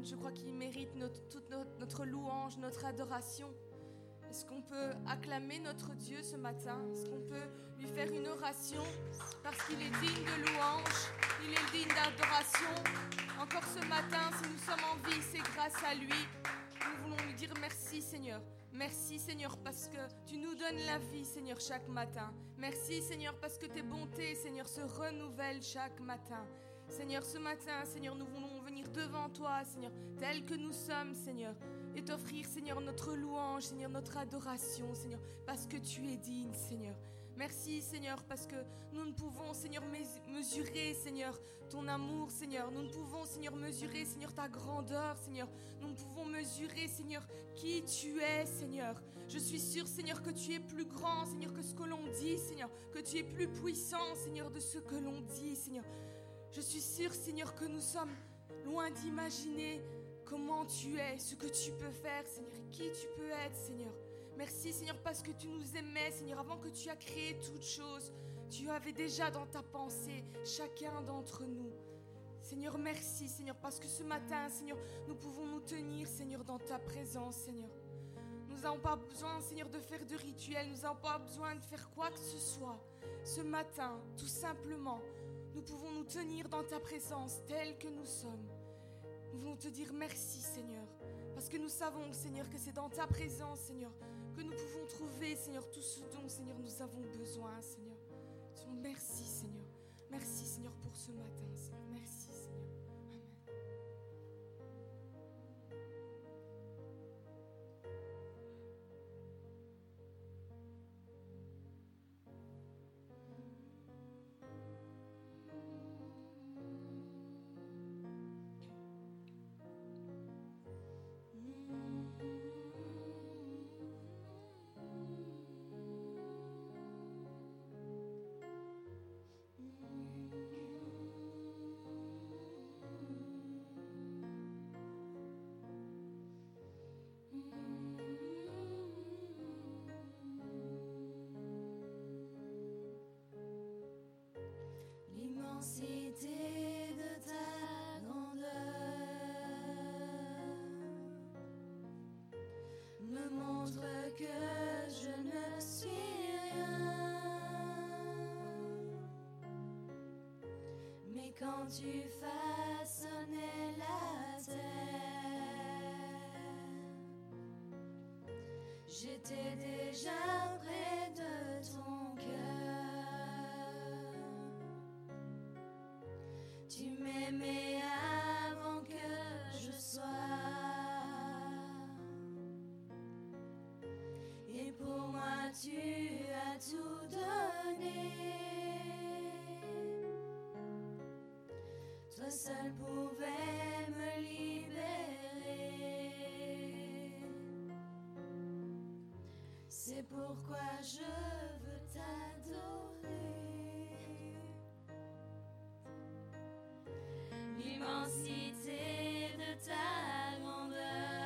je crois qu'il mérite toute notre louange, notre adoration. Est-ce qu'on peut acclamer notre Dieu ce matin? Est-ce qu'on peut lui faire une oration parce qu'il est digne de louange, il est digne d'adoration? Encore ce matin, si nous sommes en vie, c'est grâce à lui. Nous voulons lui dire merci Seigneur. Merci Seigneur parce que tu nous donnes la vie Seigneur chaque matin. Merci Seigneur parce que tes bontés Seigneur se renouvellent chaque matin. Seigneur, ce matin, Seigneur, nous voulons venir devant toi, Seigneur, tels que nous sommes, Seigneur, et t'offrir, Seigneur, notre louange, Seigneur, notre adoration, Seigneur, parce que tu es digne, Seigneur. Merci, Seigneur, parce que nous ne pouvons, Seigneur, mesurer, Seigneur, ton amour, Seigneur. Nous ne pouvons, Seigneur, mesurer, Seigneur, ta grandeur, Seigneur. Nous ne pouvons mesurer, Seigneur, qui tu es, Seigneur. Je suis sûre, Seigneur, que tu es plus grand, Seigneur, que ce que l'on dit, Seigneur, que tu es plus puissant, Seigneur, de ce que l'on dit, Seigneur. Je suis sûre, Seigneur, que nous sommes loin d'imaginer comment tu es, ce que tu peux faire, Seigneur, qui tu peux être, Seigneur. Merci, Seigneur, parce que tu nous aimais, Seigneur, avant que tu as créé toutes choses. Tu avais déjà dans ta pensée chacun d'entre nous. Seigneur, merci, Seigneur, parce que ce matin, Seigneur, nous pouvons nous tenir, Seigneur, dans ta présence, Seigneur. Nous n'avons pas besoin, Seigneur, de faire de rituels. Nous n'avons pas besoin de faire quoi que ce soit. Ce matin, tout simplement, nous pouvons nous tenir dans ta présence telle que nous sommes. Nous voulons te dire merci, Seigneur, parce que nous savons, Seigneur, que c'est dans ta présence, Seigneur, que nous pouvons trouver, Seigneur, tout ce dont, Seigneur, nous avons besoin, Seigneur. Merci, Seigneur. Merci, Seigneur, pour ce matin, Seigneur. Merci, Seigneur. Amen. L'immensité de ta grandeur me montre que je ne suis rien. Mais quand tu façonnais la terre, j'étais déjà près de ton cœur. Tu m'aimais avant que je sois, et pour moi tu as tout donné. Toi seul pouvais me libérer. C'est pourquoi je veux t'adorer. L'immensité de ta grandeur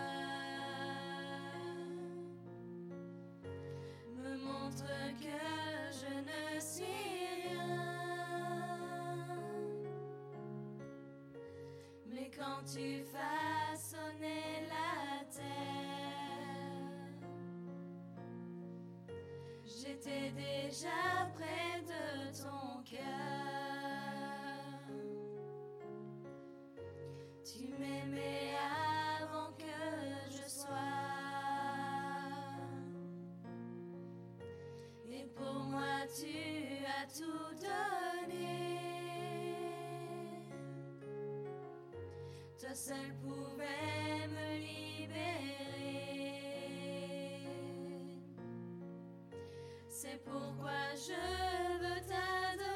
me montre que je ne suis rien. Mais quand tu façonnais la terre, j'étais déjà près de ton cœur. Tu m'aimais avant que je sois, et pour moi tu as tout donné. Toi seul pouvais me libérer. C'est pourquoi je veux t'adorer.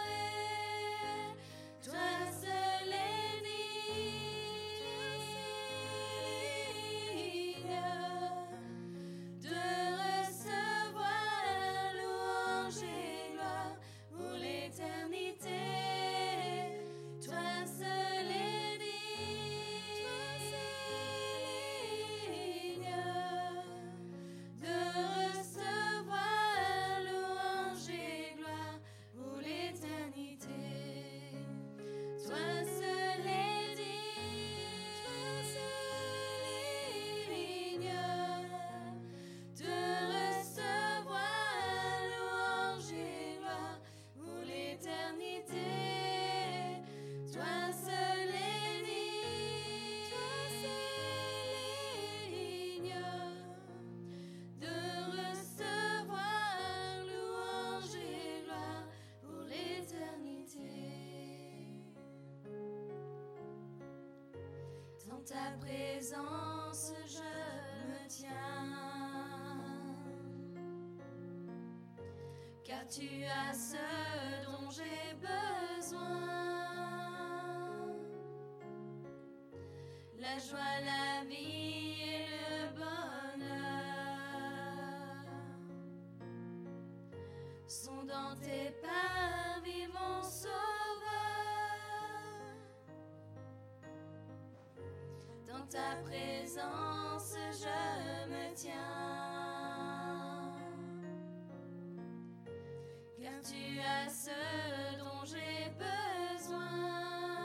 Toi seul est digne de recevoir louange et gloire pour l'éternité. Toi seul est digne de recevoir louange et gloire pour l'éternité. ta présence je me tiens, car tu as ce dont j'ai besoin, la joie, la vie et le bonheur sont dans tes parvis, mon sauveur. Dans ta présence je me tiens, car tu as ce dont j'ai besoin,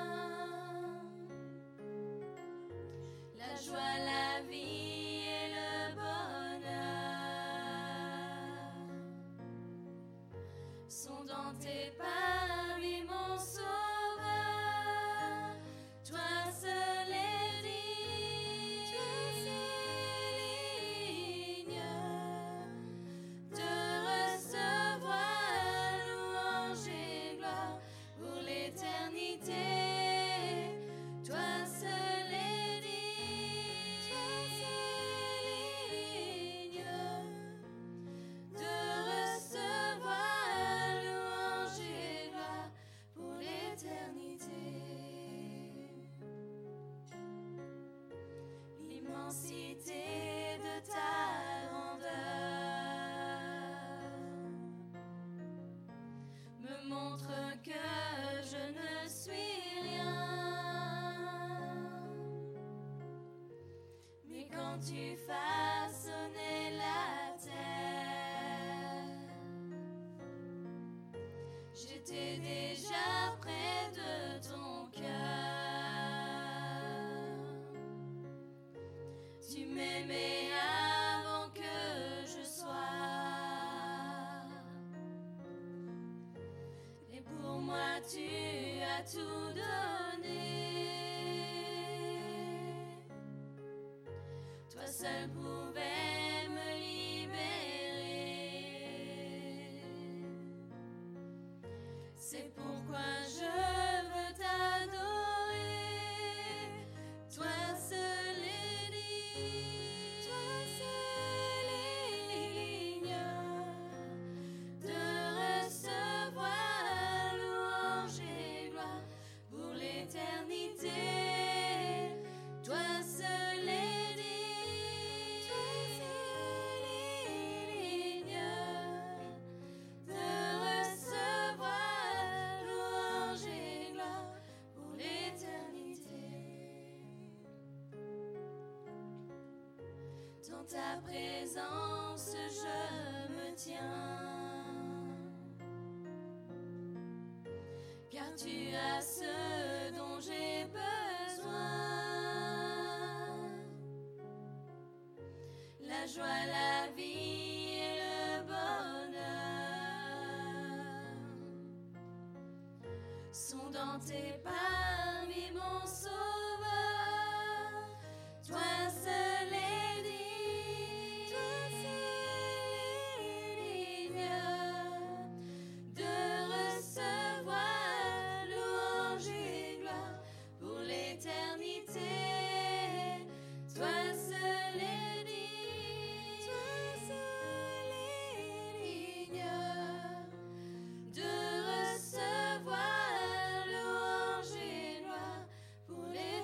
la joie, la vie et le bonheur sont dans tes parvis, mon sauveur. Toi seul est digne de recevoir louange et gloire pour l'éternité. Toi seul est digne de recevoir louange et gloire pour l'éternité. L'immensité de ta grandeur me montre que je ne suis rien, mais quand tu façonnais la terre, j'étais déjà près de ton cœur. Tu m'aimais avant que je sois, et pour moi tu as tout donné. Toi seul pouvais me libérer. C'est pourquoi je veux t'adorer. Toi seul est digne, de recevoir louange et gloire pour l'éternité. Toi seul est digne de recevoir louange et gloire pour l'éternité. Dans ta présence je me tiens, car tu as ce dont j'ai besoin, la joie, la vie et le bonheur sont dans tes parvis, mon sauveur. Toi seul est digne de recevoir louange et gloire pour l'éternité. Toi seul est digne de recevoir louange et gloire pour l'éternité.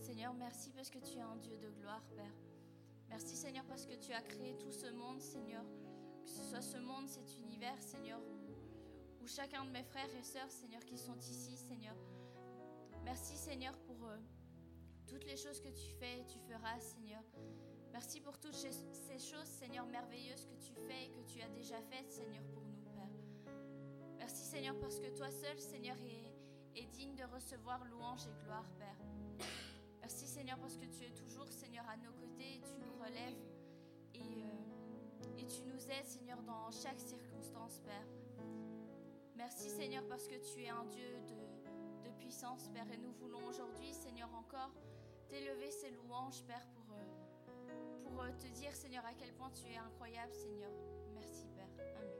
Seigneur, merci parce que tu es un Dieu de gloire, Père. Merci, Seigneur, parce que tu as créé tout ce monde, Seigneur. Que ce soit ce monde, cet univers, Seigneur, où chacun de mes frères et sœurs, Seigneur, qui sont ici, Seigneur. Merci, Seigneur, pour toutes les choses que tu fais et tu feras, Seigneur. Merci pour toutes ces choses, Seigneur, merveilleuses que tu fais et que tu as déjà faites, Seigneur, pour nous, Père. Merci, Seigneur, parce que toi seul, Seigneur, est digne de recevoir louange et gloire, Père. Merci, Seigneur, parce que tu es toujours, Seigneur, à nos côtés et tu nous relèves et tu nous aides, Seigneur, dans chaque circonstance, Père. Merci, Seigneur, parce que tu es un Dieu de puissance, Père, et nous voulons aujourd'hui, Seigneur, encore t'élever ces louanges, Père, pour te dire, Seigneur, à quel point tu es incroyable, Seigneur. Merci, Père. Amen.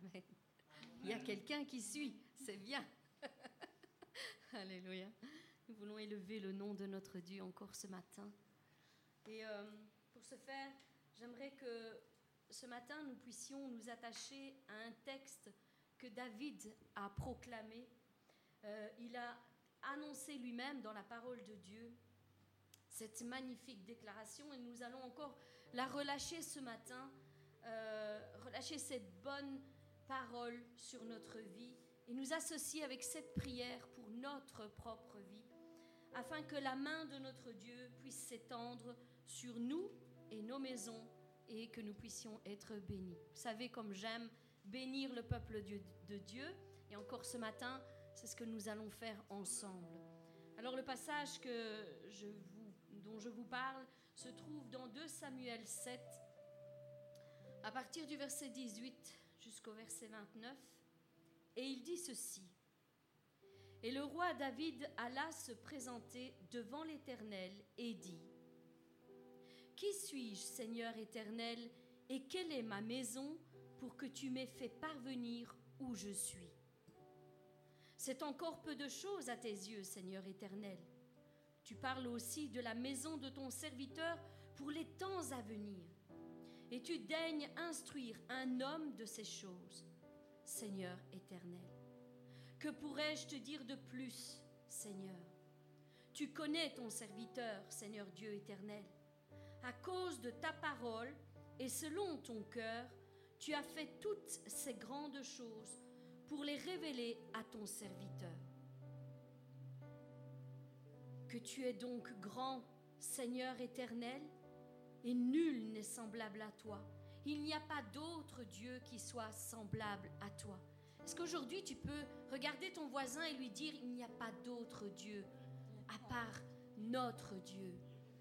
Amen. Il y a quelqu'un qui suit, c'est bien. Alléluia. Nous voulons élever le nom de notre Dieu encore ce matin. Et pour ce faire, j'aimerais que ce matin, nous puissions nous attacher à un texte que David a proclamé. Il a annoncé lui-même dans la parole de Dieu cette magnifique déclaration et nous allons encore la relâcher ce matin, relâcher cette bonne parole sur notre vie et nous associer avec cette prière pour notre propre vie, afin que la main de notre Dieu puisse s'étendre sur nous et nos maisons et que nous puissions être bénis. Vous savez comme j'aime bénir le peuple de Dieu et encore ce matin, c'est ce que nous allons faire ensemble. Alors le passage dont je vous parle se trouve dans 2 Samuel 7, à partir du verset 18 jusqu'au verset 29, et il dit ceci. Et le roi David alla se présenter devant l'Éternel et dit : Qui suis-je, Seigneur éternel, et quelle est ma maison pour que tu m'aies fait parvenir où je suis ? C'est encore peu de choses à tes yeux, Seigneur éternel. Tu parles aussi de la maison de ton serviteur pour les temps à venir. Et tu daignes instruire un homme de ces choses, Seigneur éternel. Que pourrais-je te dire de plus, Seigneur ? Tu connais ton serviteur, Seigneur Dieu éternel. À cause de ta parole et selon ton cœur, tu as fait toutes ces grandes choses pour les révéler à ton serviteur. Que tu es donc grand, Seigneur éternel, et nul n'est semblable à toi. Il n'y a pas d'autre Dieu qui soit semblable à toi. Est-ce qu'aujourd'hui tu peux regarder ton voisin et lui dire : il n'y a pas d'autre Dieu à part notre Dieu.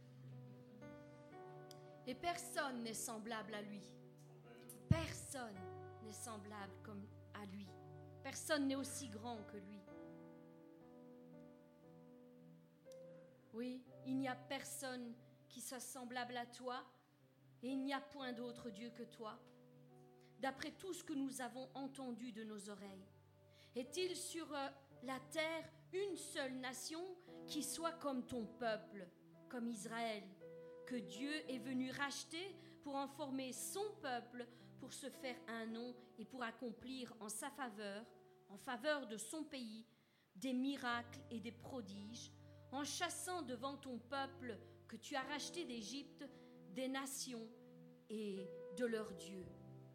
Et personne n'est semblable à lui. Personne n'est semblable comme à lui. Personne n'est aussi grand que lui. Oui, il n'y a personne qui soit semblable à toi et il n'y a point d'autre Dieu que toi. D'après tout ce que nous avons entendu de nos oreilles, est-il sur la terre une seule nation qui soit comme ton peuple, comme Israël, que Dieu est venu racheter pour en former son peuple, pour se faire un nom et pour accomplir en sa faveur, en faveur de son pays, des miracles et des prodiges, en chassant devant ton peuple que tu as racheté d'Égypte des nations et de leurs dieux.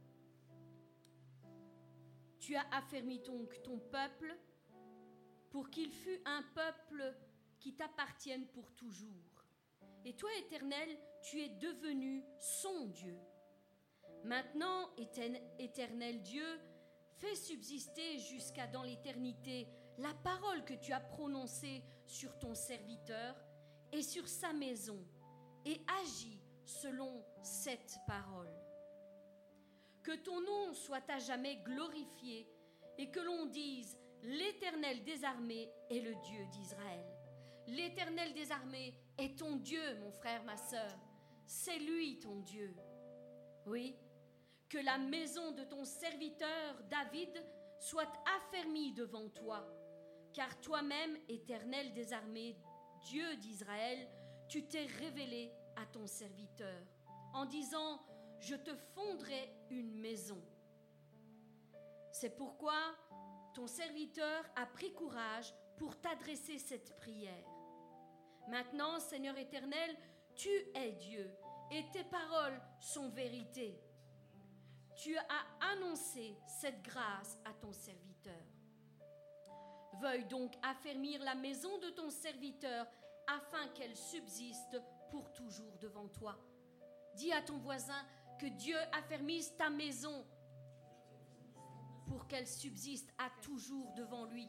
Tu as affermi donc ton peuple pour qu'il fût un peuple qui t'appartienne pour toujours. Et toi, Éternel, tu es devenu son Dieu. Maintenant, Éternel Dieu, fais subsister jusqu'à dans l'éternité la parole que tu as prononcée sur ton serviteur et sur sa maison, et agis selon cette parole. Que ton nom soit à jamais glorifié et que l'on dise : l'Éternel des armées est le Dieu d'Israël. L'Éternel des armées est ton Dieu, mon frère, ma sœur. C'est lui ton Dieu. Oui, que la maison de ton serviteur David soit affermie devant toi, car toi-même, Éternel des armées, Dieu d'Israël, tu t'es révélé à ton serviteur, en disant : je te fonderai une maison. C'est pourquoi ton serviteur a pris courage pour t'adresser cette prière. Maintenant, Seigneur éternel, tu es Dieu et tes paroles sont vérité. Tu as annoncé cette grâce à ton serviteur. Veuille donc affermir la maison de ton serviteur afin qu'elle subsiste pour toujours devant toi. Dis à ton voisin que Dieu affermisse ta maison pour qu'elle subsiste à toujours devant lui.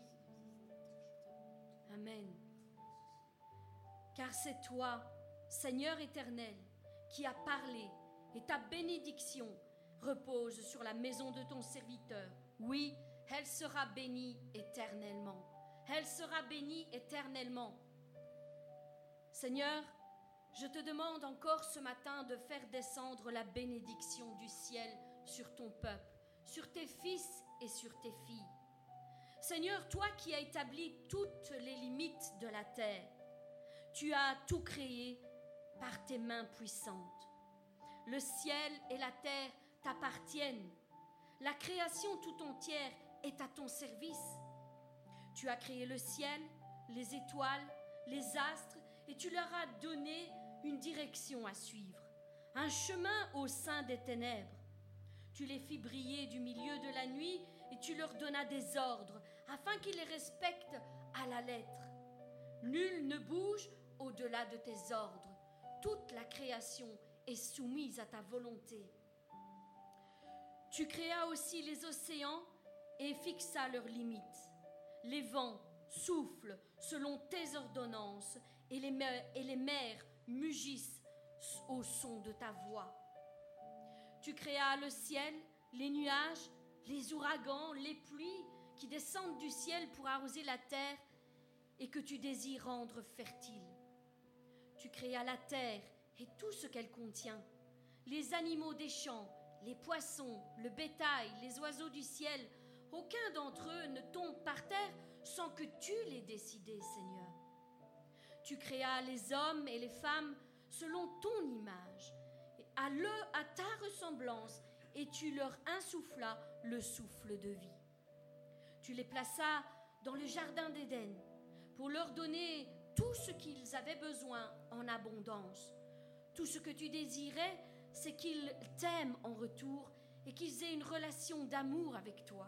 Amen. Car c'est toi, Seigneur éternel, qui as parlé et ta bénédiction repose sur la maison de ton serviteur. Oui, elle sera bénie éternellement. Elle sera bénie éternellement. Seigneur, je te demande encore ce matin de faire descendre la bénédiction du ciel sur ton peuple, sur tes fils et sur tes filles. Seigneur, toi qui as établi toutes les limites de la terre, tu as tout créé par tes mains puissantes. Le ciel et la terre t'appartiennent. La création tout entière est à ton service. Tu as créé le ciel, les étoiles, les astres, et tu leur as donné une direction à suivre, un chemin au sein des ténèbres. Tu les fis briller du milieu de la nuit et tu leur donnas des ordres afin qu'ils les respectent à la lettre. Nul ne bouge au-delà de tes ordres. Toute la création est soumise à ta volonté. Tu créas aussi les océans et fixas leurs limites. Les vents soufflent selon tes ordonnances et les mers mugissent au son de ta voix. Tu créas le ciel, les nuages, les ouragans, les pluies qui descendent du ciel pour arroser la terre et que tu désires rendre fertile. Tu créas la terre et tout ce qu'elle contient, les animaux des champs, les poissons, le bétail, les oiseaux du ciel. Aucun d'entre eux ne tombe par terre sans que tu l'aies décidé, Seigneur. Tu créas les hommes et les femmes selon ton image, à ta ressemblance, et tu leur insufflas le souffle de vie. Tu les plaças dans le jardin d'Éden pour leur donner tout ce qu'ils avaient besoin en abondance. Tout ce que tu désirais, c'est qu'ils t'aiment en retour et qu'ils aient une relation d'amour avec toi.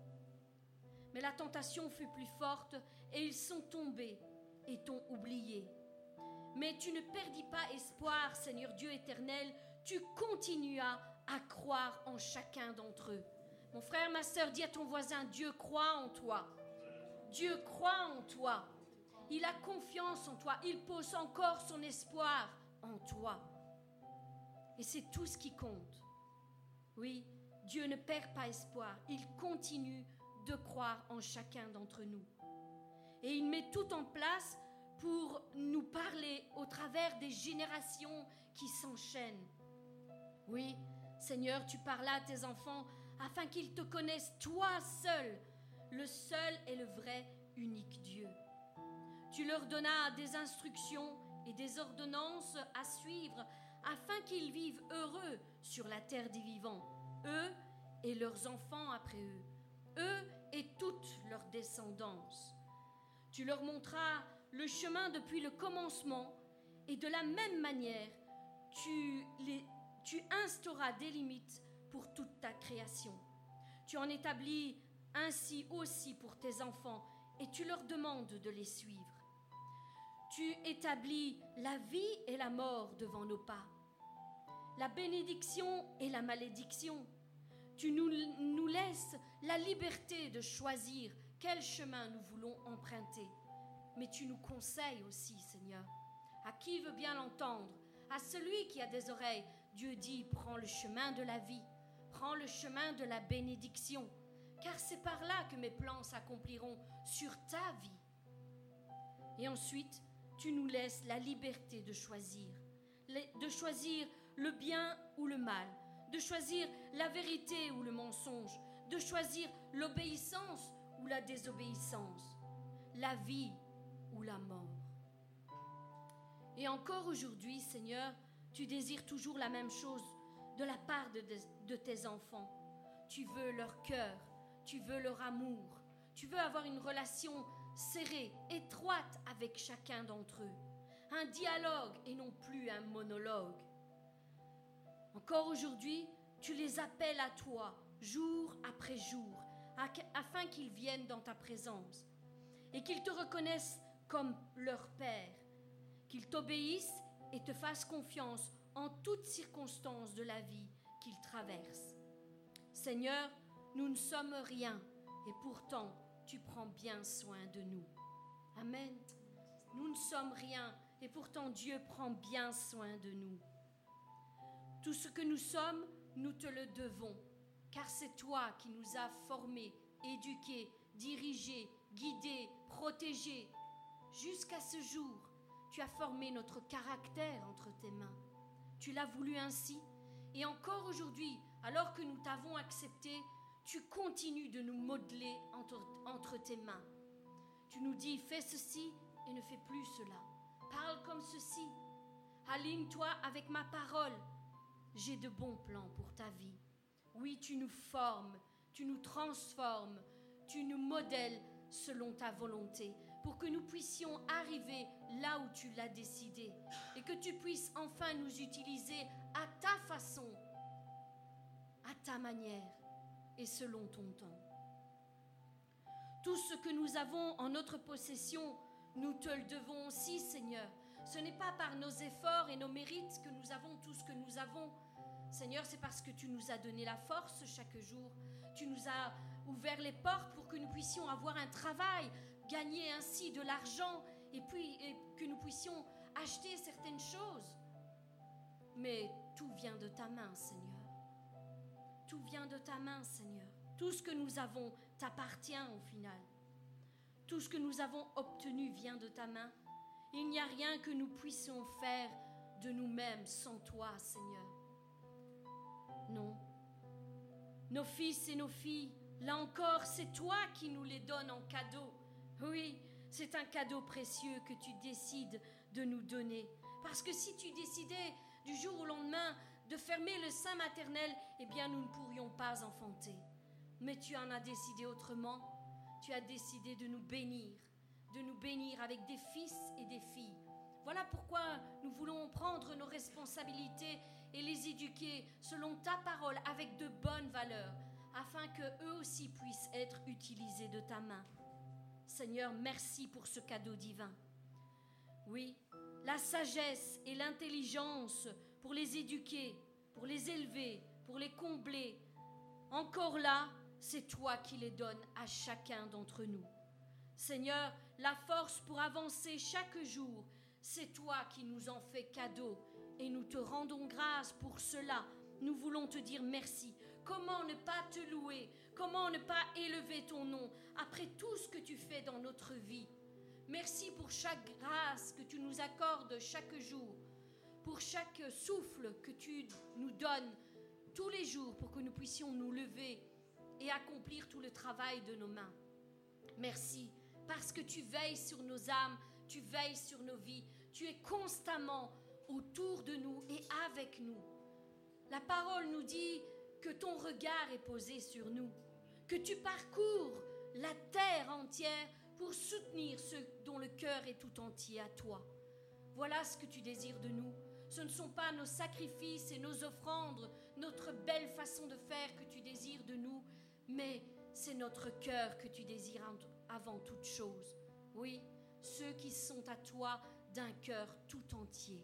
Mais la tentation fut plus forte et ils sont tombés et t'ont oublié. Mais tu ne perdis pas espoir, Seigneur Dieu éternel, tu continuas à croire en chacun d'entre eux. Mon frère, ma sœur, dis à ton voisin, Dieu croit en toi. Dieu croit en toi. Il a confiance en toi. Il pose encore son espoir en toi. Et c'est tout ce qui compte. Oui, Dieu ne perd pas espoir. Il continue de croire en chacun d'entre nous. Et il met tout en place pour nous parler au travers des générations qui s'enchaînent. Oui, Seigneur, tu parlas à tes enfants afin qu'ils te connaissent, toi seul, le seul et le vrai, unique Dieu. Tu leur donnas des instructions et des ordonnances à suivre afin qu'ils vivent heureux sur la terre des vivants, eux et leurs enfants après eux, eux et toute leur descendance. Tu leur montras le chemin depuis le commencement et de la même manière, tu instauras des limites pour toute ta création. Tu en établis ainsi aussi pour tes enfants et tu leur demandes de les suivre. Tu établis la vie et la mort devant nos pas, la bénédiction et la malédiction. Tu nous laisses la liberté de choisir quel chemin nous voulons emprunter. Mais tu nous conseilles aussi, Seigneur. À qui veut bien l'entendre? À celui qui a des oreilles, Dieu dit, prends le chemin de la vie, prends le chemin de la bénédiction, car c'est par là que mes plans s'accompliront sur ta vie. Et ensuite, tu nous laisses la liberté de choisir le bien ou le mal, de choisir la vérité ou le mensonge, de choisir l'obéissance ou la désobéissance, la vie ou la mort. Et encore aujourd'hui, Seigneur, tu désires toujours la même chose de la part de tes enfants. Tu veux leur cœur, tu veux leur amour, tu veux avoir une relation serrée, étroite avec chacun d'entre eux. Un dialogue et non plus un monologue. Encore aujourd'hui, tu les appelles à toi, jour après jour, afin qu'ils viennent dans ta présence et qu'ils te reconnaissent comme leur Père, qu'ils t'obéissent et te fassent confiance en toutes circonstances de la vie qu'ils traversent. Seigneur, nous ne sommes rien et pourtant tu prends bien soin de nous. Amen. Nous ne sommes rien et pourtant Dieu prend bien soin de nous. Tout ce que nous sommes, nous te le devons, car c'est toi qui nous as formés, éduqués, dirigés, guidés, protégés. Jusqu'à ce jour, tu as formé notre caractère entre tes mains. Tu l'as voulu ainsi, et encore aujourd'hui, alors que nous t'avons accepté, tu continues de nous modeler entre tes mains. Tu nous dis, fais ceci et ne fais plus cela. Parle comme ceci. Aligne-toi avec ma parole. J'ai de bons plans pour ta vie. Oui, tu nous formes, tu nous transformes, tu nous modèles selon ta volonté, pour que nous puissions arriver là où tu l'as décidé et que tu puisses enfin nous utiliser à ta façon, à ta manière et selon ton temps. Tout ce que nous avons en notre possession, nous te le devons aussi, Seigneur. Ce n'est pas par nos efforts et nos mérites que nous avons tout ce que nous avons. Seigneur, c'est parce que tu nous as donné la force chaque jour. Tu nous as ouvert les portes pour que nous puissions avoir un travail, gagner ainsi de l'argent et que nous puissions acheter certaines choses. Mais tout vient de ta main, Seigneur. Tout vient de ta main, Seigneur. Tout ce que nous avons t'appartient au final. Tout ce que nous avons obtenu vient de ta main. Il n'y a rien que nous puissions faire de nous-mêmes sans toi, Seigneur. Non. Nos fils et nos filles, là encore, c'est toi qui nous les donnes en cadeau. Oui, c'est un cadeau précieux que tu décides de nous donner. Parce que si tu décidais du jour au lendemain de fermer le sein maternel, eh bien nous ne pourrions pas enfanter. Mais tu en as décidé autrement. Tu as décidé de nous bénir avec des fils et des filles. Voilà pourquoi nous voulons prendre nos responsabilités et les éduquer selon ta parole avec de bonnes valeurs, afin qu'eux aussi puissent être utilisés de ta main. Seigneur, merci pour ce cadeau divin. Oui, la sagesse et l'intelligence pour les éduquer, pour les élever, pour les combler. Encore là, c'est toi qui les donnes à chacun d'entre nous. Seigneur, la force pour avancer chaque jour, c'est toi qui nous en fais cadeau et nous te rendons grâce pour cela. Nous voulons te dire merci. Comment ne pas te louer? Comment ne pas élever ton nom après tout ce que tu fais dans notre vie? Merci pour chaque grâce que tu nous accordes chaque jour, pour chaque souffle que tu nous donnes tous les jours pour que nous puissions nous lever et accomplir tout le travail de nos mains. Merci parce que tu veilles sur nos âmes, tu veilles sur nos vies, tu es constamment autour de nous et avec nous. La parole nous dit que ton regard est posé sur nous, que tu parcours la terre entière pour soutenir ceux dont le cœur est tout entier à toi. Voilà ce que tu désires de nous. Ce ne sont pas nos sacrifices et nos offrandes, notre belle façon de faire que tu désires de nous, mais c'est notre cœur que tu désires avant toute chose. Oui, ceux qui sont à toi d'un cœur tout entier,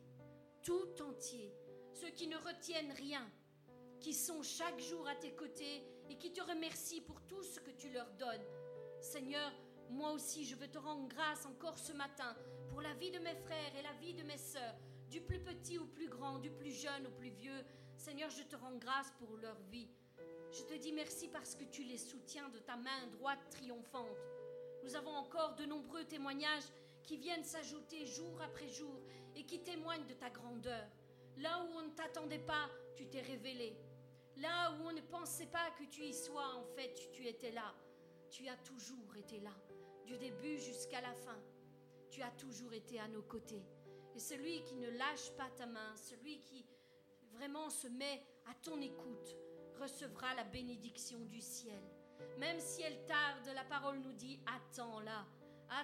ceux qui ne retiennent rien, qui sont chaque jour à tes côtés et qui te remercient pour tout ce que tu leur donnes. Seigneur, moi aussi je veux te rendre grâce encore ce matin pour la vie de mes frères et la vie de mes sœurs, du plus petit au plus grand, du plus jeune au plus vieux. Seigneur, je te rends grâce pour leur vie. Je te dis merci parce que tu les soutiens de ta main droite triomphante. Nous avons encore de nombreux témoignages qui viennent s'ajouter jour après jour et qui témoignent de ta grandeur. Là où on ne t'attendait pas, tu t'es révélé. Là où on ne pensait pas que tu y sois, en fait, tu étais là. Tu as toujours été là, du début jusqu'à la fin. Tu as toujours été à nos côtés. Et celui qui ne lâche pas ta main, celui qui vraiment se met à ton écoute, recevra la bénédiction du ciel. Même si elle tarde, la parole nous dit « Attends-la, attends-la »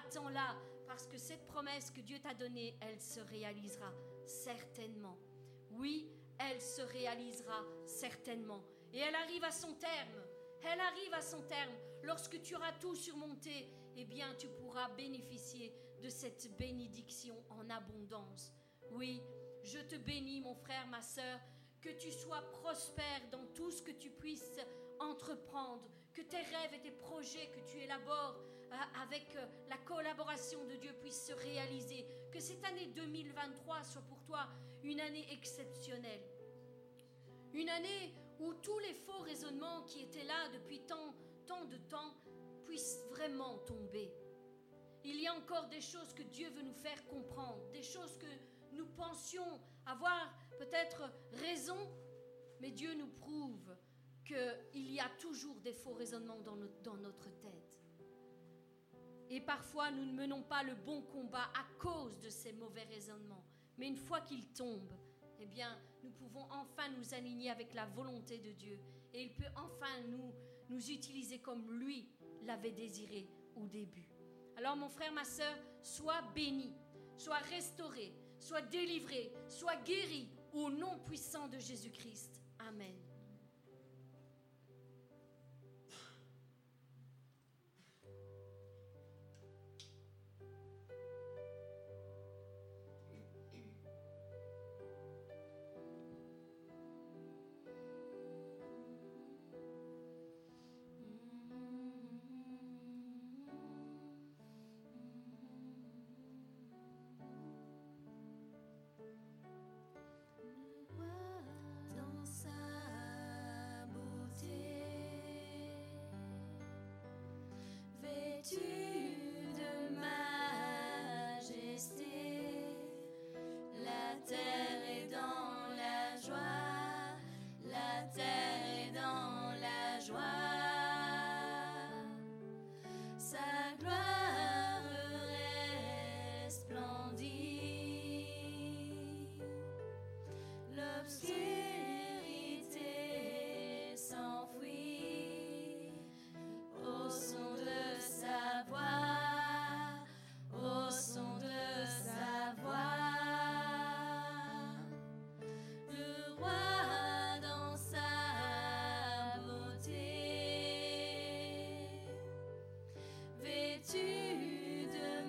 parce que cette promesse que Dieu t'a donnée, elle se réalisera certainement. Oui, elle se réalisera certainement. Et elle arrive à son terme. Elle arrive à son terme. Lorsque tu auras tout surmonté, eh bien, tu pourras bénéficier de cette bénédiction en abondance. Oui, je te bénis, mon frère, ma sœur, que tu sois prospère dans tout ce que tu puisses entreprendre, que tes rêves et tes projets que tu élabores avec la collaboration de Dieu puissent se réaliser, que cette année 2023 soit pour toi une année exceptionnelle. Une année où tous les faux raisonnements qui étaient là depuis tant de temps puissent vraiment tomber. Il y a encore des choses que Dieu veut nous faire comprendre, des choses que nous pensions avoir peut-être raison, mais Dieu nous prouve qu'il y a toujours des faux raisonnements dans notre tête. Et parfois, nous ne menons pas le bon combat à cause de ces mauvais raisonnements. Mais une fois qu'ils tombent, eh bien, nous pouvons enfin nous aligner avec la volonté de Dieu. Et il peut enfin nous utiliser comme lui l'avait désiré au début. Alors, mon frère, ma sœur, sois béni, sois restauré, sois délivré, sois guéri au nom puissant de Jésus-Christ. Amen. Dans sa beauté, vêtu de majesté, la terre est dans la joie, la terre est dans la joie, sa gloire resplendit, l'obscurité s'enfuit au son de sa voix, au son de sa voix. Le roi dans sa beauté, vêtu de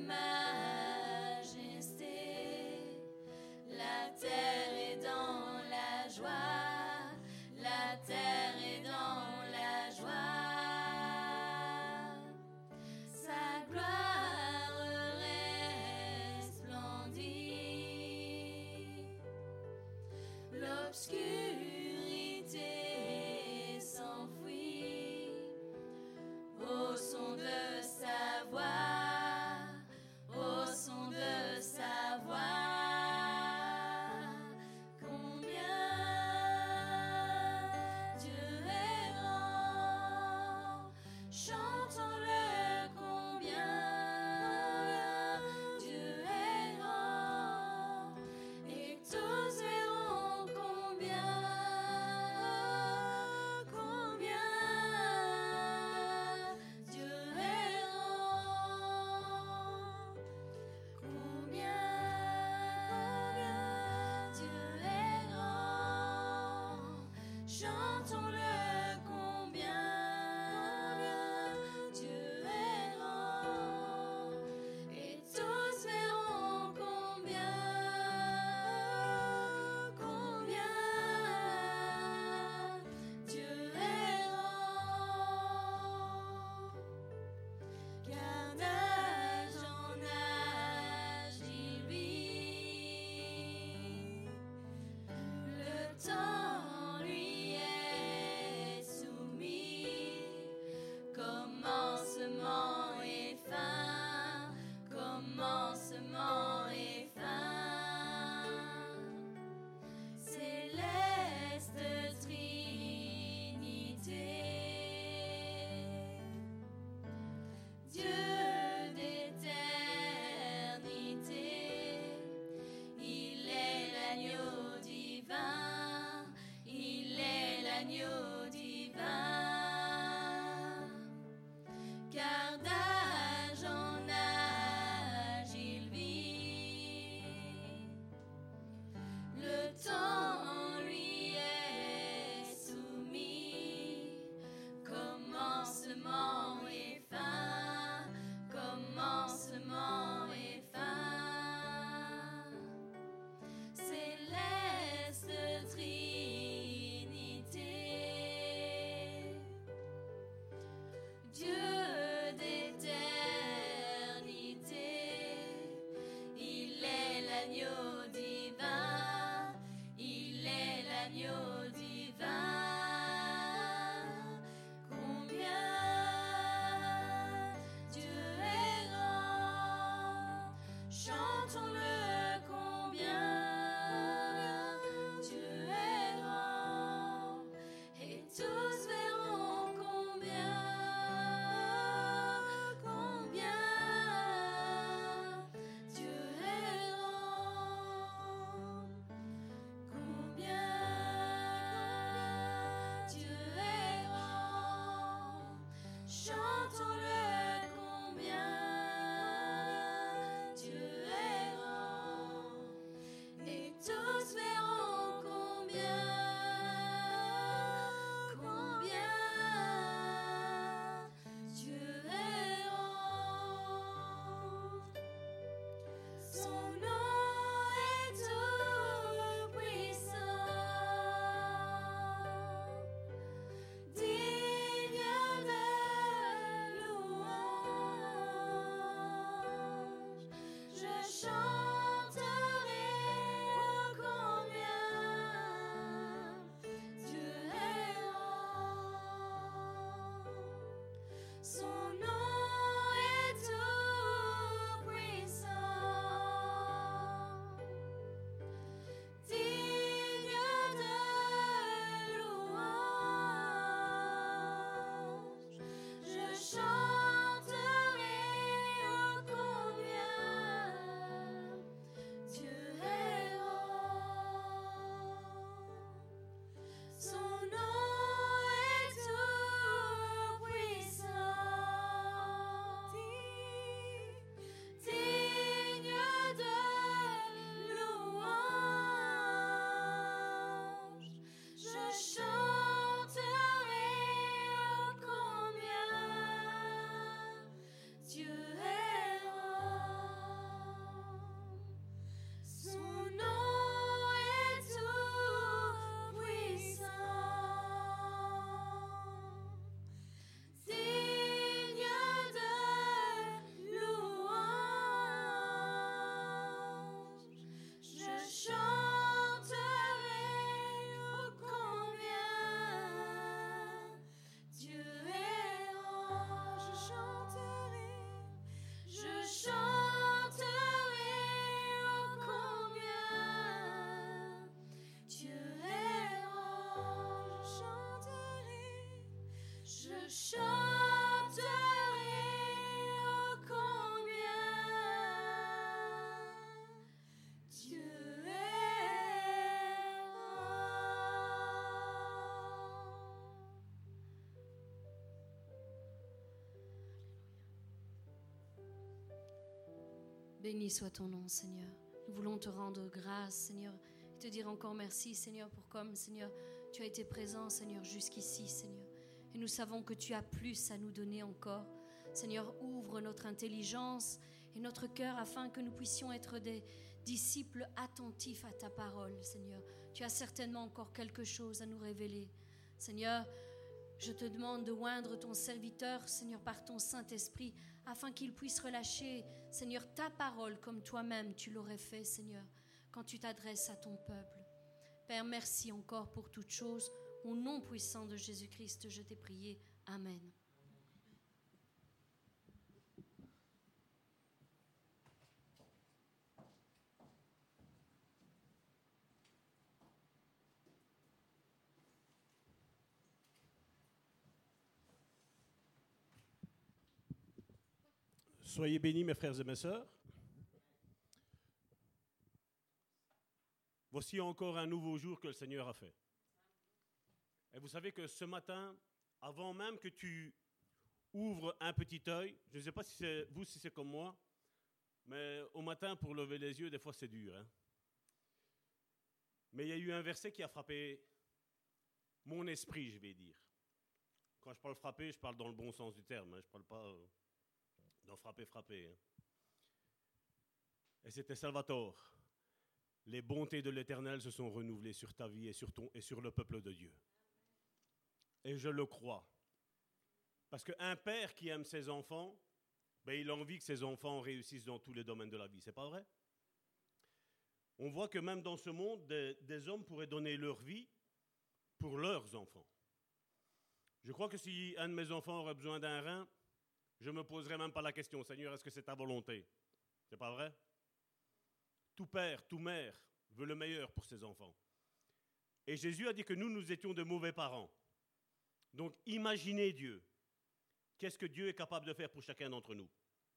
majesté, la terre est dans la joie, la terre est dans la joie, sa gloire resplendit, l'obscurité s'enfuit au son de sa voix, au son de sa voix. Combien Dieu est grand, chantons-le, combien Dieu est grand, et tous verront combien Dieu est grand, combien Dieu est grand, chantons-le, combien Dieu est grand, et tous verront combien Dieu est grand. Car d'âge en âge il vit, le temps lui est Béni soit ton nom, Seigneur. Nous voulons te rendre grâce, Seigneur, et te dire encore merci, Seigneur, pour comme, Seigneur, tu as été présent, Seigneur, jusqu'ici, Seigneur. Et nous savons que tu as plus à nous donner encore. Seigneur, ouvre notre intelligence et notre cœur afin que nous puissions être des disciples attentifs à ta parole, Seigneur. Tu as certainement encore quelque chose à nous révéler. Seigneur, je te demande de oindre ton serviteur, Seigneur, par ton Saint-Esprit, afin qu'il puisse relâcher, Seigneur, ta parole comme toi-même tu l'aurais fait, Seigneur, quand tu t'adresses à ton peuple. Père, merci encore pour toutes choses. Au nom puissant de Jésus-Christ, je t'ai prié. Amen. Soyez bénis, mes frères et mes sœurs. Voici encore un nouveau jour que le Seigneur a fait. Et vous savez que ce matin, avant même que tu ouvres un petit œil, je ne sais pas si c'est vous, si c'est comme moi, mais au matin, pour lever les yeux, des fois c'est dur. Hein? Mais il y a eu un verset qui a frappé mon esprit, je vais dire. Quand je parle frapper, je parle dans le bon sens du terme. Hein? Je ne parle pas d'en frapper. Hein? Et c'était Salvatore. Les bontés de l'Éternel se sont renouvelées sur ta vie et sur le peuple de Dieu. Et je le crois. Parce qu'un père qui aime ses enfants, il a envie que ses enfants réussissent dans tous les domaines de la vie. C'est pas vrai? On voit que même dans ce monde, des hommes pourraient donner leur vie pour leurs enfants. Je crois que si un de mes enfants aurait besoin d'un rein, je ne me poserais même pas la question, Seigneur, est-ce que c'est ta volonté? C'est pas vrai? Tout père, tout mère veut le meilleur pour ses enfants. Et Jésus a dit que nous étions de mauvais parents. Donc imaginez Dieu. Qu'est-ce que Dieu est capable de faire pour chacun d'entre nous?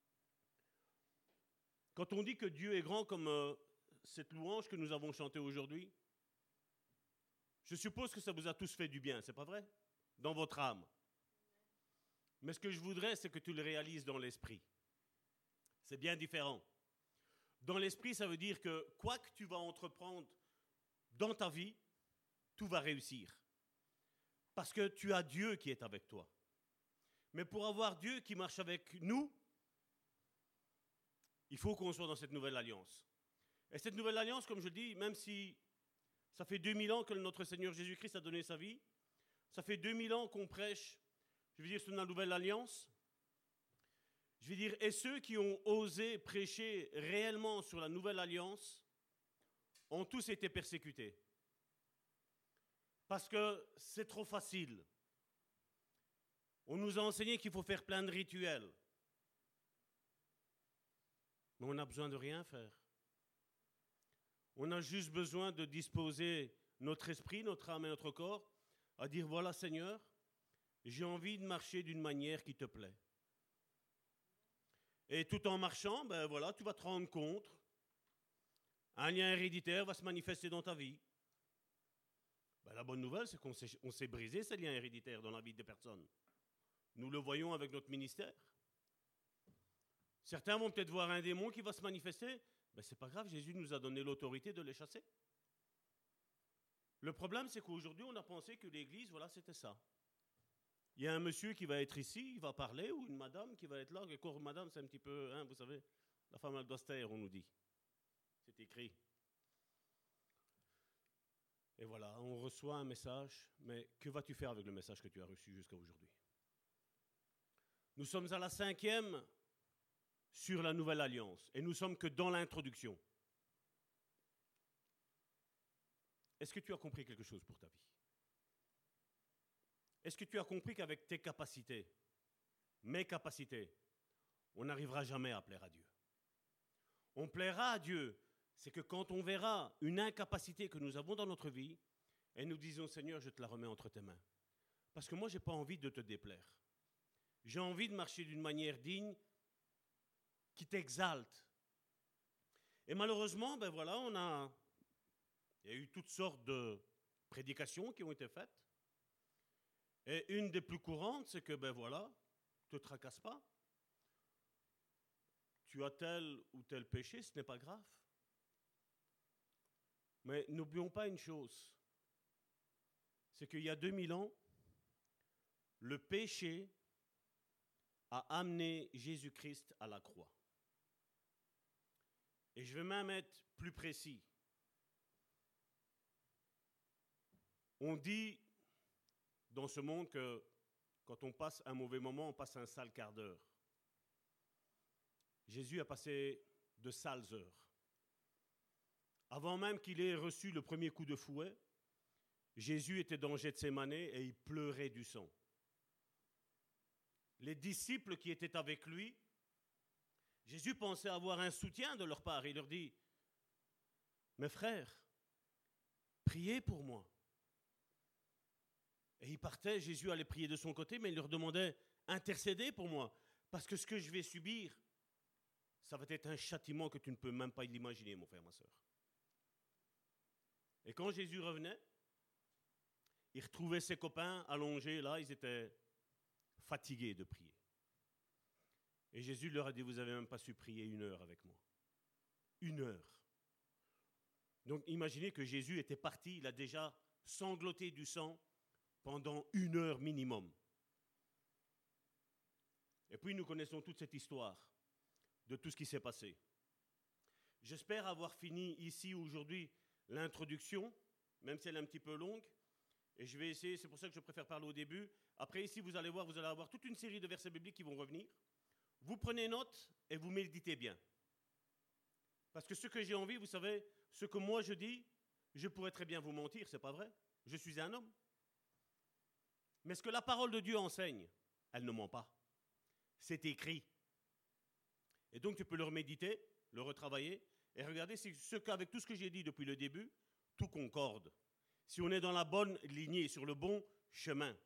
Quand on dit que Dieu est grand comme cette louange que nous avons chantée aujourd'hui, je suppose que ça vous a tous fait du bien, c'est pas vrai? Dans votre âme. Mais ce que je voudrais, c'est que tu le réalises dans l'esprit. C'est bien différent. Dans l'esprit, ça veut dire que quoi que tu vas entreprendre dans ta vie, tout va réussir. Parce que tu as Dieu qui est avec toi. Mais pour avoir Dieu qui marche avec nous, il faut qu'on soit dans cette nouvelle alliance. Et cette nouvelle alliance, comme je le dis, même si ça fait 2000 ans que notre Seigneur Jésus-Christ a donné sa vie, ça fait 2000 ans qu'on prêche, je veux dire, sur la nouvelle alliance. Je veux dire, et ceux qui ont osé prêcher réellement sur la nouvelle alliance ont tous été persécutés. Parce que c'est trop facile. On nous a enseigné qu'il faut faire plein de rituels. Mais on a besoin de rien faire. On a juste besoin de disposer notre esprit, notre âme et notre corps à dire, voilà Seigneur, j'ai envie de marcher d'une manière qui te plaît. Et tout en marchant, tu vas te rendre compte, un lien héréditaire va se manifester dans ta vie. La bonne nouvelle, c'est qu'on s'est brisé ces liens héréditaires dans la vie des personnes. Nous le voyons avec notre ministère. Certains vont peut-être voir un démon qui va se manifester. C'est pas grave, Jésus nous a donné l'autorité de les chasser. Le problème, c'est qu'aujourd'hui, on a pensé que l'Église, c'était ça. Il y a un monsieur qui va être ici, il va parler, ou une madame qui va être là. Et encore, madame, c'est un petit peu, vous savez, la femme, elle doit se taire, on nous dit. C'est écrit. Et voilà, on reçoit un message, mais que vas-tu faire avec le message que tu as reçu jusqu'à aujourd'hui? Nous sommes à la 5e sur la nouvelle alliance, et nous sommes que dans l'introduction. Est-ce que tu as compris quelque chose pour ta vie? Est-ce que tu as compris qu'avec tes capacités, mes capacités, on n'arrivera jamais à plaire à Dieu? On plaira à Dieu, c'est que quand on verra une incapacité que nous avons dans notre vie, et nous disons, Seigneur, je te la remets entre tes mains. Parce que moi, je n'ai pas envie de te déplaire. J'ai envie de marcher d'une manière digne qui t'exalte. Et malheureusement, il y a eu toutes sortes de prédications qui ont été faites. Et une des plus courantes, c'est que, te tracasse pas. tu as tel ou tel péché, ce n'est pas grave. Mais n'oublions pas une chose, c'est qu'il y a 2000 ans, le péché a amené Jésus-Christ à la croix. Et je vais même être plus précis. On dit dans ce monde que quand on passe un mauvais moment, on passe un sale quart d'heure. Jésus a passé de sales heures. Avant même qu'il ait reçu le premier coup de fouet, Jésus était dans Gethsémane et il pleurait du sang. Les disciples qui étaient avec lui, Jésus pensait avoir un soutien de leur part. Il leur dit, mes frères, priez pour moi. Et il partait, Jésus allait prier de son côté, mais il leur demandait, intercédez pour moi, parce que ce que je vais subir, ça va être un châtiment que tu ne peux même pas l'imaginer, mon frère, ma soeur. Et quand Jésus revenait, il retrouvait ses copains allongés, là, ils étaient fatigués de prier. Et Jésus leur a dit, vous n'avez même pas su prier 1 heure avec moi. 1 heure. Donc imaginez que Jésus était parti, il a déjà sangloté du sang pendant 1 heure minimum. Et puis nous connaissons toute cette histoire de tout ce qui s'est passé. J'espère avoir fini ici aujourd'hui l'introduction, même si elle est un petit peu longue. Et je vais essayer, c'est pour ça que je préfère parler au début. Après ici, vous allez avoir toute une série de versets bibliques qui vont revenir. Vous prenez note et vous méditez bien. Parce que ce que j'ai envie, vous savez, ce que moi je dis, je pourrais très bien vous mentir, c'est pas vrai. Je suis un homme. Mais ce que la parole de Dieu enseigne, elle ne ment pas. C'est écrit. Et donc tu peux le reméditer, le retravailler, et regarder si avec tout ce que j'ai dit depuis le début, tout concorde. Si on est dans la bonne lignée, sur le bon chemin.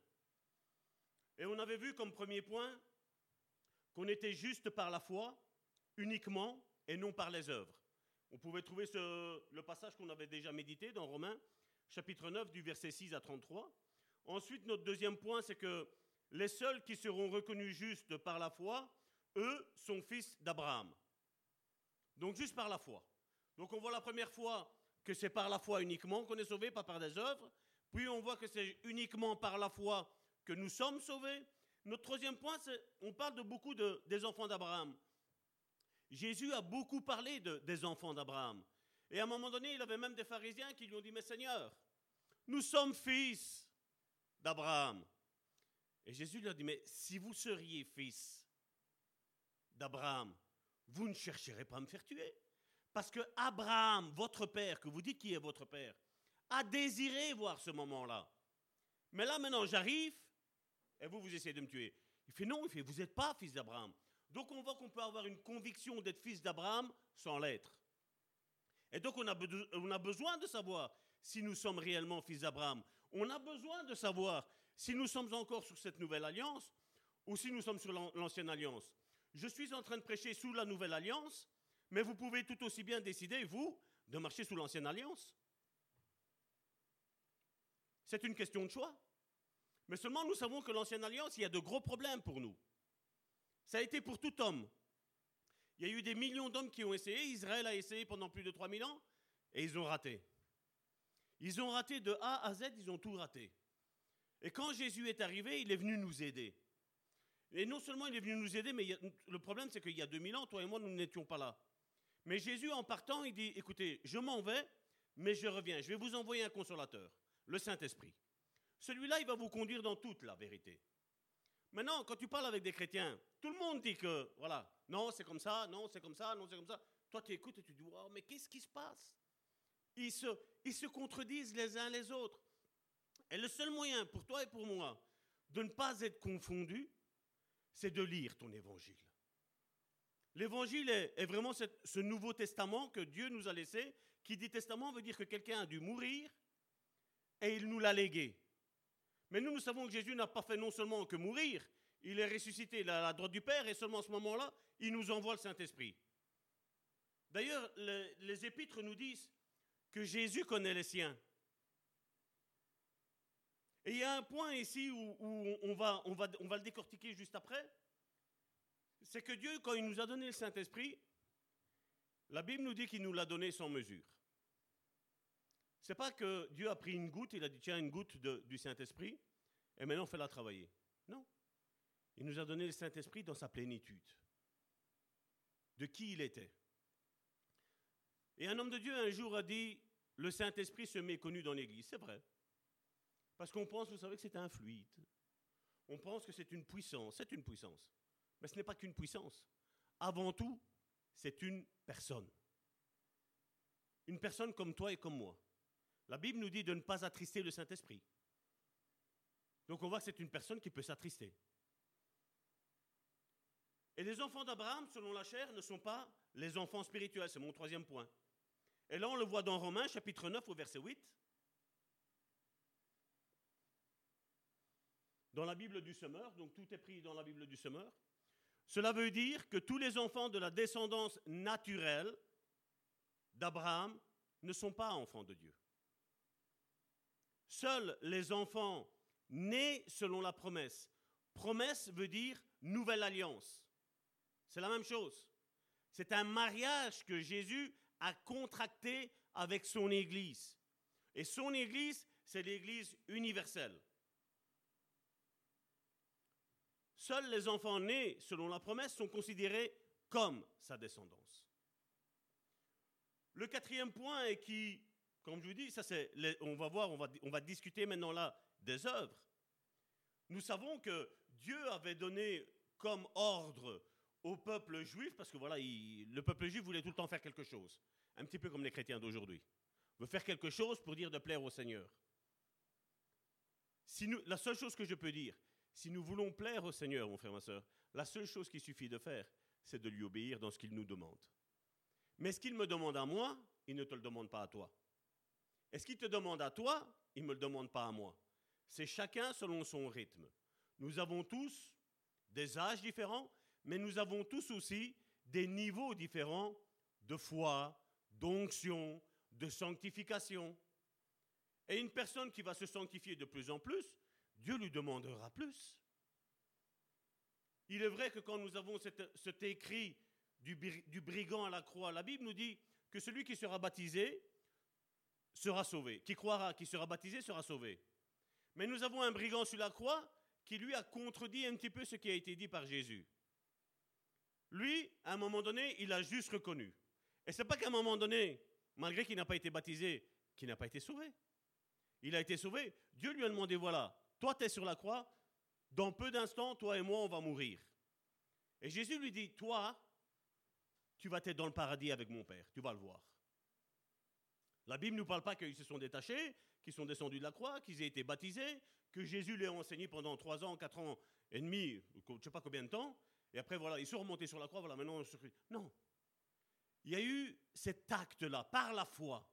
Et on avait vu comme premier point qu'on était juste par la foi, uniquement, et non par les œuvres. On pouvait trouver le passage qu'on avait déjà médité dans Romains, chapitre 9, du verset 6 à 33. Ensuite, notre deuxième point, c'est que les seuls qui seront reconnus justes par la foi, eux, sont fils d'Abraham. Donc, juste par la foi. Donc, on voit la première fois que c'est par la foi uniquement qu'on est sauvé, pas par des œuvres. Puis, on voit que c'est uniquement par la foi que nous sommes sauvés. Notre troisième point, c'est on parle de beaucoup des enfants d'Abraham. Jésus a beaucoup parlé des enfants d'Abraham. Et à un moment donné, il avait même des pharisiens qui lui ont dit, mais Seigneur, nous sommes fils d'Abraham. Et Jésus leur dit, mais si vous seriez fils d'Abraham, vous ne chercherez pas à me faire tuer. Parce que Abraham, votre père, que vous dites qui est votre père, a désiré voir ce moment-là. Mais là, maintenant, j'arrive, et vous essayez de me tuer. Il fait non, vous n'êtes pas fils d'Abraham. Donc on voit qu'on peut avoir une conviction d'être fils d'Abraham sans l'être. Et donc on a besoin de savoir si nous sommes réellement fils d'Abraham. On a besoin de savoir si nous sommes encore sur cette nouvelle alliance ou si nous sommes sur l'ancienne alliance. Je suis en train de prêcher sous la nouvelle alliance, mais vous pouvez tout aussi bien décider, vous, de marcher sous l'ancienne alliance. C'est une question de choix. Mais seulement nous savons que l'ancienne alliance, il y a de gros problèmes pour nous. Ça a été pour tout homme. Il y a eu des millions d'hommes qui ont essayé. Israël a essayé pendant plus de 3000 ans et ils ont raté. Ils ont raté de A à Z, ils ont tout raté. Et quand Jésus est arrivé, il est venu nous aider. Et non seulement il est venu nous aider, mais le problème c'est qu'il y a 2000 ans, toi et moi, nous n'étions pas là. Mais Jésus, en partant, il dit, écoutez, je m'en vais, mais je reviens. Je vais vous envoyer un consolateur, le Saint-Esprit. Celui-là, il va vous conduire dans toute la vérité. Maintenant, quand tu parles avec des chrétiens, tout le monde dit que, voilà, non, c'est comme ça, non, c'est comme ça, non, c'est comme ça. Toi, tu écoutes et tu dis, wow, mais qu'est-ce qui se passe? Ils se contredisent les uns les autres. Et le seul moyen pour toi et pour moi de ne pas être confondus, c'est de lire ton évangile. L'évangile est vraiment ce Nouveau Testament que Dieu nous a laissé. Qui dit testament veut dire que quelqu'un a dû mourir et il nous l'a légué. Mais nous savons que Jésus n'a pas fait non seulement que mourir, il est ressuscité à la droite du Père et seulement à ce moment-là, il nous envoie le Saint-Esprit. D'ailleurs, les épîtres nous disent que Jésus connaît les siens. Et il y a un point ici où on va le décortiquer juste après. c'est que Dieu, quand il nous a donné le Saint-Esprit, la Bible nous dit qu'il nous l'a donné sans mesure. C'est pas que Dieu a pris une goutte, il a dit tiens, une goutte du Saint-Esprit, et maintenant fais-la travailler. Non. Il nous a donné le Saint-Esprit dans sa plénitude, de qui il était. Et un homme de Dieu un jour a dit, le Saint-Esprit se méconnu dans l'Église. C'est vrai. Parce qu'on pense, vous savez, que c'est un fluide. On pense que c'est une puissance. C'est une puissance. Mais ce n'est pas qu'une puissance. Avant tout, c'est une personne. Une personne comme toi et comme moi. La Bible nous dit de ne pas attrister le Saint-Esprit. Donc on voit que c'est une personne qui peut s'attrister. Et les enfants d'Abraham, selon la chair, ne sont pas les enfants spirituels. C'est mon troisième point. Et là, on le voit dans Romains, chapitre 9, au verset 8. Dans la Bible du semeur, donc tout est pris dans la Bible du semeur. Cela veut dire que tous les enfants de la descendance naturelle d'Abraham ne sont pas enfants de Dieu. Seuls les enfants nés selon la promesse. Promesse veut dire nouvelle alliance. C'est la même chose. C'est un mariage que Jésus a contracté avec son Église. Et son Église, c'est l'Église universelle. Seuls les enfants nés selon la promesse sont considérés comme sa descendance. Le quatrième point est qui, comme je vous dis, ça c'est, on va voir, on va discuter maintenant là des œuvres. Nous savons que Dieu avait donné comme ordre au peuple juif, parce que voilà, le peuple juif voulait tout le temps faire quelque chose, un petit peu comme les chrétiens d'aujourd'hui. Veut faire quelque chose pour dire de plaire au Seigneur. La seule chose que je peux dire, si nous voulons plaire au Seigneur, mon frère, ma soeur, la seule chose qu'il suffit de faire, c'est de lui obéir dans ce qu'il nous demande. Mais ce qu'il me demande à moi, il ne te le demande pas à toi. Et ce qu'il te demande à toi, il ne me le demande pas à moi. C'est chacun selon son rythme. Nous avons tous des âges différents, mais nous avons tous aussi des niveaux différents de foi, d'onction, de sanctification. Et une personne qui va se sanctifier de plus en plus, Dieu lui demandera plus. Il est vrai que quand nous avons cet écrit du brigand à la croix, la Bible nous dit que celui qui sera baptisé sera sauvé. Qui croira, qui sera baptisé sera sauvé. Mais nous avons un brigand sur la croix qui lui a contredit un petit peu ce qui a été dit par Jésus. Lui, à un moment donné, il a juste reconnu. Et ce n'est pas qu'à un moment donné, malgré qu'il n'a pas été baptisé, qu'il n'a pas été sauvé. Il a été sauvé. Dieu lui a demandé, voilà, toi tu es sur la croix, dans peu d'instants, toi et moi, on va mourir. Et Jésus lui dit, toi, tu vas être dans le paradis avec mon Père, tu vas le voir. La Bible ne nous parle pas qu'ils se sont détachés, qu'ils sont descendus de la croix, qu'ils aient été baptisés, que Jésus les a enseignés pendant 3 ans, 4 ans et demi, je ne sais pas combien de temps, et après voilà, ils sont remontés sur la croix, voilà, maintenant... Non. Il y a eu cet acte-là, par la foi.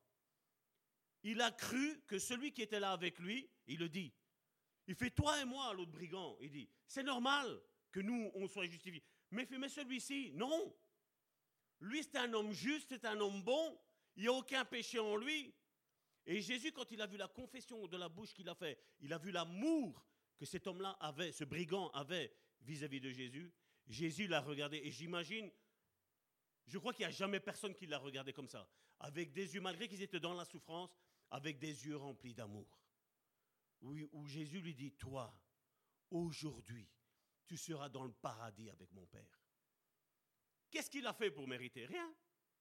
Il a cru que celui qui était là avec lui, il le dit. Il fait toi et moi, l'autre brigand. Il dit, c'est normal que nous, on soit justifiés. Mais celui-ci, non. Lui, c'est un homme juste, c'est un homme bon. Il n'y a aucun péché en lui. Et Jésus, quand il a vu la confession de la bouche qu'il a fait, il a vu l'amour que cet homme-là avait, ce brigand avait vis-à-vis de Jésus. Jésus l'a regardé. Et j'imagine, je crois qu'il n'y a jamais personne qui l'a regardé comme ça. Avec des yeux, malgré qu'ils étaient dans la souffrance, avec des yeux remplis d'amour. Où Jésus lui dit, toi, aujourd'hui, tu seras dans le paradis avec mon Père. Qu'est-ce qu'il a fait pour mériter? Rien.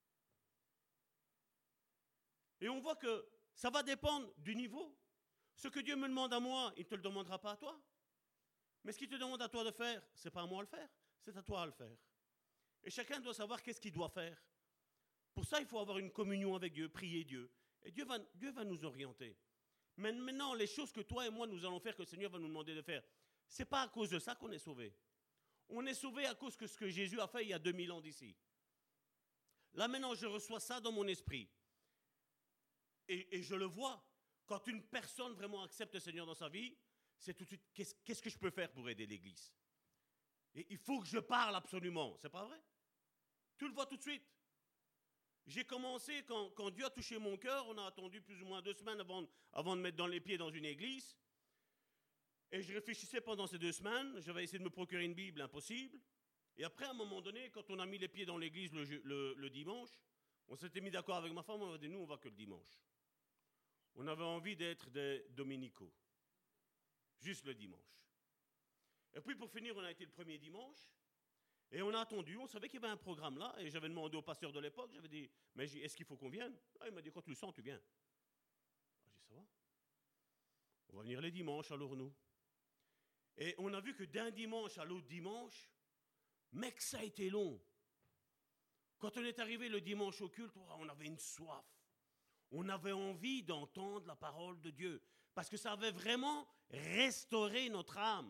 Et on voit que ça va dépendre du niveau. Ce que Dieu me demande à moi, il ne te le demandera pas à toi. Mais ce qu'il te demande à toi de faire, ce n'est pas à moi à le faire, c'est à toi à le faire. Et chacun doit savoir qu'est-ce qu'il doit faire. Pour ça, il faut avoir une communion avec Dieu, prier Dieu. Et Dieu va nous orienter. Mais maintenant, les choses que toi et moi, nous allons faire, que le Seigneur va nous demander de faire, ce n'est pas à cause de ça qu'on est sauvé. On est sauvé à cause de ce que Jésus a fait il y a 2000 ans d'ici. Là maintenant, je reçois ça dans mon esprit. Et je le vois. Quand une personne vraiment accepte le Seigneur dans sa vie, c'est tout de suite, qu'est-ce que je peux faire pour aider l'Église? Et il faut que je parle absolument. C'est pas vrai? Tu le vois tout de suite. J'ai commencé, quand Dieu a touché mon cœur, on a attendu plus ou moins 2 semaines avant de mettre dans les pieds dans une église. Et je réfléchissais pendant ces 2 semaines, j'avais essayé de me procurer une Bible, impossible. Et après, à un moment donné, quand on a mis les pieds dans l'église le dimanche, on s'était mis d'accord avec ma femme, on a dit, nous, on va que le dimanche. On avait envie d'être des dominicaux. Juste le dimanche. Et puis, pour finir, on a été le premier dimanche. Et on a attendu, on savait qu'il y avait un programme là. Et j'avais demandé au pasteur de l'époque, j'avais dit, mais est-ce qu'il faut qu'on vienne? Il m'a dit, quand tu le sens, tu viens. J'ai dit, ça va. On va venir les dimanches, alors nous. Et on a vu que d'un dimanche à l'autre dimanche, mec, ça a été long. Quand on est arrivé le dimanche au culte, on avait une soif. On avait envie d'entendre la parole de Dieu. Parce que ça avait vraiment restauré notre âme.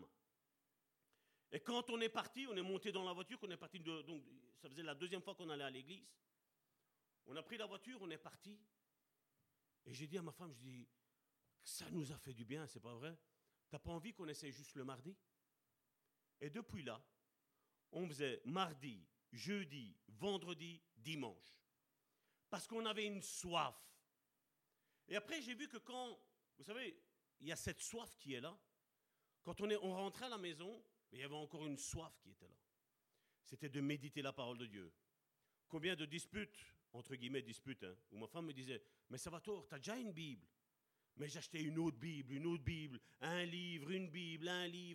Et quand on est parti, on est monté dans la voiture, on est parti donc ça faisait la deuxième fois qu'on allait à l'église. On a pris la voiture, on est parti. Et j'ai dit à ma femme, je dis, ça nous a fait du bien, c'est pas vrai? T'as pas envie qu'on essaie juste le mardi? Et depuis là, on faisait mardi, jeudi, vendredi, dimanche. Parce qu'on avait une soif. Et après, j'ai vu que quand, vous savez, il y a cette soif qui est là. Quand on rentrait à la maison, il y avait encore une soif qui était là. C'était de méditer la parole de Dieu. Combien de disputes, entre guillemets disputes, où ma femme me disait, mais Salvatore, tu as déjà une Bible. Mais j'achetais une autre Bible, un livre, une Bible,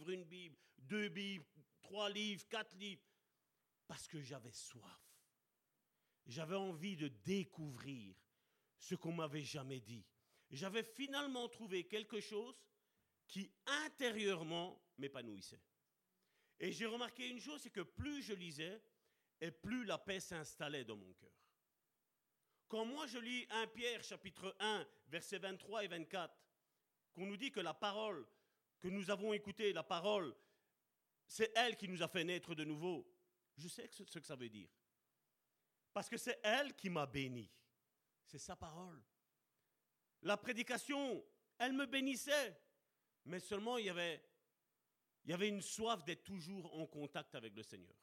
2 Bibles, 3 livres, 4 livres. Parce que j'avais soif. J'avais envie de découvrir ce qu'on ne m'avait jamais dit. J'avais finalement trouvé quelque chose qui intérieurement m'épanouissait. Et j'ai remarqué une chose, c'est que plus je lisais, et plus la paix s'installait dans mon cœur. Quand moi je lis 1 Pierre chapitre 1, versets 23 et 24, qu'on nous dit que la parole que nous avons écoutée, la parole, c'est elle qui nous a fait naître de nouveau. Je sais ce que ça veut dire. Parce que c'est elle qui m'a béni. C'est sa parole. La prédication, elle me bénissait. Mais seulement il y avait une soif d'être toujours en contact avec le Seigneur.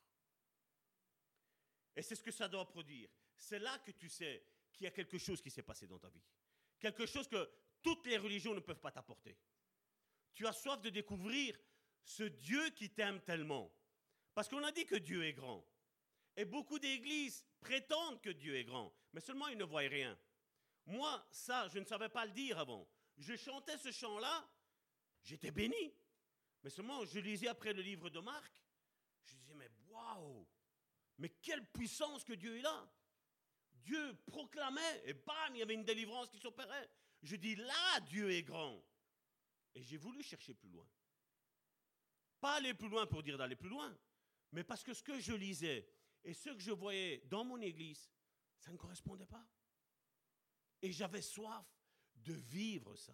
Et c'est ce que ça doit produire. C'est là que tu sais qu'il y a quelque chose qui s'est passé dans ta vie. Quelque chose que toutes les religions ne peuvent pas t'apporter. Tu as soif de découvrir ce Dieu qui t'aime tellement. Parce qu'on a dit que Dieu est grand. Et beaucoup d'églises prétendent que Dieu est grand. Mais seulement ils ne voient rien. Moi, ça, je ne savais pas le dire avant. Je chantais ce chant-là, j'étais béni. Mais seulement, je lisais après le livre de Marc. Je disais, mais waouh! Mais quelle puissance que Dieu est là! Dieu proclamait, et bam, il y avait une délivrance qui s'opérait. Je dis, là, Dieu est grand. Et j'ai voulu chercher plus loin. Pas aller plus loin pour dire d'aller plus loin, mais parce que ce que je lisais et ce que je voyais dans mon église, ça ne correspondait pas. Et j'avais soif de vivre ça.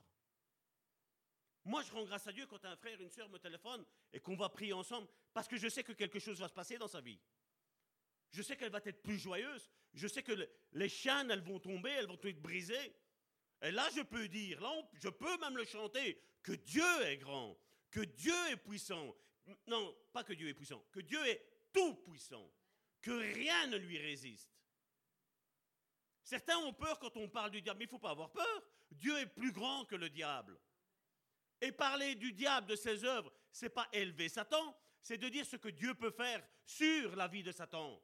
Moi, je rends grâce à Dieu quand un frère, une sœur me téléphone et qu'on va prier ensemble, parce que je sais que quelque chose va se passer dans sa vie. Je sais qu'elle va être plus joyeuse. Je sais que les chaînes, elles vont tomber, elles vont être brisées. Et là, je peux dire, là, je peux même le chanter, que Dieu est grand, que Dieu est puissant. Non, pas que Dieu est puissant, que Dieu est tout puissant, que rien ne lui résiste. Certains ont peur quand on parle du diable, mais il ne faut pas avoir peur. Dieu est plus grand que le diable. Et parler du diable, de ses œuvres, ce n'est pas élever Satan, c'est de dire ce que Dieu peut faire sur la vie de Satan.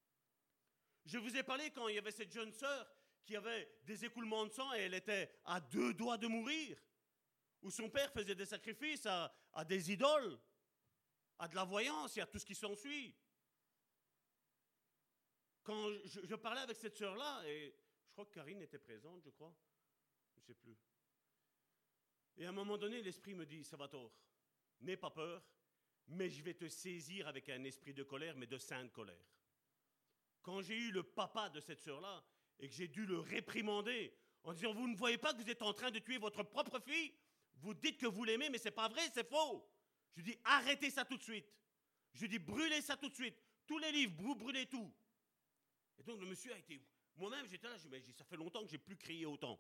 Je vous ai parlé quand il y avait cette jeune sœur qui avait des écoulements de sang et elle était à 2 doigts de mourir, où son père faisait des sacrifices à des idoles, à de la voyance et à tout ce qui s'ensuit. Quand je parlais avec cette sœur-là, et je crois que Karine était présente, je crois, je ne sais plus. Et à un moment donné, l'esprit me dit, Salvatore, n'aie pas peur, mais je vais te saisir avec un esprit de colère, mais de sainte colère. Quand j'ai eu le papa de cette sœur-là, et que j'ai dû le réprimander, en disant, vous ne voyez pas que vous êtes en train de tuer votre propre fille? Vous dites que vous l'aimez, mais ce n'est pas vrai, c'est faux. Je dis, arrêtez ça tout de suite. Je dis, brûlez ça tout de suite. Tous les livres, vous brûlez tout. Et donc le monsieur a été... Moi-même, j'étais là, je dis, ça fait longtemps que je n'ai plus crié autant.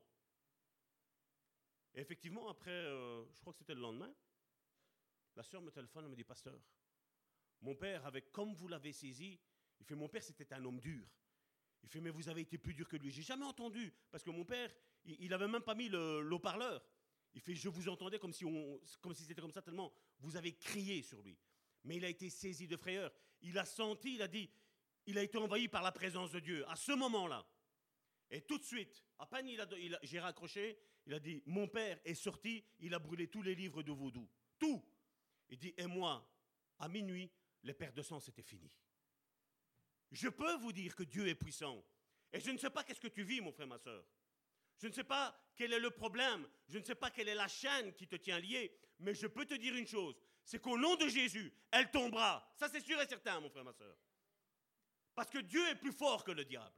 Et effectivement, après, je crois que c'était le lendemain, la sœur me téléphone, elle me dit, pasteur, mon père, comme vous l'avez saisi, il fait, mon père, c'était un homme dur. Il fait, mais vous avez été plus dur que lui. J'ai jamais entendu, parce que mon père, il n'avait même pas mis l'haut-parleur. Il fait, je vous entendais comme si c'était comme ça, tellement vous avez crié sur lui. Mais il a été saisi de frayeur. il a senti, il a dit, il a été envahi par la présence de Dieu, à ce moment-là. Et tout de suite, à peine j'ai raccroché, il a dit, mon père est sorti, il a brûlé tous les livres de vaudou. Tout. Il dit, et moi, à minuit, les pertes de sang, c'était fini. Je peux vous dire que Dieu est puissant. Et je ne sais pas qu'est-ce que tu vis, mon frère, ma soeur. Je ne sais pas quel est le problème. Je ne sais pas quelle est la chaîne qui te tient lié. Mais je peux te dire une chose. C'est qu'au nom de Jésus, elle tombera. Ça, c'est sûr et certain, mon frère, ma soeur. Parce que Dieu est plus fort que le diable.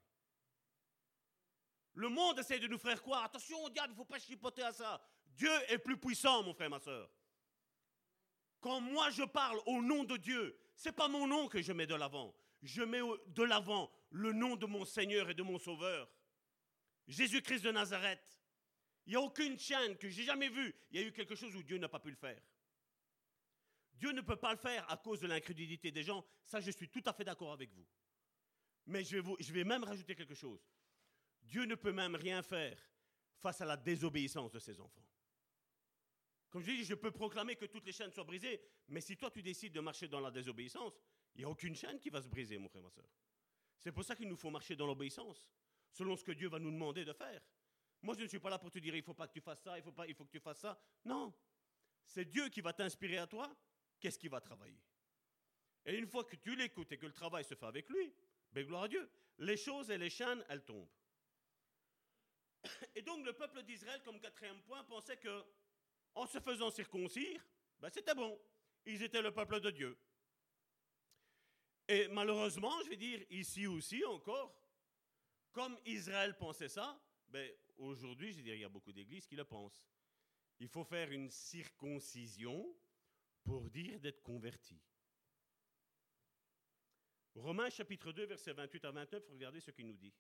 Le monde essaie de nous faire croire. Attention au diable, il ne faut pas chipoter à ça. Dieu est plus puissant, mon frère, ma soeur. Quand moi je parle au nom de Dieu, ce n'est pas mon nom que je mets de l'avant. Je mets de l'avant le nom de mon Seigneur et de mon Sauveur. Jésus-Christ de Nazareth. Il n'y a aucune chaîne que j'ai jamais vue. Il y a eu quelque chose où Dieu n'a pas pu le faire. Dieu ne peut pas le faire à cause de l'incrédulité des gens. Ça, je suis tout à fait d'accord avec vous. Mais je vais même rajouter quelque chose. Dieu ne peut même rien faire face à la désobéissance de ses enfants. Comme je dis, je peux proclamer que toutes les chaînes soient brisées, mais si toi tu décides de marcher dans la désobéissance, il n'y a aucune chaîne qui va se briser, mon frère, ma soeur. C'est pour ça qu'il nous faut marcher dans l'obéissance, selon ce que Dieu va nous demander de faire. Moi, je ne suis pas là pour te dire, il ne faut pas que tu fasses ça, il faut que tu fasses ça. Non, c'est Dieu qui va t'inspirer à toi, qu'est-ce qu'il va travailler. Et une fois que tu l'écoutes et que le travail se fait avec lui, ben gloire à Dieu, les choses et les chaînes, elles tombent. Et donc le peuple d'Israël, comme quatrième point, pensait que en se faisant circoncire, ben c'était bon. Ils étaient le peuple de Dieu. Et malheureusement, je vais dire ici aussi encore, comme Israël pensait ça, ben aujourd'hui, je vais dire, il y a beaucoup d'églises qui le pensent. Il faut faire une circoncision pour dire d'être converti. Romains chapitre 2, versets 28 à 29, regardez ce qu'il nous dit.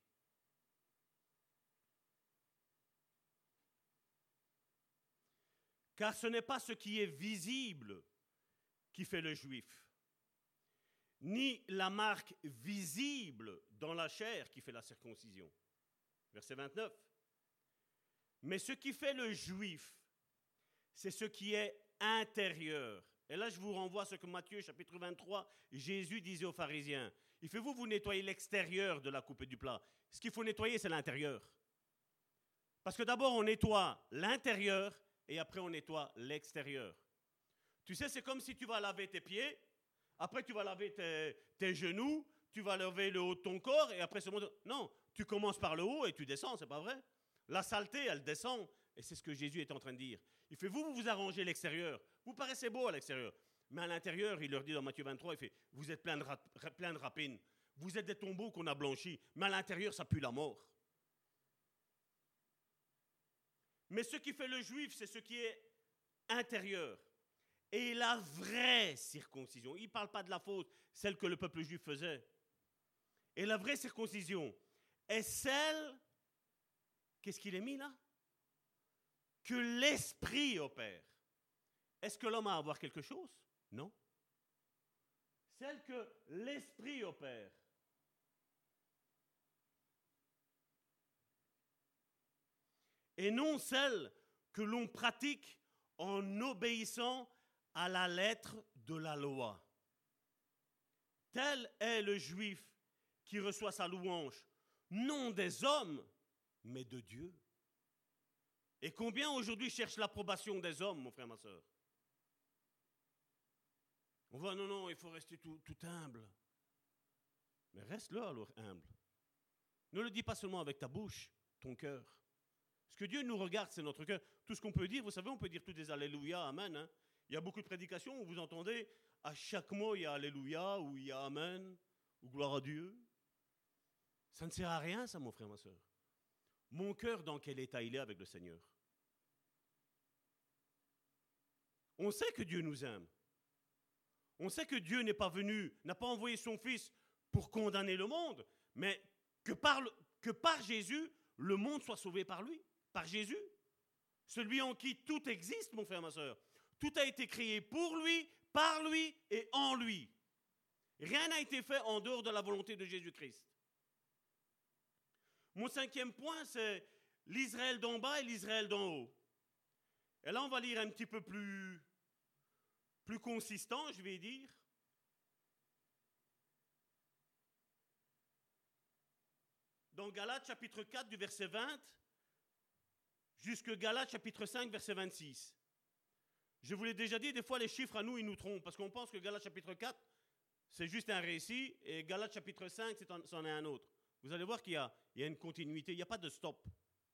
Car ce n'est pas ce qui est visible qui fait le juif, ni la marque visible dans la chair qui fait la circoncision. Verset 29. Mais ce qui fait le juif, c'est ce qui est intérieur. Et là, je vous renvoie à ce que Matthieu, chapitre 23, Jésus disait aux pharisiens. Il fait, vous nettoyez l'extérieur de la coupe et du plat. Ce qu'il faut nettoyer, c'est l'intérieur. Parce que d'abord, on nettoie l'intérieur, et après on nettoie l'extérieur. Tu sais, c'est comme si tu vas laver tes pieds, après tu vas laver tes genoux, tu vas laver le haut de ton corps, et après non, tu commences par le haut et tu descends, c'est pas vrai? La saleté, elle descend, et c'est ce que Jésus est en train de dire. Il fait, vous arrangez l'extérieur, vous paraissez beau à l'extérieur, mais à l'intérieur, il leur dit dans Matthieu 23, il fait, vous êtes plein de rapines, vous êtes des tombeaux qu'on a blanchis, mais à l'intérieur, ça pue la mort. Mais ce qui fait le juif, c'est ce qui est intérieur. Et la vraie circoncision, il ne parle pas de la fausse, celle que le peuple juif faisait. Et la vraie circoncision est celle, qu'est-ce qu'il est mis là? Que l'esprit opère. Est-ce que l'homme a à avoir quelque chose? Non. Celle que l'esprit opère. Et non celle que l'on pratique en obéissant à la lettre de la loi. Tel est le juif qui reçoit sa louange, non des hommes, mais de Dieu. Et combien aujourd'hui cherchent l'approbation des hommes, mon frère, ma soeur? On va, non, il faut rester tout humble. Mais reste-le alors humble. Ne le dis pas seulement avec ta bouche, ton cœur. Ce que Dieu nous regarde, c'est notre cœur. Tout ce qu'on peut dire, vous savez, on peut dire tous des Alléluia, Amen. Hein. Il y a beaucoup de prédications où vous entendez, à chaque mot, il y a Alléluia, ou il y a Amen, ou gloire à Dieu. Ça ne sert à rien, ça, mon frère, ma soeur. Mon cœur, dans quel état il est avec le Seigneur? On sait que Dieu nous aime. On sait que Dieu n'est pas venu, n'a pas envoyé son Fils pour condamner le monde, mais que par Jésus, le monde soit sauvé par lui, par Jésus. Celui en qui tout existe, mon frère, ma soeur. Tout a été créé pour lui, par lui et en lui. Rien n'a été fait en dehors de la volonté de Jésus-Christ. Mon cinquième point, c'est l'Israël d'en bas et l'Israël d'en haut. Et là, on va lire un petit peu plus consistant, je vais dire. dans Galates chapitre 4 du verset 20 jusque Galates chapitre 5 verset 26. Je vous l'ai déjà dit, des fois les chiffres à nous, ils nous trompent, parce qu'on pense que Galates chapitre 4, c'est juste un récit, et Galates chapitre 5, c'en est un autre. Vous allez voir qu'il y a une continuité, il n'y a pas de stop.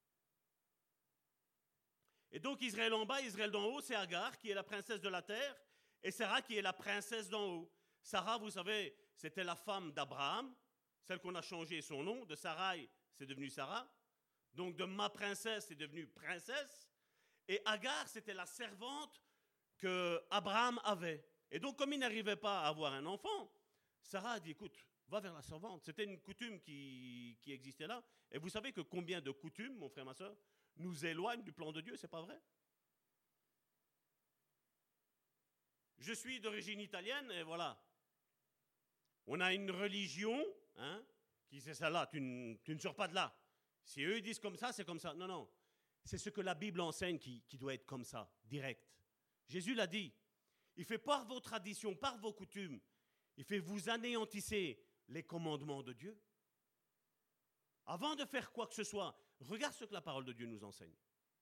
Et donc Israël en bas, Israël d'en haut, c'est Agar qui est la princesse de la terre, et Sarah qui est la princesse d'en haut. Sarah, vous savez, c'était la femme d'Abraham, celle qu'on a changé son nom, de Sarai, c'est devenu Sarah. Donc de ma princesse, c'est devenu princesse. Et Agar, c'était la servante que Abraham avait. Et donc, comme il n'arrivait pas à avoir un enfant, Sarah a dit, écoute, va vers la servante. C'était une coutume qui existait là. Et vous savez que combien de coutumes, mon frère, ma soeur, nous éloignent du plan de Dieu, c'est pas vrai? Je suis d'origine italienne, et voilà. On a une religion, qui c'est celle-là, tu ne sors pas de là. Si eux disent comme ça, c'est comme ça. Non, non. C'est ce que la Bible enseigne qui doit être comme ça, direct. Jésus l'a dit. Il fait par vos traditions, par vos coutumes, il fait vous anéantissez les commandements de Dieu. Avant de faire quoi que ce soit, regarde ce que la parole de Dieu nous enseigne.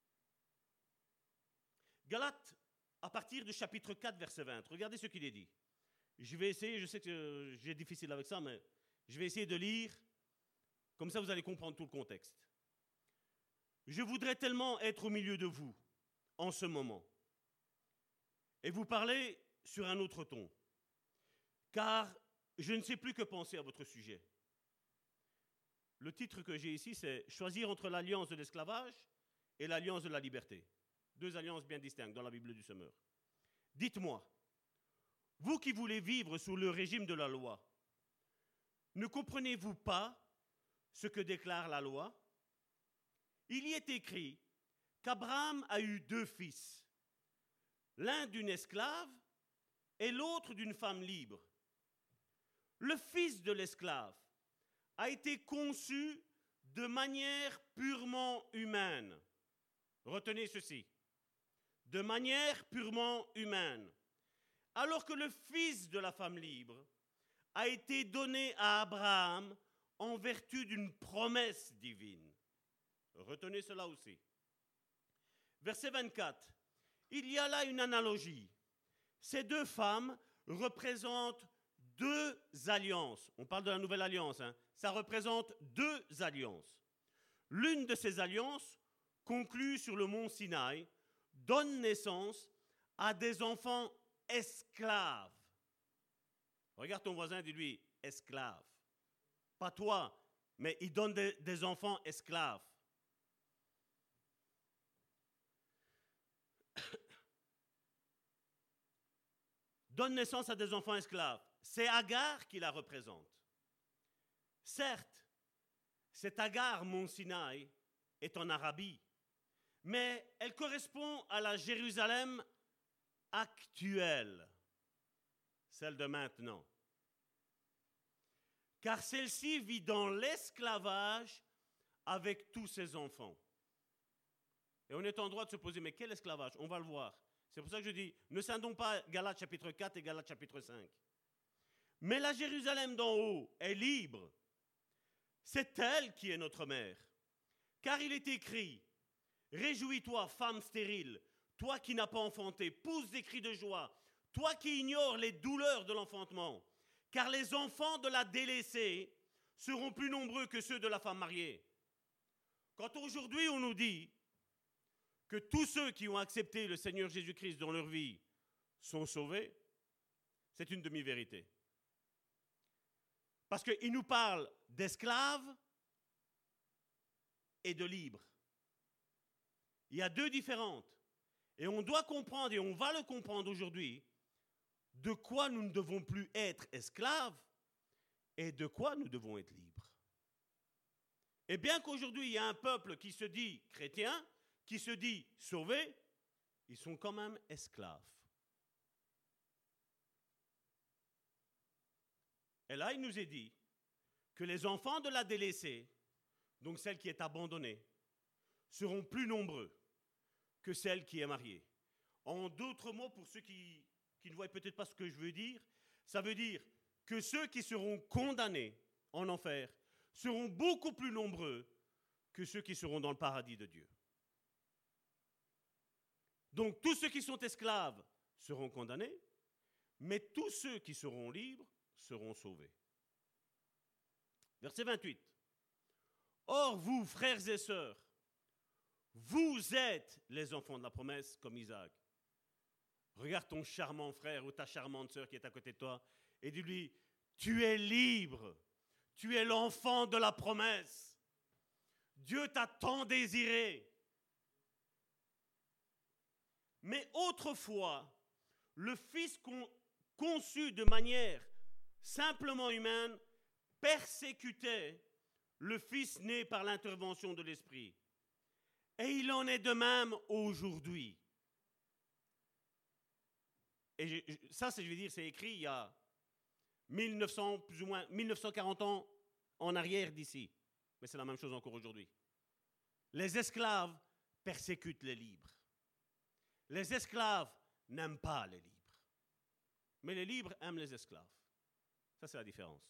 Galates, à partir du chapitre 4, verset 20, regardez ce qu'il est dit. Je vais essayer, je sais que j'ai difficile avec ça, mais je vais essayer de lire, comme ça vous allez comprendre tout le contexte. Je voudrais tellement être au milieu de vous, en ce moment, et vous parler sur un autre ton, car je ne sais plus que penser à votre sujet. Le titre que j'ai ici, c'est « Choisir entre l'alliance de l'esclavage et l'alliance de la liberté ». Deux alliances bien distinctes dans la Bible du Semeur. Dites-moi, vous qui voulez vivre sous le régime de la loi, ne comprenez-vous pas ce que déclare la loi? Il y est écrit qu'Abraham a eu 2 fils, l'un d'une esclave et l'autre d'une femme libre. Le fils de l'esclave a été conçu de manière purement humaine. Retenez ceci, de manière purement humaine, alors que le fils de la femme libre a été donné à Abraham en vertu d'une promesse divine. Retenez cela aussi. Verset 24. Il y a là une analogie. Ces 2 femmes représentent 2 alliances. On parle de la nouvelle alliance. Ça représente 2 alliances. L'une de ces alliances, conclue sur le mont Sinaï, donne naissance à des enfants esclaves. Regarde ton voisin, dis-lui, esclave. Pas toi, mais il donne des enfants esclaves. Donne naissance à des enfants esclaves. C'est Agar qui la représente. Certes, cette Agar, mont Sinaï, est en Arabie, mais elle correspond à la Jérusalem actuelle, celle de maintenant. Car celle-ci vit dans l'esclavage avec tous ses enfants. Et on est en droit de se poser, mais quel esclavage? On va le voir. C'est pour ça que je dis, ne scindons pas Galates chapitre 4 et Galates chapitre 5. Mais la Jérusalem d'en haut est libre. C'est elle qui est notre mère. Car il est écrit, réjouis-toi, femme stérile, toi qui n'as pas enfanté, pousse des cris de joie, toi qui ignores les douleurs de l'enfantement, car les enfants de la délaissée seront plus nombreux que ceux de la femme mariée. Quand aujourd'hui on nous dit que tous ceux qui ont accepté le Seigneur Jésus-Christ dans leur vie sont sauvés, c'est une demi-vérité. Parce qu'il nous parle d'esclaves et de libres. Il y a 2 différentes. Et on doit comprendre, et on va le comprendre aujourd'hui, de quoi nous ne devons plus être esclaves et de quoi nous devons être libres. Et bien qu'aujourd'hui il y a un peuple qui se dit chrétien, qui se dit sauvé, ils sont quand même esclaves. Et là, il nous est dit que les enfants de la délaissée, donc celle qui est abandonnée, seront plus nombreux que celle qui est mariée. En d'autres mots, pour ceux qui ne voient peut-être pas ce que je veux dire, ça veut dire que ceux qui seront condamnés en enfer seront beaucoup plus nombreux que ceux qui seront dans le paradis de Dieu. Donc tous ceux qui sont esclaves seront condamnés, mais tous ceux qui seront libres seront sauvés. Verset 28. Or vous, frères et sœurs, vous êtes les enfants de la promesse comme Isaac. Regarde ton charmant frère ou ta charmante sœur qui est à côté de toi et dis-lui, tu es libre, tu es l'enfant de la promesse. Dieu t'a tant désiré. Mais autrefois, le Fils conçu de manière simplement humaine persécutait le Fils né par l'intervention de l'Esprit. Et il en est de même aujourd'hui. Et ça, je veux dire, c'est écrit il y a 1900, plus ou moins 1940 ans en arrière d'ici. Mais c'est la même chose encore aujourd'hui. Les esclaves persécutent les libres. Les esclaves n'aiment pas les libres. Mais les libres aiment les esclaves. Ça, c'est la différence.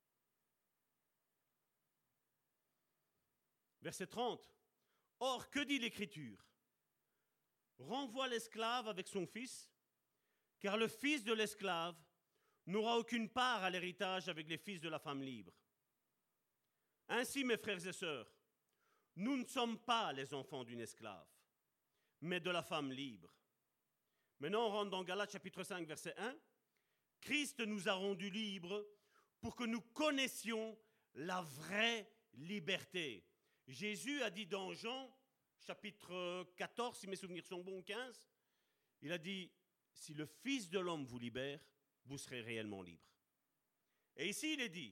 Verset 30. Or, que dit l'Écriture? Renvoie l'esclave avec son fils, car le fils de l'esclave n'aura aucune part à l'héritage avec les fils de la femme libre. Ainsi, mes frères et sœurs, nous ne sommes pas les enfants d'une esclave, mais de la femme libre. Maintenant, on rentre dans Galates chapitre 5, verset 1. Christ nous a rendus libres pour que nous connaissions la vraie liberté. Jésus a dit dans Jean, chapitre 14, si mes souvenirs sont bons, 15, il a dit, si le Fils de l'homme vous libère, vous serez réellement libre. Et ici, il est dit,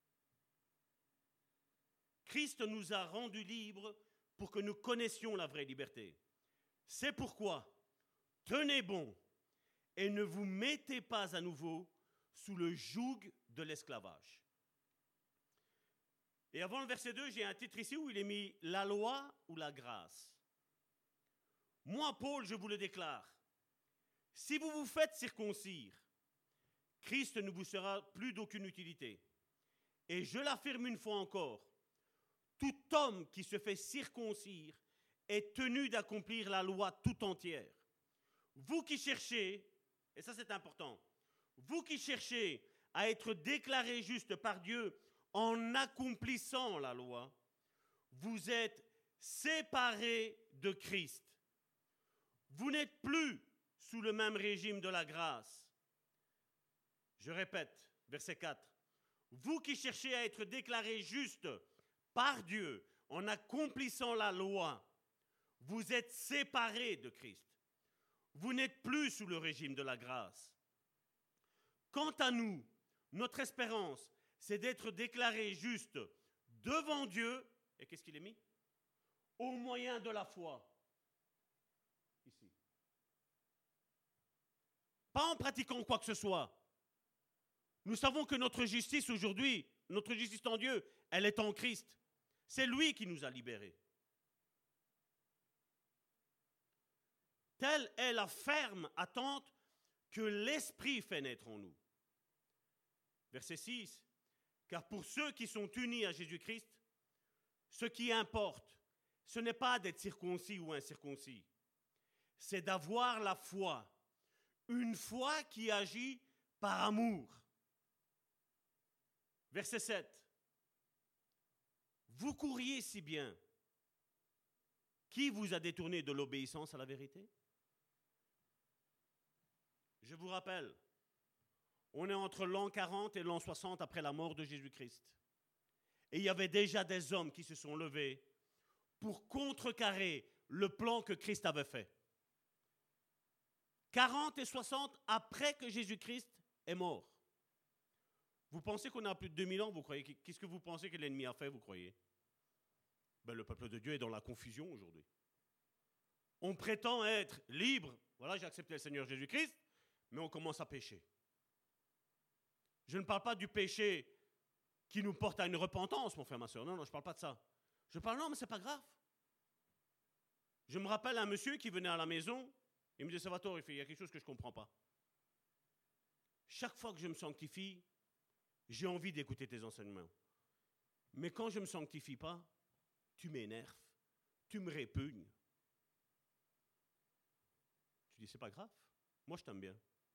Christ nous a rendus libres pour que nous connaissions la vraie liberté. C'est pourquoi, tenez bon et ne vous mettez pas à nouveau sous le joug de l'esclavage. Et avant le verset 2, j'ai un titre ici où il est mis « La loi ou la grâce ». Moi, Paul, je vous le déclare, si vous vous faites circoncire, Christ ne vous sera plus d'aucune utilité. Et je l'affirme une fois encore, tout homme qui se fait circoncire est tenu d'accomplir la loi tout entière. Vous qui cherchez, et ça c'est important, vous qui cherchez à être déclarés justes par Dieu en accomplissant la loi, vous êtes séparés de Christ. Vous n'êtes plus sous le même régime de la grâce. Je répète, verset 4. Vous qui cherchez à être déclarés justes par Dieu en accomplissant la loi, vous êtes séparés de Christ. Vous n'êtes plus sous le régime de la grâce. Quant à nous, notre espérance, c'est d'être déclarés justes devant Dieu. Et qu'est-ce qu'il est mis? Au moyen de la foi. Ici. Pas en pratiquant quoi que ce soit. Nous savons que notre justice aujourd'hui, notre justice en Dieu, elle est en Christ. C'est lui qui nous a libérés. Telle est la ferme attente que l'Esprit fait naître en nous. Verset 6. Car pour ceux qui sont unis à Jésus-Christ, ce qui importe, ce n'est pas d'être circoncis ou incirconcis. C'est d'avoir la foi. Une foi qui agit par amour. Verset 7. Vous courriez si bien. Qui vous a détourné de l'obéissance à la vérité? Je vous rappelle, on est entre l'an 40 et l'an 60 après la mort de Jésus-Christ. Et il y avait déjà des hommes qui se sont levés pour contrecarrer le plan que Christ avait fait. 40 et 60 après que Jésus-Christ est mort. Vous pensez qu'on a plus de 2000 ans, vous croyez? Qu'est-ce que vous pensez que l'ennemi a fait, vous croyez? Ben, le peuple de Dieu est dans la confusion aujourd'hui. On prétend être libre. Voilà, j'ai accepté le Seigneur Jésus-Christ, mais on commence à pécher. Je ne parle pas du péché qui nous porte à une repentance, mon frère, ma soeur. Non, je ne parle pas de ça. Je parle, non, mais ce n'est pas grave. Je me rappelle un monsieur qui venait à la maison, il me dit, Salvatore, il y a quelque chose que je ne comprends pas. Chaque fois que je me sanctifie, j'ai envie d'écouter tes enseignements. Mais quand je ne me sanctifie pas, tu m'énerves, tu me répugnes. Je dis, c'est pas grave, moi je t'aime bien.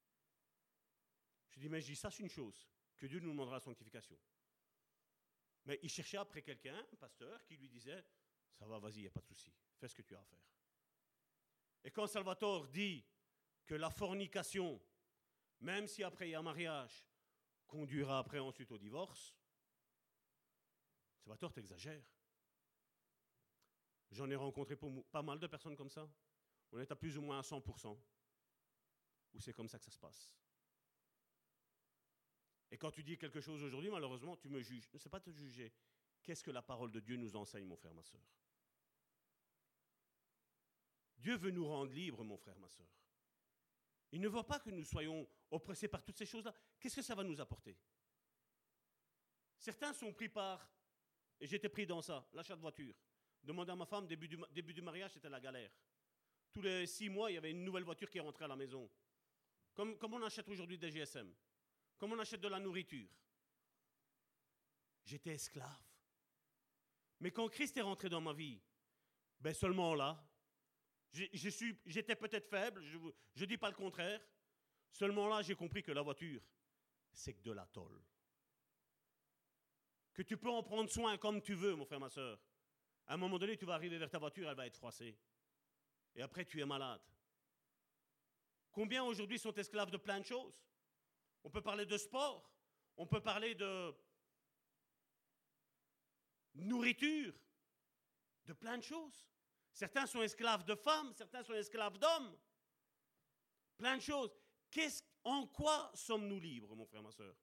Je dis, mais je dis, ça c'est une chose, que Dieu nous demandera la sanctification. Mais il cherchait après quelqu'un, un pasteur, qui lui disait, ça va, vas-y, il n'y a pas de souci, fais ce que tu as à faire. Et quand Salvatore dit que la fornication, même si après il y a un mariage, conduira après ensuite au divorce, Salvatore, t'exagères. J'en ai rencontré pas mal de personnes comme ça. On est à plus ou moins à 100%, où c'est comme ça que ça se passe. Et quand tu dis quelque chose aujourd'hui, malheureusement, tu me juges. Ce n'est pas te juger. Qu'est-ce que la parole de Dieu nous enseigne, mon frère, ma soeur? Dieu veut nous rendre libres, mon frère, ma soeur. Il ne veut pas que nous soyons oppressés par toutes ces choses-là. Qu'est-ce que ça va nous apporter? Certains sont pris par, et j'étais pris dans ça, l'achat de voiture. Demander à ma femme, début du mariage, c'était la galère. Tous les 6 mois, il y avait une nouvelle voiture qui rentrait à la maison. Comme on achète aujourd'hui des GSM. Comme on achète de la nourriture. J'étais esclave. Mais quand Christ est rentré dans ma vie, ben seulement là, j'étais peut-être faible, je ne dis pas le contraire, seulement là j'ai compris que la voiture, c'est que de la tôle. Que tu peux en prendre soin comme tu veux, mon frère, ma soeur. À un moment donné, tu vas arriver vers ta voiture, elle va être froissée. Et après, tu es malade. Combien aujourd'hui sont esclaves de plein de choses? On peut parler de sport, on peut parler de nourriture, de plein de choses. Certains sont esclaves de femmes, certains sont esclaves d'hommes. Plein de choses. En quoi sommes-nous libres, mon frère, ma soeur?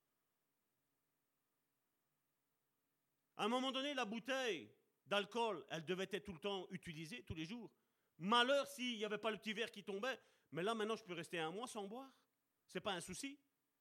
À un moment donné, la bouteille d'alcool, elle devait être tout le temps utilisée, tous les jours. Malheur s'il n'y avait pas le petit verre qui tombait. Mais là, maintenant, je peux rester 1 mois sans boire. Ce n'est pas un souci.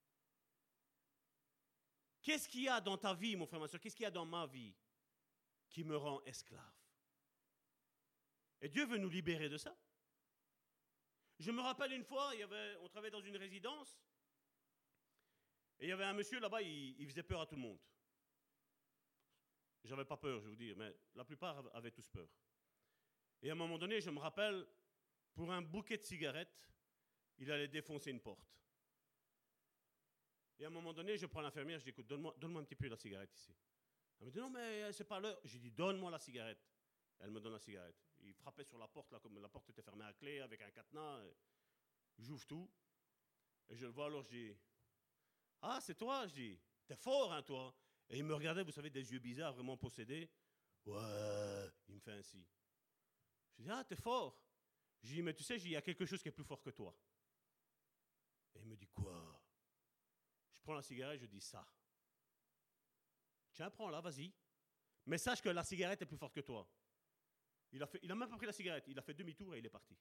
Qu'est-ce qu'il y a dans ta vie, mon frère, ma soeur? Qu'est-ce qu'il y a dans ma vie qui me rend esclave? Et Dieu veut nous libérer de ça. Je me rappelle une fois, on travaillait dans une résidence, et il y avait un monsieur là-bas, il faisait peur à tout le monde. J'avais pas peur, je vais vous dire, mais la plupart avaient tous peur. Et à un moment donné, je me rappelle, pour un bouquet de cigarettes, il allait défoncer une porte. Et à un moment donné, je prends l'infirmière, je dis, écoute, donne-moi un petit peu la cigarette ici. Elle me dit, non, mais c'est pas l'heure. J'ai dit, donne-moi la cigarette. Elle me donne la cigarette. Il frappait sur la porte, là, comme la porte était fermée à clé, avec un cadenas. J'ouvre tout. Et je le vois, alors je dis, ah, c'est toi? Je dis, t'es fort, hein, toi? Et il me regardait, vous savez, des yeux bizarres, vraiment possédés. Ouais, il me fait ainsi. Je dis, ah, t'es fort? Je dis, mais tu sais, il y a quelque chose qui est plus fort que toi. Et il me dit, quoi? Je prends la cigarette, je dis, ça. Tiens, prends-la, vas-y. Mais sache que la cigarette est plus forte que toi. Il n'a même pas pris la cigarette, il a fait demi-tour et il est parti.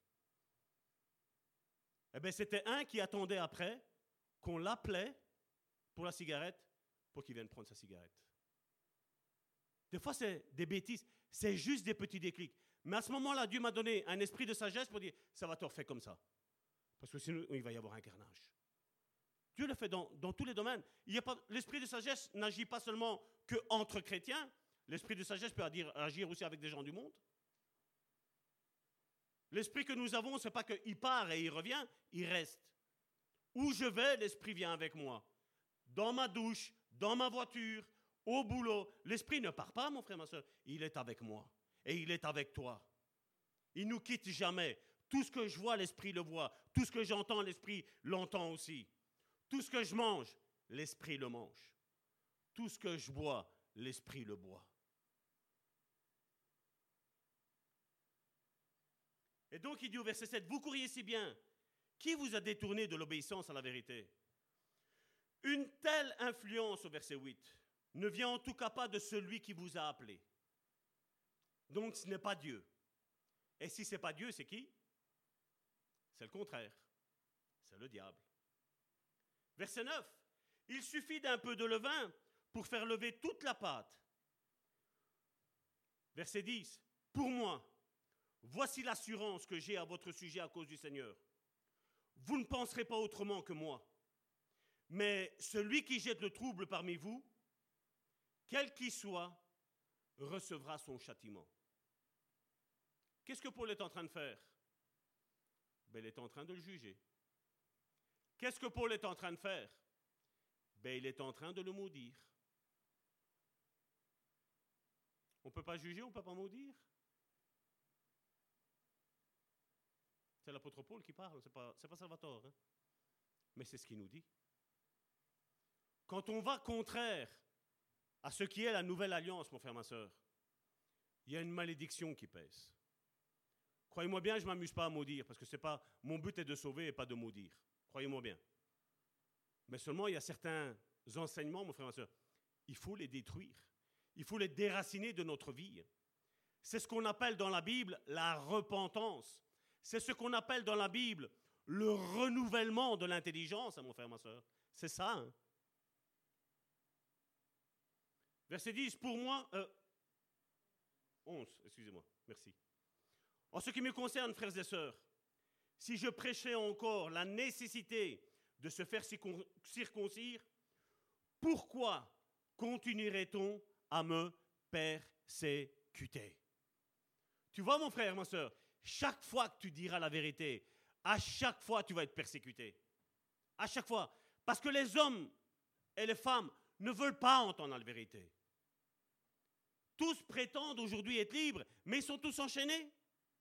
Eh bien, c'était un qui attendait après qu'on l'appelait pour la cigarette, pour qu'il vienne prendre sa cigarette. Des fois, c'est des bêtises, c'est juste des petits déclics. Mais à ce moment-là, Dieu m'a donné un esprit de sagesse pour dire, ça va te refaire comme ça. Parce que sinon, il va y avoir un carnage. Dieu le fait dans tous les domaines. L'esprit de sagesse n'agit pas seulement qu'entre chrétiens. L'esprit de sagesse peut agir aussi avec des gens du monde. L'esprit que nous avons, ce n'est pas qu'il part et il revient, il reste. Où je vais, l'esprit vient avec moi. Dans ma douche, dans ma voiture, au boulot. L'esprit ne part pas, mon frère, ma soeur. Il est avec moi. Et il est avec toi. Il ne nous quitte jamais. Tout ce que je vois, l'esprit le voit. Tout ce que j'entends, l'esprit l'entend aussi. Tout ce que je mange, l'esprit le mange. Tout ce que je bois, l'esprit le boit. Et donc il dit au verset 7, vous courriez si bien. Qui vous a détourné de l'obéissance à la vérité? Une telle influence, au verset 8, ne vient en tout cas pas de celui qui vous a appelé. Donc ce n'est pas Dieu. Et si ce n'est pas Dieu, c'est qui? C'est le contraire. C'est le diable. Verset 9. Il suffit d'un peu de levain pour faire lever toute la pâte. Verset 10. Pour moi, voici l'assurance que j'ai à votre sujet à cause du Seigneur. Vous ne penserez pas autrement que moi. Mais celui qui jette le trouble parmi vous, quel qu'il soit, recevra son châtiment. Qu'est-ce que Paul est en train de faire? Ben, il est en train de le juger. Qu'est-ce que Paul est en train de faire? Ben, il est en train de le maudire. On ne peut pas juger, on ne peut pas maudire. C'est l'apôtre Paul qui parle, c'est pas Salvatore. Hein? Mais c'est ce qu'il nous dit. Quand on va contraire à ce qui est la nouvelle alliance, mon frère, ma soeur, il y a une malédiction qui pèse. Croyez-moi bien, je ne m'amuse pas à maudire, parce que c'est pas, mon but est de sauver et pas de maudire. Croyez-moi bien. Mais seulement, il y a certains enseignements, mon frère, ma soeur, il faut les détruire. Il faut les déraciner de notre vie. C'est ce qu'on appelle dans la Bible la repentance. C'est ce qu'on appelle dans la Bible le renouvellement de l'intelligence, mon frère, ma soeur. C'est ça. Hein? Verset 10, pour moi... 11, excusez-moi, merci. En ce qui me concerne, frères et sœurs, si je prêchais encore la nécessité de se faire circoncire, pourquoi continuerait-on à me persécuter? Tu vois, mon frère, ma soeur, chaque fois que tu diras la vérité, à chaque fois tu vas être persécuté. À chaque fois. Parce que les hommes et les femmes ne veulent pas entendre la vérité. Tous prétendent aujourd'hui être libres, mais ils sont tous enchaînés.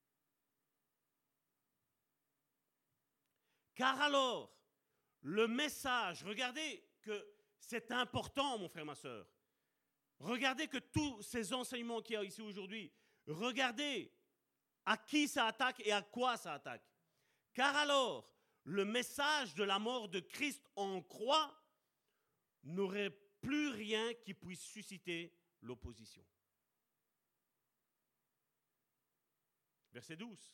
Car alors, le message, regardez que c'est important, mon frère, ma soeur. Regardez que tous ces enseignements qu'il y a ici aujourd'hui, regardez à qui ça attaque et à quoi ça attaque. Car alors, le message de la mort de Christ en croix n'aurait plus rien qui puisse susciter l'opposition. Verset 12.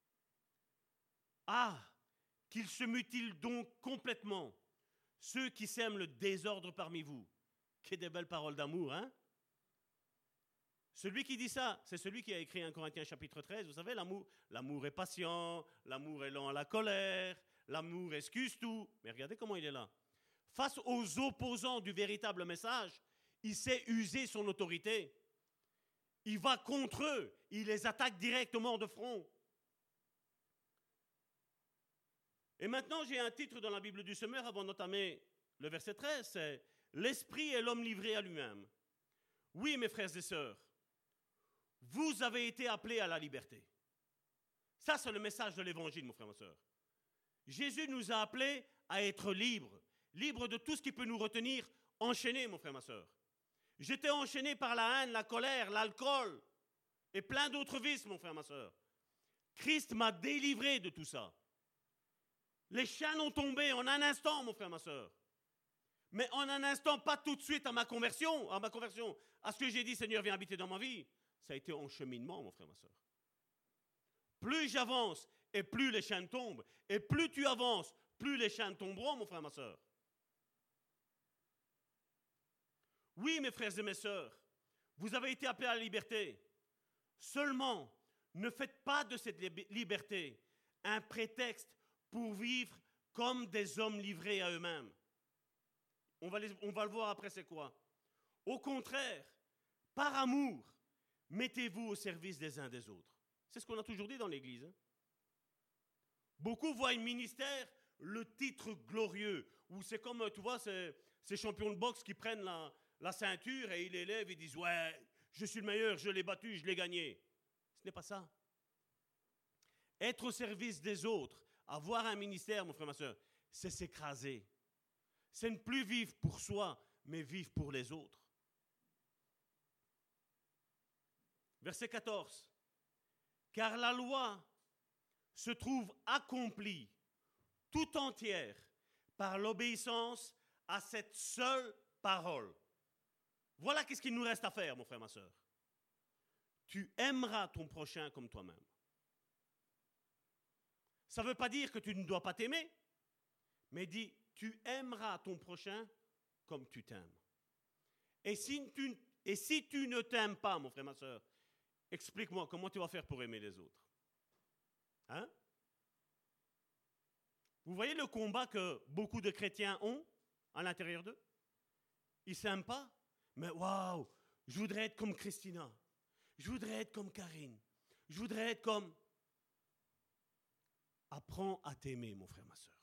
Ah, qu'ils se mutilent donc complètement, ceux qui sèment le désordre parmi vous. Quelle des belles paroles d'amour, hein? Celui qui dit ça, c'est celui qui a écrit 1 Corinthiens chapitre 13. Vous savez, l'amour est patient, l'amour est lent à la colère, l'amour excuse tout. Mais regardez comment il est là. Face aux opposants du véritable message, il sait user son autorité. Il va contre eux, il les attaque directement de front. Et maintenant, j'ai un titre dans la Bible du Semeur avant d'entamer le verset 13, c'est « L'esprit est l'homme livré à lui-même ». Oui, mes frères et sœurs, vous avez été appelés à la liberté. Ça, c'est le message de l'évangile, mon frère, ma sœur. Jésus nous a appelés à être libres, libres de tout ce qui peut nous retenir, enchaînés, mon frère, ma sœur. J'étais enchaîné par la haine, la colère, l'alcool et plein d'autres vices, mon frère, ma sœur. Christ m'a délivré de tout ça. Les chaînes ont tombé en un instant, mon frère, ma sœur. Mais en un instant, pas tout de suite à ma conversion, à ce que j'ai dit, Seigneur, viens habiter dans ma vie. Ça a été en cheminement, mon frère, ma sœur. Plus j'avance et plus les chaînes tombent. Et plus tu avances, plus les chaînes tomberont, mon frère, ma sœur. Oui, mes frères et mes sœurs, vous avez été appelés à la liberté. Seulement, ne faites pas de cette liberté un prétexte pour vivre comme des hommes livrés à eux-mêmes. On va le voir après, c'est quoi? Au contraire, par amour, mettez-vous au service des uns des autres. C'est ce qu'on a toujours dit dans l'Église. Hein? Beaucoup voient un ministère, le titre glorieux, où c'est comme, tu vois, ces champions de boxe qui prennent la ceinture et ils l'élèvent et disent « Ouais, je suis le meilleur, je l'ai battu, je l'ai gagné. » Ce n'est pas ça. Être au service des autres, avoir un ministère, mon frère, ma soeur, c'est s'écraser. C'est ne plus vivre pour soi, mais vivre pour les autres. Verset 14. Car la loi se trouve accomplie tout entière par l'obéissance à cette seule parole. Voilà qu'est-ce qu'il nous reste à faire, mon frère, ma soeur. Tu aimeras ton prochain comme toi-même. Ça ne veut pas dire que tu ne dois pas t'aimer, mais dis, tu aimeras ton prochain comme tu t'aimes. Et si tu ne t'aimes pas, mon frère, ma soeur, explique-moi comment tu vas faire pour aimer les autres. Hein? Vous voyez le combat que beaucoup de chrétiens ont à l'intérieur d'eux? Ils ne s'aiment pas, Mais waouh, je voudrais être comme Christina. Je voudrais être comme Karine. Je voudrais être comme... Apprends à t'aimer, mon frère, ma soeur.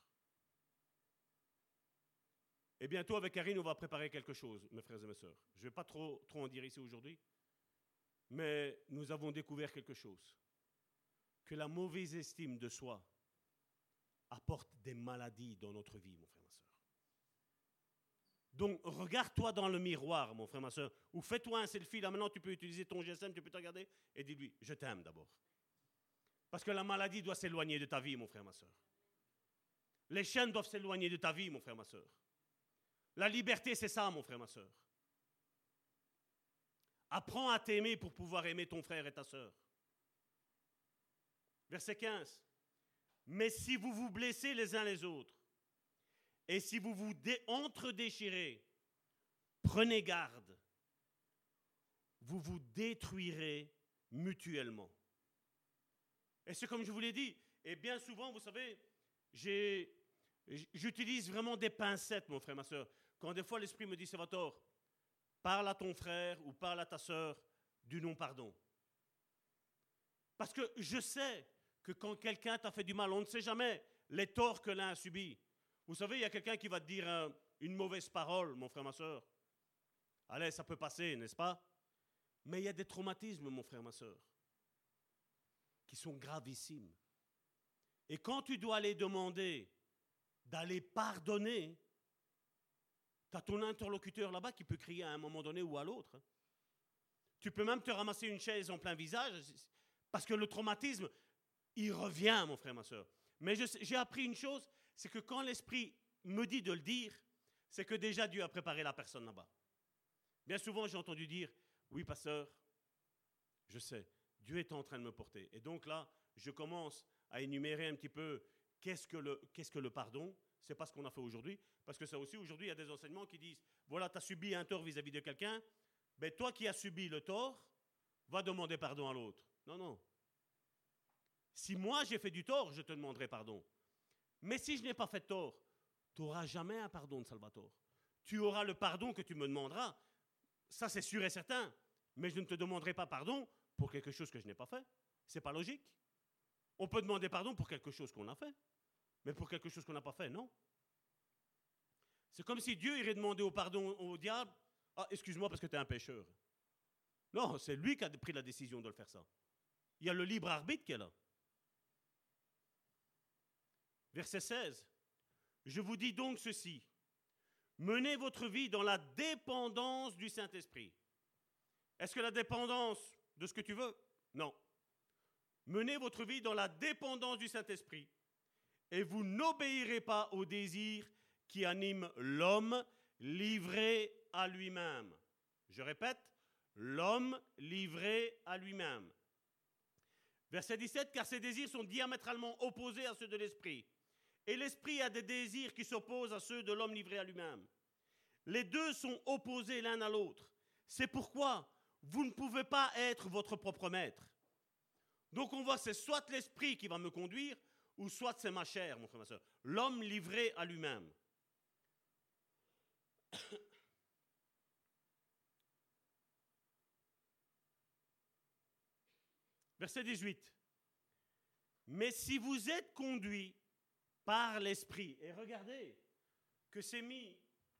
Et bientôt, avec Karine, on va préparer quelque chose, mes frères et mes sœurs. Je ne vais pas trop en dire ici aujourd'hui, mais nous avons découvert quelque chose. Que la mauvaise estime de soi apporte des maladies dans notre vie, mon frère, ma soeur. Donc, regarde-toi dans le miroir, mon frère, ma soeur, ou fais-toi un selfie. Là, maintenant, tu peux utiliser ton GSM, tu peux te regarder et dis-lui, je t'aime d'abord. Parce que la maladie doit s'éloigner de ta vie, mon frère, ma soeur. Les chaînes doivent s'éloigner de ta vie, mon frère, ma soeur. La liberté, c'est ça, mon frère, ma soeur. Apprends à t'aimer pour pouvoir aimer ton frère et ta soeur. Verset 15. Mais si vous vous blessez les uns les autres, et si vous vous entre-déchirez, prenez garde. Vous vous détruirez mutuellement. Et c'est comme je vous l'ai dit, et bien souvent, vous savez, j'utilise vraiment des pincettes, mon frère, ma soeur. Quand des fois l'Esprit me dit, Salvatore, parle à ton frère ou parle à ta soeur du non-pardon. Parce que je sais que quand quelqu'un t'a fait du mal, on ne sait jamais les torts que l'un a subis. Vous savez, il y a quelqu'un qui va te dire une mauvaise parole, mon frère, ma soeur. Allez, ça peut passer, n'est-ce pas? Mais il y a des traumatismes, mon frère, ma soeur, qui sont gravissimes. Et quand tu dois aller demander d'aller pardonner, tu as ton interlocuteur là-bas qui peut crier à un moment donné ou à l'autre. Tu peux même te ramasser une chaise en plein visage parce que le traumatisme, il revient, mon frère, ma soeur. Mais j'ai appris une chose, c'est que quand l'Esprit me dit de le dire, c'est que déjà Dieu a préparé la personne là-bas. Bien souvent, j'ai entendu dire, oui, pasteur, je sais, Dieu est en train de me porter. Et donc là, je commence à énumérer un petit peu qu'est-ce que le pardon. C'est pas ce qu'on a fait aujourd'hui. Parce que ça aussi, aujourd'hui, il y a des enseignements qui disent, voilà, tu as subi un tort vis-à-vis de quelqu'un, ben toi qui as subi le tort, va demander pardon à l'autre. Non, non. Si moi j'ai fait du tort, je te demanderai pardon. Mais si je n'ai pas fait de tort, tu n'auras jamais un pardon de Salvatore. Tu auras le pardon que tu me demanderas. Ça, c'est sûr et certain. Mais je ne te demanderai pas pardon pour quelque chose que je n'ai pas fait. Ce n'est pas logique. On peut demander pardon pour quelque chose qu'on a fait. Mais pour quelque chose qu'on n'a pas fait, non. C'est comme si Dieu irait demander au pardon au diable. Ah, excuse-moi parce que tu es un pécheur. Non, c'est lui qui a pris la décision de le faire ça. Il y a le libre arbitre qui est là. Verset 16. Je vous dis donc ceci. Menez votre vie dans la dépendance du Saint-Esprit. Est-ce que la dépendance de ce que tu veux? Non. Menez votre vie dans la dépendance du Saint-Esprit. Et vous n'obéirez pas aux désirs qui animent l'homme livré à lui-même. Je répète, l'homme livré à lui-même. Verset 17, car ces désirs sont diamétralement opposés à ceux de l'esprit. Et l'esprit a des désirs qui s'opposent à ceux de l'homme livré à lui-même. Les deux sont opposés l'un à l'autre. C'est pourquoi vous ne pouvez pas être votre propre maître. Donc on voit, c'est soit l'esprit qui va me conduire, ou soit c'est ma chair, mon frère, ma soeur. L'homme livré à lui-même. Verset 18. Mais si vous êtes conduits par l'esprit, et regardez que c'est mis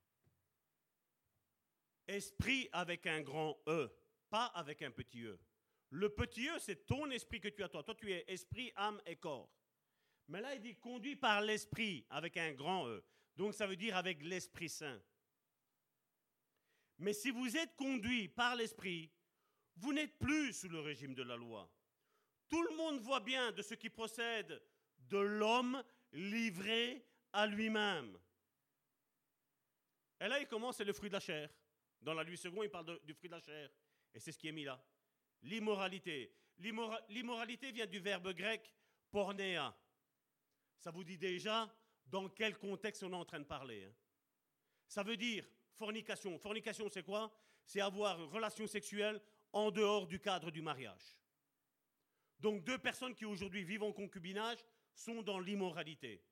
esprit avec un grand E, pas avec un petit E. Le petit E, c'est ton esprit que tu as toi. Toi, tu es esprit, âme et corps. Mais là, il dit conduit par l'esprit avec un grand E. Donc, ça veut dire avec l'Esprit Saint. Mais si vous êtes conduit par l'esprit, vous n'êtes plus sous le régime de la loi. Tout le monde voit bien de ce qui procède de l'homme livré à lui-même. Et là, il commence, c'est le fruit de la chair. Dans la 8 secondes, il parle du fruit de la chair. Et c'est ce qui est mis là. L'immoralité. L'immoralité vient du verbe grec pornéa. Ça vous dit déjà dans quel contexte on est en train de parler. Hein. Ça veut dire fornication. Fornication, c'est quoi? C'est avoir une relation sexuelle en dehors du cadre du mariage. Donc deux personnes qui aujourd'hui vivent en concubinage sont dans l'immoralité.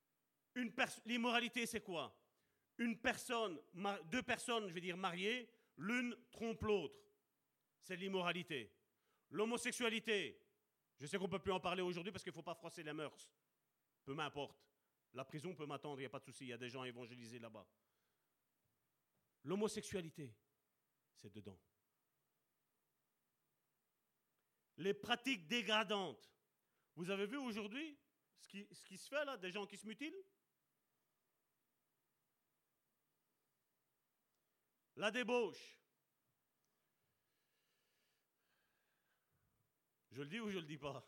L'immoralité, c'est quoi? Deux personnes, je vais dire mariées, L'une trompe l'autre. C'est l'immoralité. L'homosexualité. Je sais qu'on ne peut plus en parler aujourd'hui parce qu'il ne faut pas froisser les mœurs. Peu m'importe. La prison peut m'attendre, il n'y a pas de souci. Il y a des gens évangélisés là-bas. L'homosexualité, c'est dedans. Les pratiques dégradantes. Vous avez vu aujourd'hui ce qui se fait là, des gens qui se mutilent? La débauche. Je le dis ou je le dis pas?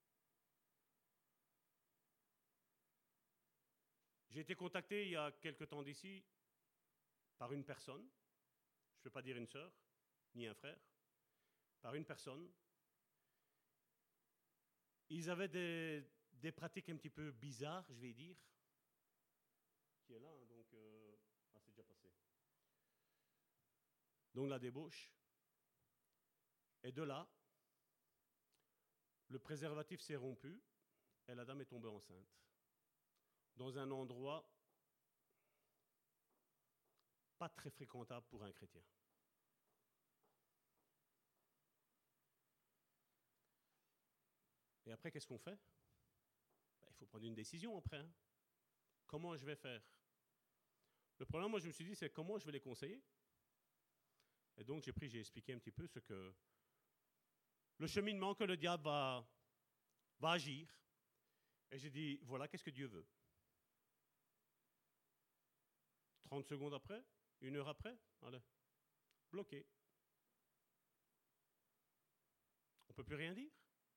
J'ai été contacté il y a quelque temps d'ici par une personne, je ne vais pas dire une sœur, ni un frère, par une personne. Ils avaient des pratiques un petit peu bizarres, je vais dire, qui est là, hein, donc c'est déjà passé. Donc la débauche. Et de là, le préservatif s'est rompu et la dame est tombée enceinte. Dans un endroit pas très fréquentable pour un chrétien. Et après, qu'est-ce qu'on fait? Il faut prendre une décision après. Hein. Comment je vais faire? Le problème, moi, je me suis dit, c'est comment je vais les conseiller? Et donc, j'ai expliqué un petit peu ce que le cheminement que le diable va agir. Et j'ai dit, voilà, qu'est-ce que Dieu veut? 30 secondes après, 1 heure après, allez, bloqué. On ne peut plus rien dire.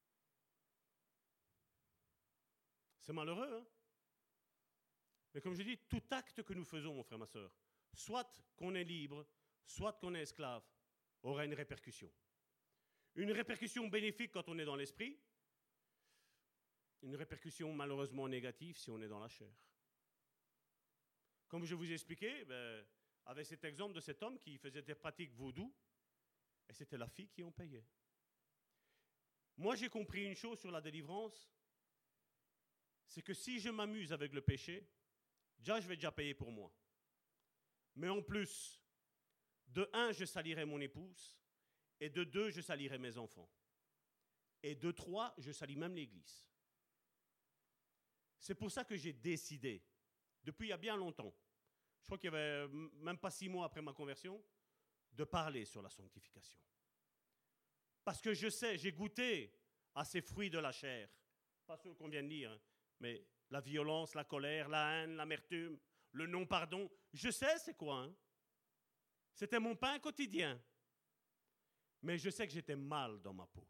C'est malheureux, hein? Mais comme je dis, tout acte que nous faisons, mon frère, ma soeur, soit qu'on est libre, soit qu'on est esclave, aura une répercussion. Une répercussion bénéfique quand on est dans l'esprit, une répercussion malheureusement négative si on est dans la chair. Comme je vous ai expliqué, avec cet exemple de cet homme qui faisait des pratiques vaudou, et c'était la fille qui en payait. Moi, j'ai compris une chose sur la délivrance, c'est que si je m'amuse avec le péché, déjà, je vais déjà payer pour moi. Mais en plus, de 1, je salirai mon épouse, et de 2, je salirai mes enfants. Et de 3, je salis même l'Église. C'est pour ça que j'ai décidé, depuis il y a bien longtemps, je crois qu'il y avait même pas 6 mois après ma conversion, de parler sur la sanctification. Parce que je sais, j'ai goûté à ces fruits de la chair, pas ceux qu'on vient de lire, hein, mais la violence, la colère, la haine, l'amertume, le non-pardon, je sais c'est quoi. Hein. C'était mon pain quotidien. Mais je sais que j'étais mal dans ma peau.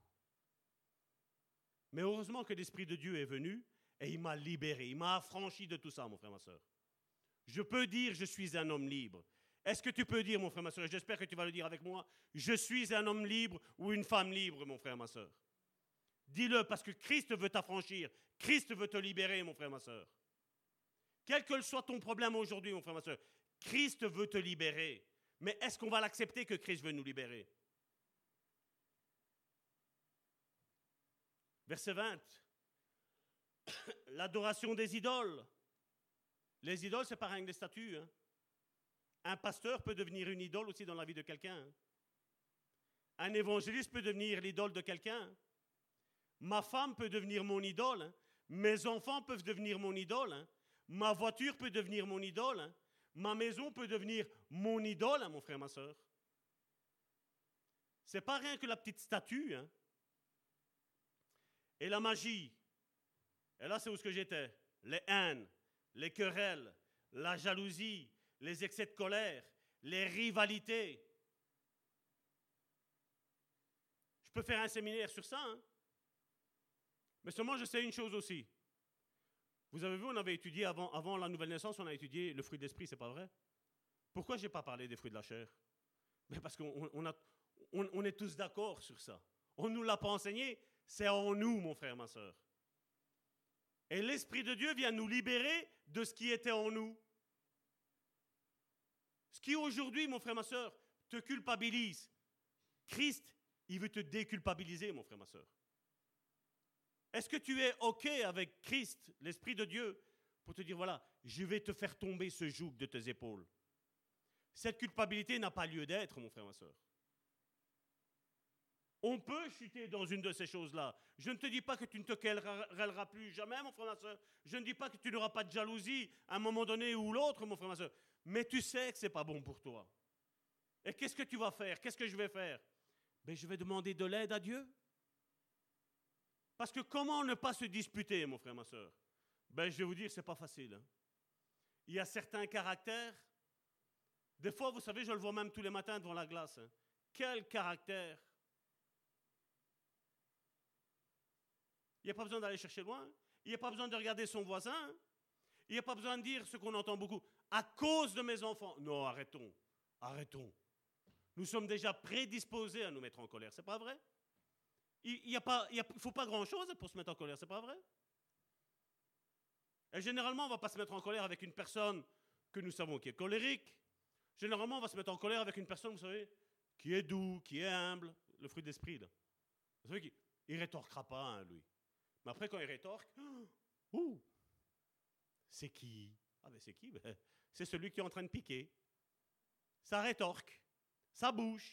Mais heureusement que l'Esprit de Dieu est venu et il m'a libéré, il m'a affranchi de tout ça, mon frère, ma soeur. Je peux dire je suis un homme libre. Est-ce que tu peux dire, mon frère, ma soeur, et j'espère que tu vas le dire avec moi, je suis un homme libre ou une femme libre, mon frère, ma soeur? Dis-le parce que Christ veut t'affranchir. Christ veut te libérer, mon frère, ma soeur. Quel que soit ton problème aujourd'hui, mon frère, ma soeur, Christ veut te libérer. Mais est-ce qu'on va l'accepter que Christ veut nous libérer? Verset 20. L'adoration des idoles. Les idoles, c'est pas rien que des statues. Hein. Un pasteur peut devenir une idole aussi dans la vie de quelqu'un. Hein. Un évangéliste peut devenir l'idole de quelqu'un. Ma femme peut devenir mon idole. Hein. Mes enfants peuvent devenir mon idole. Hein. Ma voiture peut devenir mon idole. Hein. Ma maison peut devenir mon idole, hein, mon frère, ma soeur. C'est pas rien que la petite statue. Hein. Et la magie. Et là, c'est où ce que j'étais. Les haines, les querelles, la jalousie, les excès de colère, les rivalités. Je peux faire un séminaire sur ça. Hein. Mais seulement, je sais une chose aussi. Vous avez vu, on avait étudié avant la nouvelle naissance, on a étudié le fruit de l'esprit, c'est pas vrai? Pourquoi je n'ai pas parlé des fruits de la chair? Mais parce qu'on est tous d'accord sur ça. On ne nous l'a pas enseigné, c'est en nous, mon frère, ma soeur. Et l'Esprit de Dieu vient nous libérer de ce qui était en nous. Ce qui aujourd'hui, mon frère, ma soeur, te culpabilise. Christ, il veut te déculpabiliser, mon frère, ma soeur. Est-ce que tu es OK avec Christ, l'Esprit de Dieu, pour te dire, voilà, je vais te faire tomber ce joug de tes épaules. Cette culpabilité n'a pas lieu d'être, mon frère, ma soeur. On peut chuter dans une de ces choses-là. Je ne te dis pas que tu ne te querelleras plus jamais, mon frère, ma soeur. Je ne dis pas que tu n'auras pas de jalousie à un moment donné ou l'autre, mon frère, ma soeur. Mais tu sais que ce n'est pas bon pour toi. Et qu'est-ce que tu vas faire? Qu'est-ce que je vais faire? Ben, je vais demander de l'aide à Dieu. Parce que comment ne pas se disputer, mon frère, ma soeur? Ben, je vais vous dire, ce n'est pas facile. Hein. Il y a certains caractères. Des fois, vous savez, je le vois même tous les matins devant la glace. Hein. Quel caractère! Il n'y a pas besoin d'aller chercher loin. Il n'y a pas besoin de regarder son voisin. Il n'y a pas besoin de dire ce qu'on entend beaucoup. À cause de mes enfants. Non, arrêtons. Arrêtons. Nous sommes déjà prédisposés à nous mettre en colère. C'est pas vrai? Il ne faut pas grand-chose pour se mettre en colère. C'est pas vrai? Et généralement, on ne va pas se mettre en colère avec une personne que nous savons qui est colérique. Généralement, on va se mettre en colère avec une personne, vous savez, qui est doux, qui est humble. Le fruit de l'esprit, là. Vous savez qu'il ne rétorquera pas, hein, lui. Mais après, quand il rétorque, c'est qui? Ah ben c'est qui? Ben, c'est celui qui est en train de piquer. Ça rétorque, ça bouge.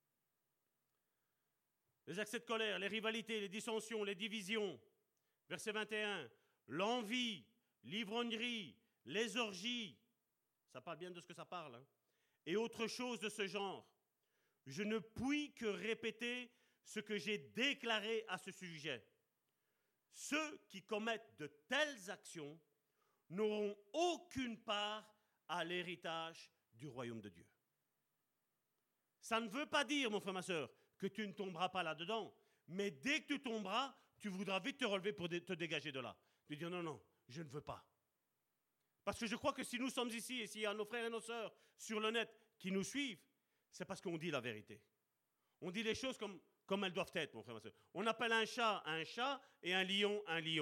Les accès de colère, les rivalités, les dissensions, les divisions. Verset 21, l'envie, l'ivrognerie, les orgies. Ça parle bien de ce que ça parle. Hein. Et autre chose de ce genre. Je ne puis que répéter ce que j'ai déclaré à ce sujet. Ceux qui commettent de telles actions n'auront aucune part à l'héritage du royaume de Dieu. Ça ne veut pas dire, mon frère, ma soeur, que tu ne tomberas pas là-dedans, mais dès que tu tomberas, tu voudras vite te relever pour te dégager de là. Tu dis non, je ne veux pas. Parce que je crois que si nous sommes ici, et s'il y a nos frères et nos sœurs sur le net qui nous suivent, c'est parce qu'on dit la vérité. On dit les choses comme elles doivent être, mon frère, ma soeur. On appelle un chat et un lion.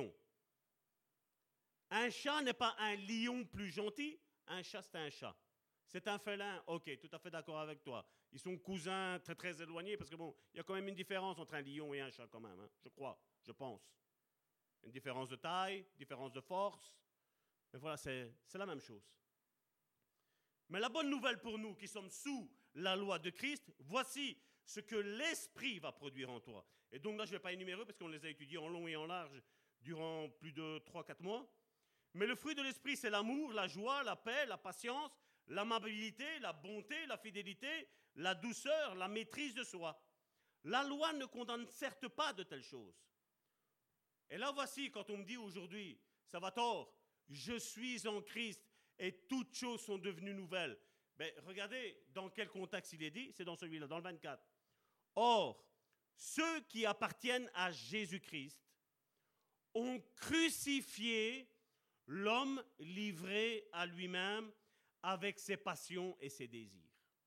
Un chat n'est pas un lion plus gentil, un chat c'est un chat. C'est un félin, ok, tout à fait d'accord avec toi. Ils sont cousins très très éloignés parce que bon, il y a quand même une différence entre un lion et un chat quand même, hein, je crois, je pense. Une différence de taille, différence de force, mais voilà, c'est la même chose. Mais la bonne nouvelle pour nous qui sommes sous la loi de Christ, voici ce que l'Esprit va produire en toi. Et donc là, je ne vais pas énumérer parce qu'on les a étudiés en long et en large durant plus de 3-4 mois. Mais le fruit de l'Esprit, c'est l'amour, la joie, la paix, la patience, l'amabilité, la bonté, la fidélité, la douceur, la maîtrise de soi. La loi ne condamne certes pas de telles choses. Et là, voici, quand on me dit aujourd'hui, ça va tort, je suis en Christ et toutes choses sont devenues nouvelles. Ben, regardez dans quel contexte il est dit, c'est dans celui-là, dans le 24. Or, ceux qui appartiennent à Jésus-Christ ont crucifié l'homme livré à lui-même avec ses passions et ses désirs.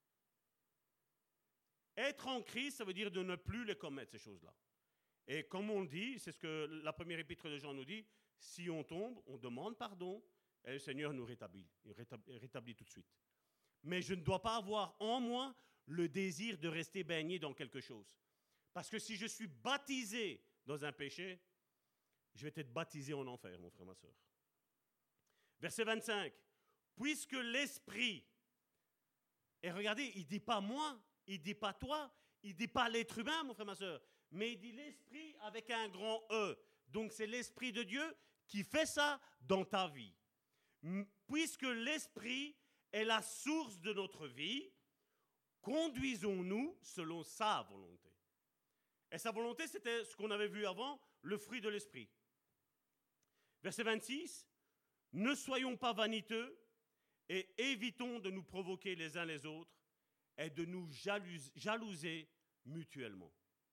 Être en Christ, ça veut dire de ne plus les commettre, ces choses-là. Et comme on dit, c'est ce que la première épître de Jean nous dit, si on tombe, on demande pardon et le Seigneur nous rétablit. Il rétablit tout de suite. Mais je ne dois pas avoir en moi le désir de rester baigné dans quelque chose. Parce que si je suis baptisé dans un péché, je vais être baptisé en enfer, mon frère, ma soeur. Verset 25. Puisque l'Esprit, et regardez, il ne dit pas moi, il ne dit pas toi, il ne dit pas l'être humain, mon frère, ma soeur, mais il dit l'Esprit avec un grand E. Donc c'est l'Esprit de Dieu qui fait ça dans ta vie. Puisque l'Esprit est la source de notre vie, conduisons-nous selon sa volonté. Et sa volonté, c'était ce qu'on avait vu avant, le fruit de l'Esprit. Verset 26, ne soyons pas vaniteux et évitons de nous provoquer les uns les autres et de nous jalouser mutuellement.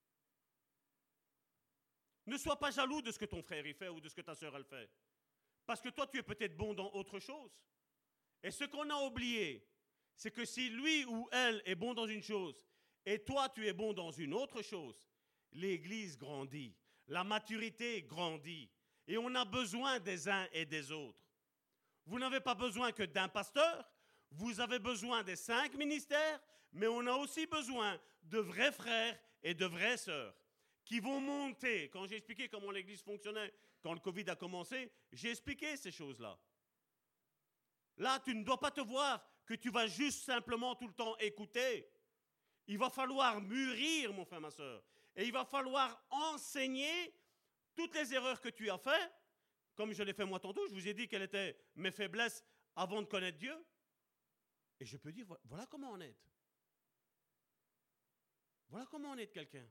Ne sois pas jaloux de ce que ton frère y fait ou de ce que ta sœur elle fait. Parce que toi, tu es peut-être bon dans autre chose. Et ce qu'on a oublié, c'est que si lui ou elle est bon dans une chose et toi, tu es bon dans une autre chose, l'Église grandit, la maturité grandit et on a besoin des uns et des autres. Vous n'avez pas besoin que d'un pasteur, vous avez besoin des 5 ministères, mais on a aussi besoin de vrais frères et de vraies sœurs qui vont monter. Quand j'ai expliqué comment l'Église fonctionnait, quand le Covid a commencé, j'ai expliqué ces choses-là. Là, tu ne dois pas te voir que tu vas juste simplement tout le temps écouter. Il va falloir mûrir, mon frère, ma soeur. Et il va falloir enseigner toutes les erreurs que tu as faites. Comme je l'ai fait moi tantôt, je vous ai dit quelles étaient mes faiblesses avant de connaître Dieu. Et je peux dire, voilà comment on est. Voilà comment on est de quelqu'un.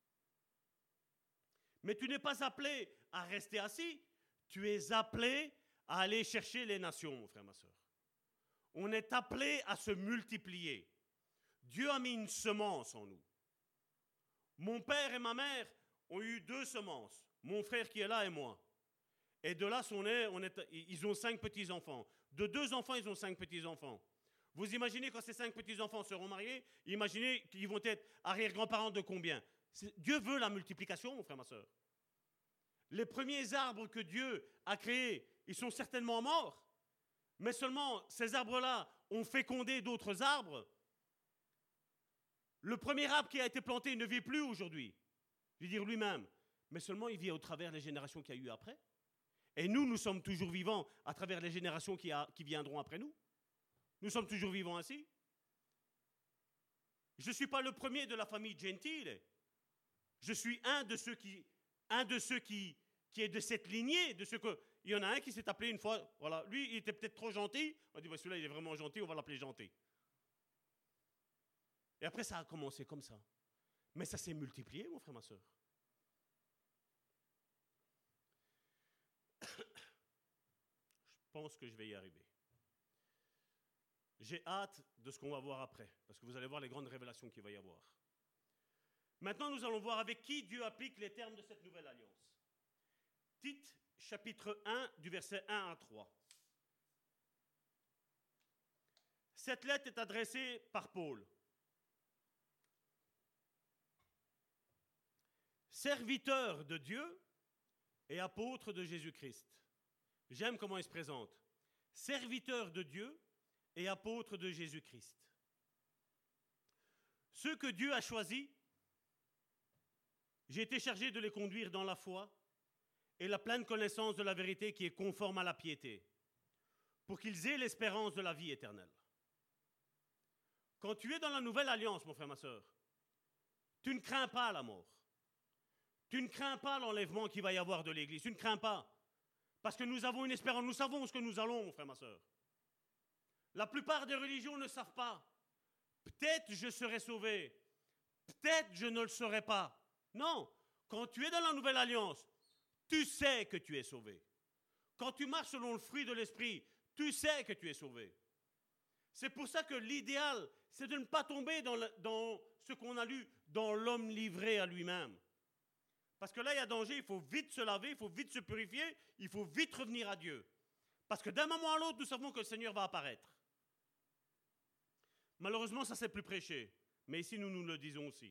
Mais tu n'es pas appelé à rester assis. Tu es appelé à aller chercher les nations, mon frère, ma soeur. On est appelé à se multiplier. Dieu a mis une semence en nous. Mon père et ma mère ont eu 2 semences. Mon frère qui est là et moi. Et de là, ils ont 5 petits-enfants. De 2 enfants, ils ont 5 petits-enfants. Vous imaginez quand ces 5 petits-enfants seront mariés, imaginez qu'ils vont être arrière-grands-parents de combien? Dieu veut la multiplication, mon frère, ma soeur. Les premiers arbres que Dieu a créés, ils sont certainement morts. Mais seulement, ces arbres-là ont fécondé d'autres arbres. Le premier arbre qui a été planté ne vit plus aujourd'hui. Je veux dire lui-même. Mais seulement, il vit au travers des générations qu'il y a eu après. Et nous sommes toujours vivants à travers les générations qui viendront après nous. Nous sommes toujours vivants ainsi. Je ne suis pas le premier de la famille Gentile. Je suis un de ceux qui est de cette lignée, il y en a un qui s'est appelé une fois, voilà, lui, il était peut-être trop gentil. On a dit, celui-là, il est vraiment gentil, on va l'appeler gentil. Et après, ça a commencé comme ça. Mais ça s'est multiplié, mon frère, ma soeur. Je pense que je vais y arriver. J'ai hâte de ce qu'on va voir après, parce que vous allez voir les grandes révélations qu'il va y avoir. Maintenant, nous allons voir avec qui Dieu applique les termes de cette nouvelle alliance. Tite, chapitre 1, du verset 1 à 3. Cette lettre est adressée par Paul. Serviteur de Dieu et apôtre de Jésus-Christ. J'aime comment il se présente. Serviteur de Dieu et apôtre de Jésus-Christ. Ceux que Dieu a choisis, j'ai été chargé de les conduire dans la foi et la pleine connaissance de la vérité qui est conforme à la piété, pour qu'ils aient l'espérance de la vie éternelle. Quand tu es dans la nouvelle alliance, mon frère, ma soeur, tu ne crains pas la mort. Tu ne crains pas l'enlèvement qu'il va y avoir de l'Église. Tu ne crains pas. Parce que nous avons une espérance. Nous savons ce que nous allons, mon frère, ma soeur. La plupart des religions ne savent pas. Peut-être je serai sauvé. Peut-être je ne le serai pas. Non. Quand tu es dans la nouvelle alliance, tu sais que tu es sauvé. Quand tu marches selon le fruit de l'esprit, tu sais que tu es sauvé. C'est pour ça que l'idéal, c'est de ne pas tomber dans ce qu'on a lu, dans l'homme livré à lui-même. Parce que là, il y a danger, il faut vite se laver, il faut vite se purifier, il faut vite revenir à Dieu. Parce que d'un moment à l'autre, nous savons que le Seigneur va apparaître. Malheureusement, ça ne s'est plus prêché. Mais ici, nous le disons aussi.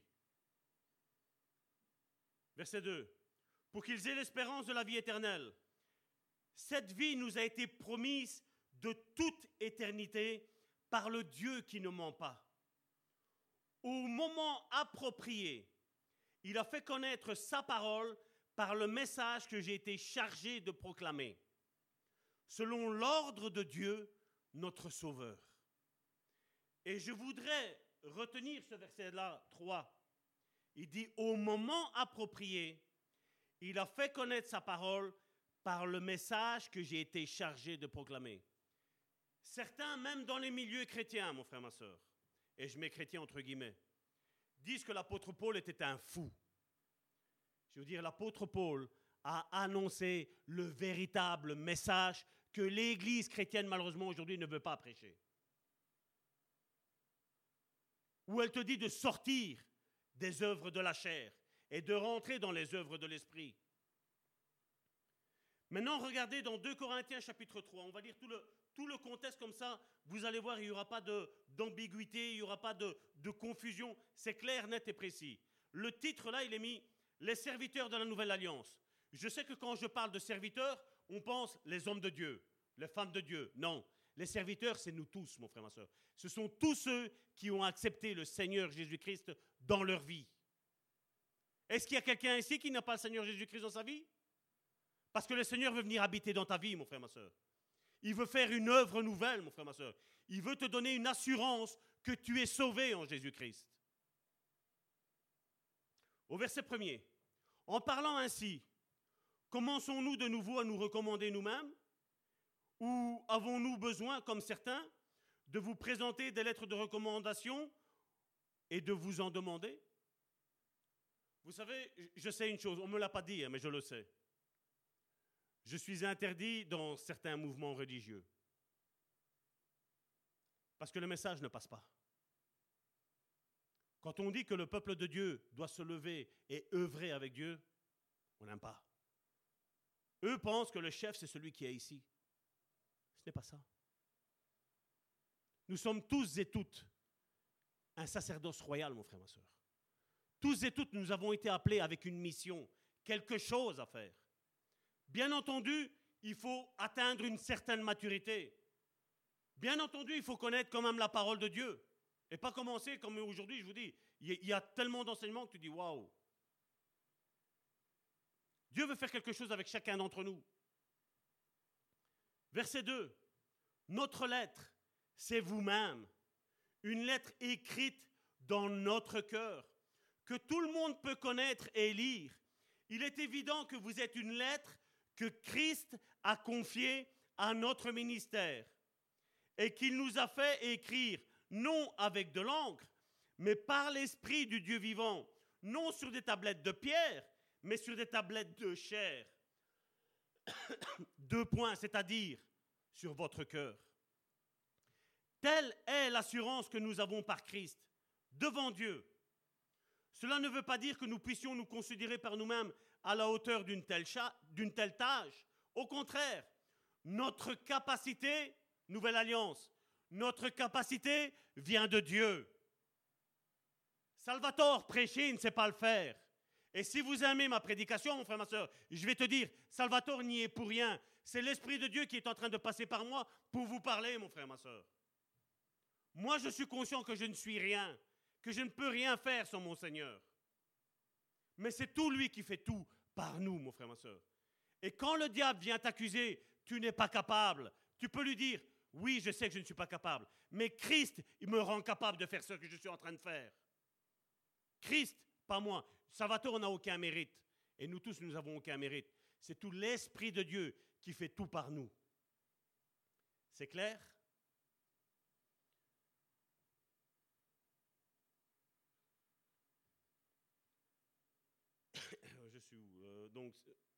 Verset 2. Pour qu'ils aient l'espérance de la vie éternelle. Cette vie nous a été promise de toute éternité par le Dieu qui ne ment pas. Au moment approprié, il a fait connaître sa parole par le message que j'ai été chargé de proclamer, selon l'ordre de Dieu, notre Sauveur. Et je voudrais retenir ce verset-là, 3. Il dit, au moment approprié, il a fait connaître sa parole par le message que j'ai été chargé de proclamer. Certains, même dans les milieux chrétiens, mon frère, ma soeur, et je mets chrétien entre guillemets, disent que l'apôtre Paul était un fou. Je veux dire, l'apôtre Paul a annoncé le véritable message que l'Église chrétienne, malheureusement, aujourd'hui, ne veut pas prêcher. Où elle te dit de sortir des œuvres de la chair et de rentrer dans les œuvres de l'esprit. Maintenant, regardez dans 2 Corinthiens chapitre 3, on va lire tout le contexte comme ça, vous allez voir, il n'y aura pas d'ambiguïté, il n'y aura pas de confusion, c'est clair, net et précis. Le titre là, il est mis « Les serviteurs de la nouvelle alliance ». Je sais que quand je parle de serviteurs, on pense les hommes de Dieu, les femmes de Dieu. Non, les serviteurs, c'est nous tous, mon frère, ma soeur. Ce sont tous ceux qui ont accepté le Seigneur Jésus-Christ dans leur vie. Est-ce qu'il y a quelqu'un ici qui n'a pas le Seigneur Jésus-Christ dans sa vie? Parce que le Seigneur veut venir habiter dans ta vie, mon frère, ma soeur. Il veut faire une œuvre nouvelle, mon frère, ma soeur. Il veut te donner une assurance que tu es sauvé en Jésus-Christ. Au verset 1er, en parlant ainsi, commençons-nous de nouveau à nous recommander nous-mêmes? Ou avons-nous besoin, comme certains, de vous présenter des lettres de recommandation et de vous en demander? Vous savez, je sais une chose, on ne me l'a pas dit, mais je le sais. Je suis interdit dans certains mouvements religieux. Parce que le message ne passe pas. Quand on dit que le peuple de Dieu doit se lever et œuvrer avec Dieu, on n'aime pas. Eux pensent que le chef, c'est celui qui est ici. Ce n'est pas ça. Nous sommes tous et toutes un sacerdoce royal, mon frère, ma soeur. Tous et toutes, nous avons été appelés avec une mission, quelque chose à faire. Bien entendu, il faut atteindre une certaine maturité. Bien entendu, il faut connaître quand même la parole de Dieu. Et pas commencer comme aujourd'hui, je vous dis, il y a tellement d'enseignements que tu dis waouh. Dieu veut faire quelque chose avec chacun d'entre nous. Verset 2. Notre lettre, c'est vous-même. Une lettre écrite dans notre cœur, que tout le monde peut connaître et lire. Il est évident que vous êtes une lettre que Christ a confiée à notre ministère et qu'il nous a fait écrire non avec de l'encre, mais par l'Esprit du Dieu vivant, non sur des tablettes de pierre, mais sur des tablettes de chair. 2 points, c'est-à-dire sur votre cœur. Telle est l'assurance que nous avons par Christ, devant Dieu. Cela ne veut pas dire que nous puissions nous considérer par nous-mêmes à la hauteur d'une telle tâche. Au contraire, notre capacité, nouvelle alliance, notre capacité vient de Dieu. Salvatore, prêcher, il ne sait pas le faire. Et si vous aimez ma prédication, mon frère, ma soeur, je vais te dire, Salvatore n'y est pour rien. C'est l'Esprit de Dieu qui est en train de passer par moi pour vous parler, mon frère, ma soeur. Moi, je suis conscient que je ne suis rien, que je ne peux rien faire sans mon Seigneur. Mais c'est tout lui qui fait tout par nous, mon frère, ma soeur. Et quand le diable vient t'accuser, tu n'es pas capable, tu peux lui dire, oui, je sais que je ne suis pas capable, mais Christ, il me rend capable de faire ce que je suis en train de faire. Christ, pas moi. Salvatore n'a aucun mérite. Et nous tous, nous n'avons aucun mérite. C'est tout l'Esprit de Dieu qui fait tout par nous. C'est clair? Je suis où? Donc,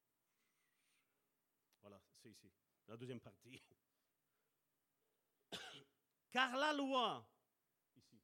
voilà, c'est ici. La deuxième partie. Car la loi, ici.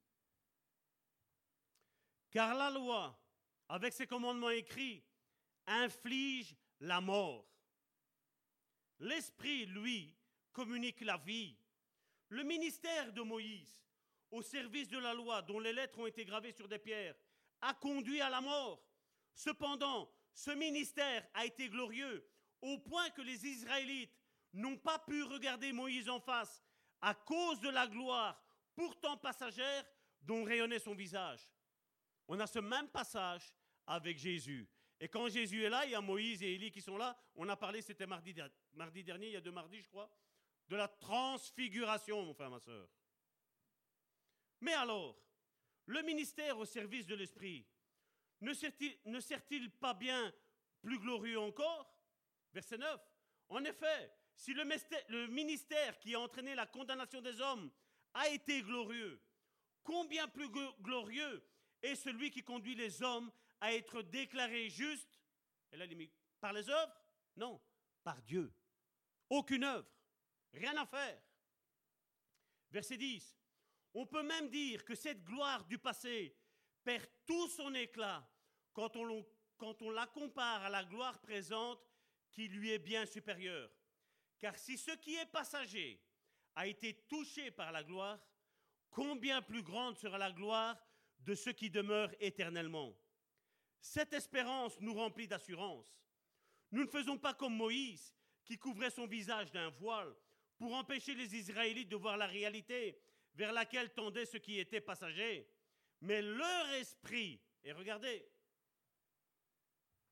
Car la loi, avec ses commandements écrits, inflige la mort. L'Esprit, lui, communique la vie. Le ministère de Moïse, au service de la loi, dont les lettres ont été gravées sur des pierres, a conduit à la mort. Cependant, ce ministère a été glorieux, au point que les Israélites n'ont pas pu regarder Moïse en face, à cause de la gloire, pourtant passagère, dont rayonnait son visage. On a ce même passage avec Jésus. Et quand Jésus est là, il y a Moïse et Élie qui sont là. On a parlé, c'était mardi dernier, il y a 2 mardis, je crois, de la transfiguration, mon frère, ma soeur. Mais alors, le ministère au service de l'Esprit, ne sert-il pas bien plus glorieux encore? Verset 9. En effet, si le ministère qui a entraîné la condamnation des hommes a été glorieux, combien plus glorieux est celui qui conduit les hommes à être déclarés justes, et là, par les œuvres? Non, par Dieu. Aucune œuvre, rien à faire. Verset 10. On peut même dire que cette gloire du passé perd tout son éclat quand on la compare à la gloire présente qui lui est bien supérieure. Car si ce qui est passager a été touché par la gloire, combien plus grande sera la gloire de ceux qui demeurent éternellement. Cette espérance nous remplit d'assurance. Nous ne faisons pas comme Moïse, qui couvrait son visage d'un voile pour empêcher les Israélites de voir la réalité vers laquelle tendait ce qui était passager. Mais leur esprit, et regardez,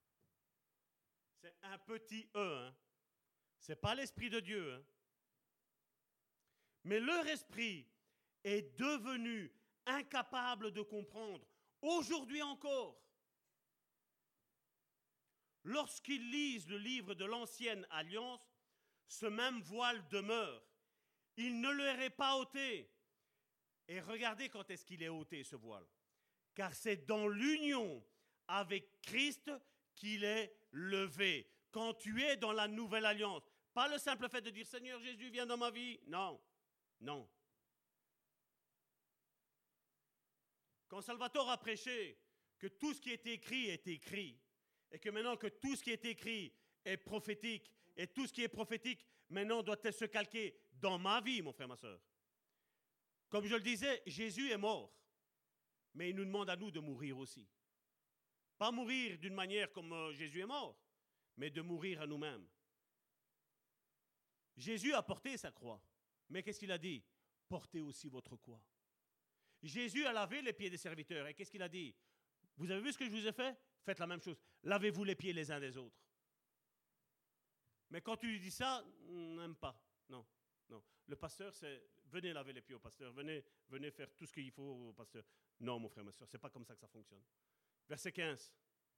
c'est un petit E, hein. Ce n'est pas l'Esprit de Dieu, hein. Mais leur esprit est devenu incapable de comprendre, aujourd'hui encore. Lorsqu'ils lisent le livre de l'Ancienne Alliance, ce même voile demeure. Il ne leur est pas ôté. Et regardez quand est-ce qu'il est ôté, ce voile. Car c'est dans l'union avec Christ qu'il est levé. Quand tu es dans la nouvelle alliance. Pas le simple fait de dire « Seigneur Jésus, viens dans ma vie ». Non, non. Quand Salvatore a prêché que tout ce qui est écrit, et que maintenant que tout ce qui est écrit est prophétique, et tout ce qui est prophétique, maintenant doit se calquer dans ma vie, mon frère, ma soeur. Comme je le disais, Jésus est mort, mais il nous demande à nous de mourir aussi. Pas mourir d'une manière comme Jésus est mort, mais de mourir à nous-mêmes. Jésus a porté sa croix, mais qu'est-ce qu'il a dit? Portez aussi votre croix. Jésus a lavé les pieds des serviteurs, et qu'est-ce qu'il a dit? Vous avez vu ce que je vous ai fait? Faites la même chose. Lavez-vous les pieds les uns des autres. Mais quand tu lui dis ça, n'aime pas. Non, non. Le pasteur, c'est venez laver les pieds au pasteur, venez faire tout ce qu'il faut au pasteur. Non, mon frère, ma soeur, c'est pas comme ça que ça fonctionne. Verset 15.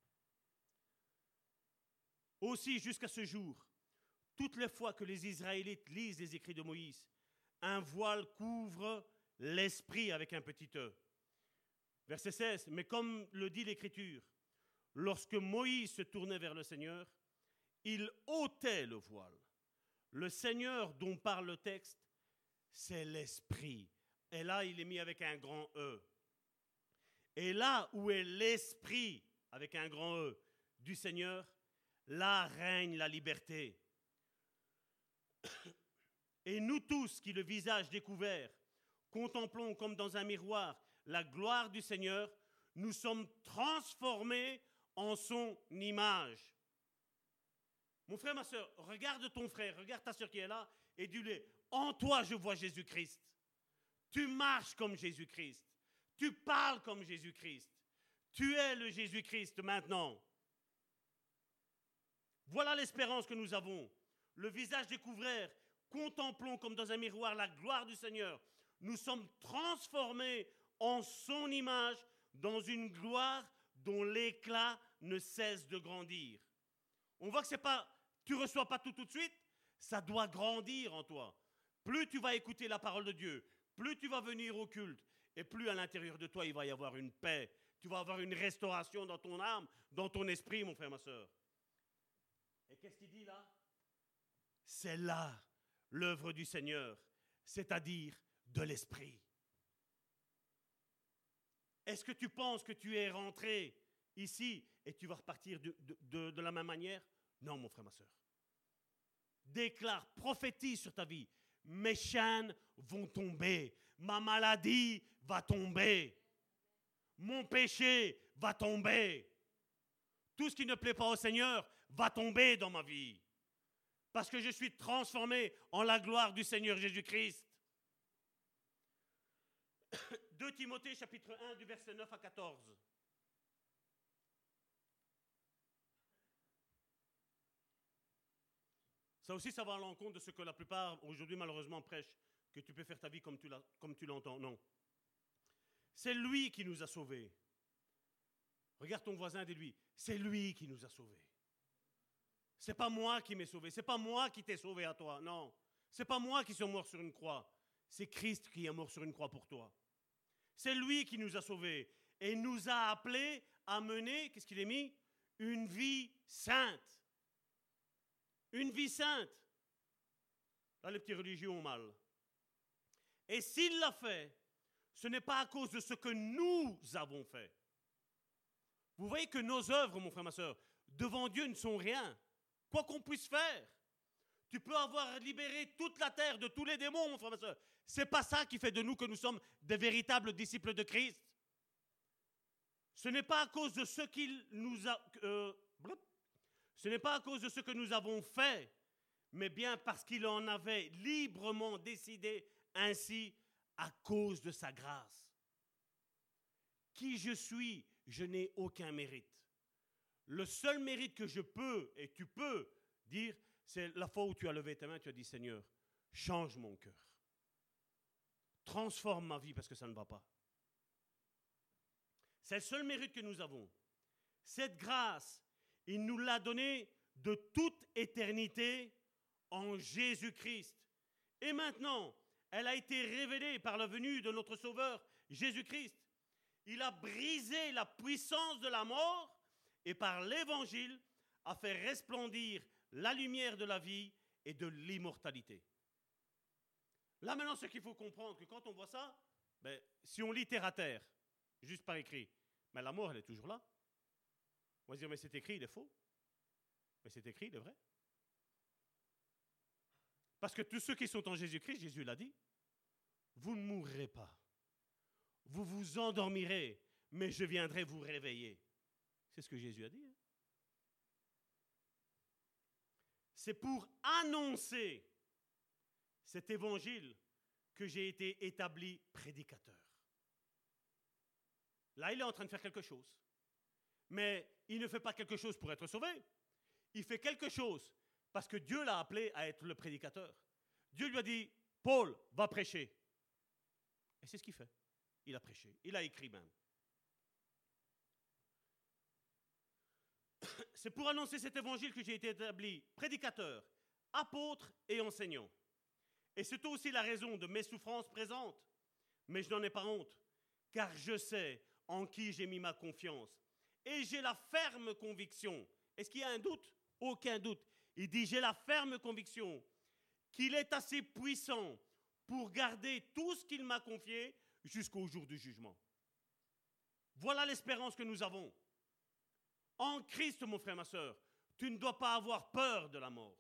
Aussi, jusqu'à ce jour, toutes les fois que les Israélites lisent les écrits de Moïse, un voile couvre l'esprit avec un petit E. Verset 16. Mais comme le dit l'Écriture, lorsque Moïse se tournait vers le Seigneur, il ôtait le voile. Le Seigneur dont parle le texte, c'est l'Esprit. Et là, il est mis avec un grand E. Et là où est l'Esprit, avec un grand E, du Seigneur, là règne la liberté. Et nous tous qui, le visage découvert, contemplons comme dans un miroir la gloire du Seigneur, nous sommes transformés en son image. Mon frère, ma soeur, regarde ton frère, regarde ta soeur qui est là et dis-lui, en toi je vois Jésus-Christ. Tu marches comme Jésus-Christ. Tu parles comme Jésus-Christ. Tu es le Jésus-Christ maintenant. Voilà l'espérance que nous avons. Le visage découvert, contemplons comme dans un miroir la gloire du Seigneur. Nous sommes transformés en son image dans une gloire dont l'éclat ne cesse de grandir. On voit que c'est pas, tu ne reçois pas tout de suite, ça doit grandir en toi. Plus tu vas écouter la parole de Dieu, plus tu vas venir au culte, et plus à l'intérieur de toi, il va y avoir une paix. Tu vas avoir une restauration dans ton âme, dans ton esprit, mon frère, ma soeur. Et qu'est-ce qu'il dit là? C'est là l'œuvre du Seigneur, c'est-à-dire de l'esprit. Est-ce que tu penses que tu es rentré ici et tu vas repartir de la même manière? Non, mon frère, ma soeur. Déclare, prophétise sur ta vie. Mes chaînes vont tomber. Ma maladie va tomber. Mon péché va tomber. Tout ce qui ne plaît pas au Seigneur va tomber dans ma vie. Parce que je suis transformé en la gloire du Seigneur Jésus-Christ. 2 Timothée chapitre 1 du verset 9 à 14. Ça aussi, ça va à l'encontre de ce que la plupart aujourd'hui malheureusement prêchent, que tu peux faire ta vie comme tu l'entends. Non. C'est lui qui nous a sauvés. Regarde ton voisin, dis-lui, c'est lui qui nous a sauvés. C'est pas moi qui m'ai sauvé, c'est pas moi qui t'ai sauvé à toi, non. C'est pas moi qui suis mort sur une croix, c'est Christ qui est mort sur une croix pour toi. C'est lui qui nous a sauvés et nous a appelés à mener, qu'est-ce qu'il est mis? Une vie sainte. Une vie sainte. Là, les petits religieux ont mal. Et s'il l'a fait, ce n'est pas à cause de ce que nous avons fait. Vous voyez que nos œuvres, mon frère, ma soeur, devant Dieu ne sont rien. Quoi qu'on puisse faire. Tu peux avoir libéré toute la terre de tous les démons, mon frère, ma soeur. Ce n'est pas ça qui fait de nous que nous sommes des véritables disciples de Christ. Ce n'est pas à cause de ce qu'il nous a... ce n'est pas à cause de ce que nous avons fait, mais bien parce qu'il en avait librement décidé ainsi à cause de sa grâce. Qui je suis, je n'ai aucun mérite. Le seul mérite que je peux et tu peux dire, c'est la fois où tu as levé tes mains, tu as dit, Seigneur, change mon cœur. transforme ma vie parce que ça ne va pas. C'est le seul mérite que nous avons. Cette grâce, il nous l'a donnée de toute éternité en Jésus-Christ. Et maintenant, elle a été révélée par la venue de notre Sauveur, Jésus-Christ. Il a brisé la puissance de la mort et par l'Évangile a fait resplendir la lumière de la vie et de l'immortalité. Là maintenant, ce qu'il faut comprendre, que quand on voit ça, si on lit terre à terre, juste par écrit, mais la mort, elle est toujours là. On va se dire, mais c'est écrit, il est faux. Mais c'est écrit, il est vrai. Parce que tous ceux qui sont en Jésus-Christ, Jésus l'a dit, vous ne mourrez pas. Vous vous endormirez, mais je viendrai vous réveiller. C'est ce que Jésus a dit. Hein? C'est pour annoncer cet évangile que j'ai été établi prédicateur. Là, il est en train de faire quelque chose. Mais il ne fait pas quelque chose pour être sauvé. Il fait quelque chose parce que Dieu l'a appelé à être le prédicateur. Dieu lui a dit, Paul, va prêcher. Et c'est ce qu'il fait. Il a prêché. Il a écrit même. C'est pour annoncer cet évangile que j'ai été établi prédicateur, apôtre et enseignant. Et c'est aussi la raison de mes souffrances présentes. Mais je n'en ai pas honte, car je sais en qui j'ai mis ma confiance. Et j'ai la ferme conviction. Est-ce qu'il y a un doute? Aucun doute. Il dit, j'ai la ferme conviction qu'il est assez puissant pour garder tout ce qu'il m'a confié jusqu'au jour du jugement. Voilà l'espérance que nous avons. En Christ, mon frère, ma soeur, tu ne dois pas avoir peur de la mort.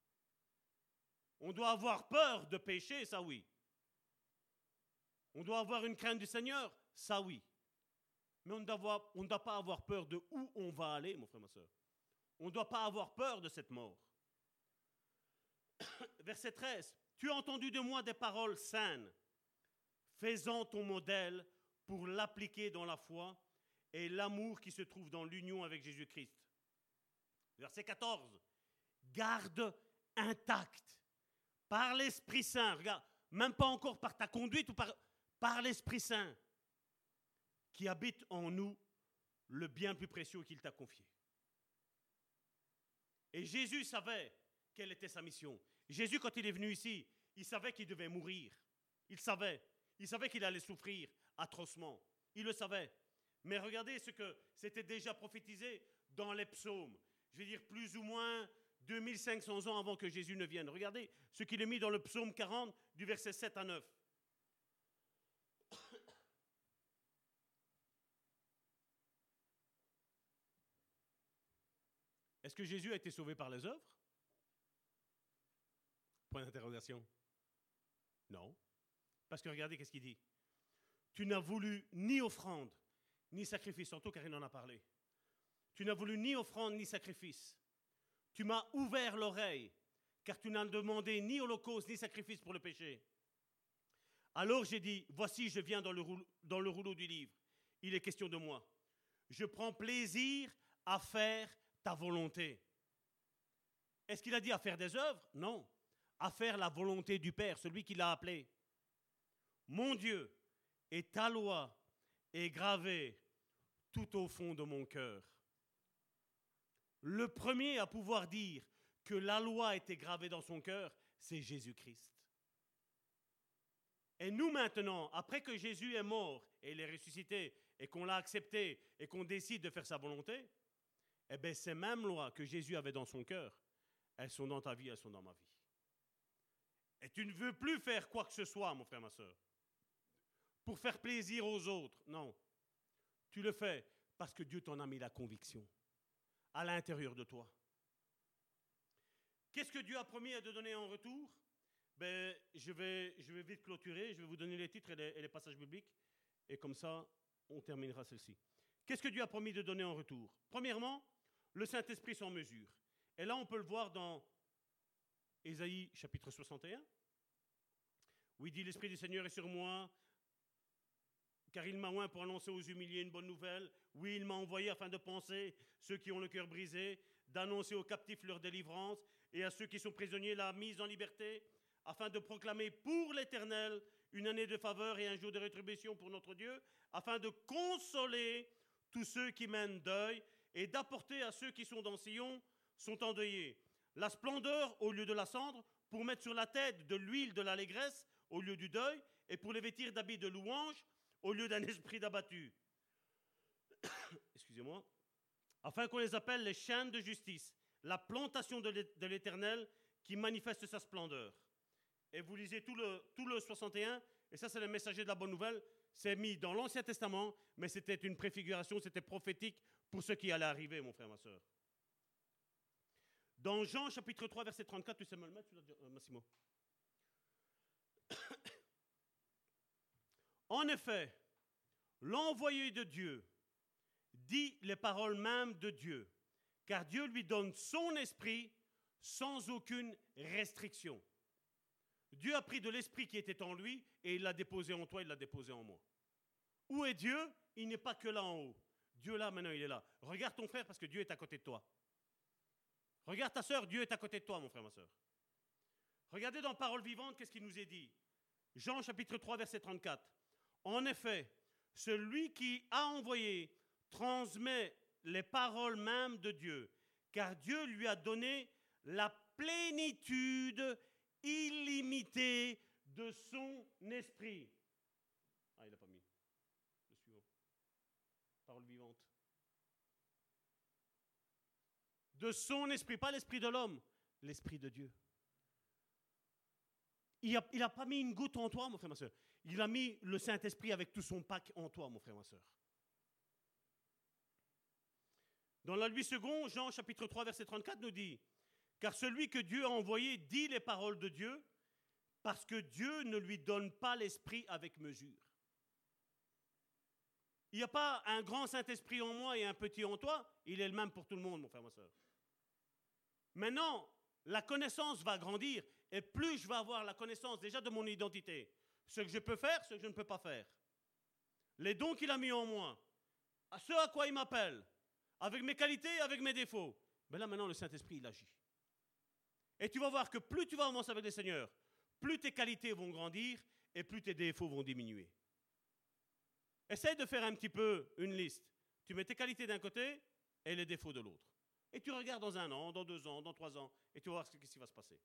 On doit avoir peur de pécher, ça oui. On doit avoir une crainte du Seigneur, ça oui. Mais on ne doit pas avoir peur de où on va aller, mon frère, ma soeur. On ne doit pas avoir peur de cette mort. Verset 13. Tu as entendu de moi des paroles saines, faisant ton modèle pour l'appliquer dans la foi et l'amour qui se trouve dans l'union avec Jésus-Christ. Verset 14. Garde intact par l'Esprit Saint. Regarde, même pas encore par ta conduite ou par l'Esprit Saint qui habite en nous le bien plus précieux qu'il t'a confié. Et Jésus savait quelle était sa mission. Jésus, quand il est venu ici, il savait qu'il devait mourir. Il savait qu'il allait souffrir atrocement. Il le savait. Mais regardez ce que c'était déjà prophétisé dans les psaumes. Je veux dire, plus ou moins 2500 ans avant que Jésus ne vienne. Regardez ce qu'il est mis dans le psaume 40, du verset 7 à 9. Est-ce que Jésus a été sauvé par les œuvres? Point d'interrogation. Non. Parce que regardez qu'est-ce qu'il dit. Tu n'as voulu ni offrande, ni sacrifice, surtout car il en a parlé. Tu n'as voulu ni offrande, ni sacrifice. Tu m'as ouvert l'oreille, car tu n'as demandé ni holocauste, ni sacrifice pour le péché. Alors j'ai dit, voici, je viens dans le rouleau du livre. Il est question de moi. Je prends plaisir à faire ta volonté. Est-ce qu'il a dit à faire des œuvres? Non. À faire la volonté du Père, celui qui l'a appelé. Mon Dieu, et ta loi est gravée tout au fond de mon cœur. Le premier à pouvoir dire que la loi était gravée dans son cœur, c'est Jésus-Christ. Et nous maintenant, après que Jésus est mort et il est ressuscité et qu'on l'a accepté et qu'on décide de faire sa volonté, eh bien ces mêmes lois que Jésus avait dans son cœur, elles sont dans ta vie, elles sont dans ma vie. Et tu ne veux plus faire quoi que ce soit, mon frère, ma soeur, pour faire plaisir aux autres. Non. Tu le fais parce que Dieu t'en a mis la conviction à l'intérieur de toi. Qu'est-ce que Dieu a promis à te donner en retour? Je vais vite clôturer. Je vais vous donner les titres et les passages bibliques. Et comme ça, on terminera celle-ci. Qu'est-ce que Dieu a promis de donner en retour? Premièrement, le Saint-Esprit sans mesure. Et là, on peut le voir dans Ésaïe chapitre 61, où il dit « L'Esprit du Seigneur est sur moi, car il m'a oint pour annoncer aux humiliés une bonne nouvelle. Oui, il m'a envoyé afin de panser ceux qui ont le cœur brisé, d'annoncer aux captifs leur délivrance, et à ceux qui sont prisonniers la mise en liberté, afin de proclamer pour l'Éternel une année de faveur et un jour de rétribution pour notre Dieu, afin de consoler tous ceux qui mènent deuil et d'apporter à ceux qui sont dans Sion sont endeuillés la splendeur au lieu de la cendre, pour mettre sur la tête de l'huile de l'allégresse au lieu du deuil, et pour les vêtir d'habits de louange au lieu d'un esprit d'abattu. Excusez-moi. Afin qu'on les appelle les chaînes de justice, la plantation de l'Éternel qui manifeste sa splendeur. Et vous lisez tout le 61, et ça c'est le messager de la bonne nouvelle. C'est mis dans l'Ancien Testament, mais c'était une préfiguration, c'était prophétique pour ce qui allait arriver, mon frère, ma soeur. Dans Jean chapitre 3, verset 34, tu sais me le mettre, Massimo. En effet, l'envoyé de Dieu dit les paroles mêmes de Dieu, car Dieu lui donne son esprit sans aucune restriction. Dieu a pris de l'esprit qui était en lui et il l'a déposé en toi, il l'a déposé en moi. Où est Dieu? Il n'est pas que là en haut. Dieu là, maintenant il est là. Regarde ton frère parce que Dieu est à côté de toi. Regarde ta sœur, Dieu est à côté de toi, mon frère, ma sœur. Regardez dans Parole vivante, qu'est-ce qu'il nous est dit? Jean chapitre 3, verset 34. En effet, celui qui a envoyé transmet les paroles mêmes de Dieu, car Dieu lui a donné la plénitude illimitée de son esprit. Ah, il n'a pas mis le suivant. Parole vivante. De son esprit, pas l'esprit de l'homme, l'esprit de Dieu. Il n'a pas mis une goutte en toi, mon frère, ma soeur. Il a mis le Saint-Esprit avec tout son pack en toi, mon frère, ma soeur. Dans la Louis II, Jean chapitre 3, verset 34 nous dit « Car celui que Dieu a envoyé dit les paroles de Dieu, parce que Dieu ne lui donne pas l'Esprit avec mesure. » Il n'y a pas un grand Saint-Esprit en moi et un petit en toi, il est le même pour tout le monde, mon frère, ma soeur. Maintenant, la connaissance va grandir, et plus je vais avoir la connaissance déjà de mon identité, ce que je peux faire, ce que je ne peux pas faire, les dons qu'il a mis en moi, à ce à quoi il m'appelle, avec mes qualités, avec mes défauts, mais là maintenant le Saint-Esprit il agit. Et tu vas voir que plus tu vas avancer avec le Seigneur, plus tes qualités vont grandir et plus tes défauts vont diminuer. Essaye de faire un petit peu une liste. Tu mets tes qualités d'un côté et les défauts de l'autre. Et tu regardes dans 1 an, dans 2 ans, dans 3 ans, et tu vas voir ce qui va se passer.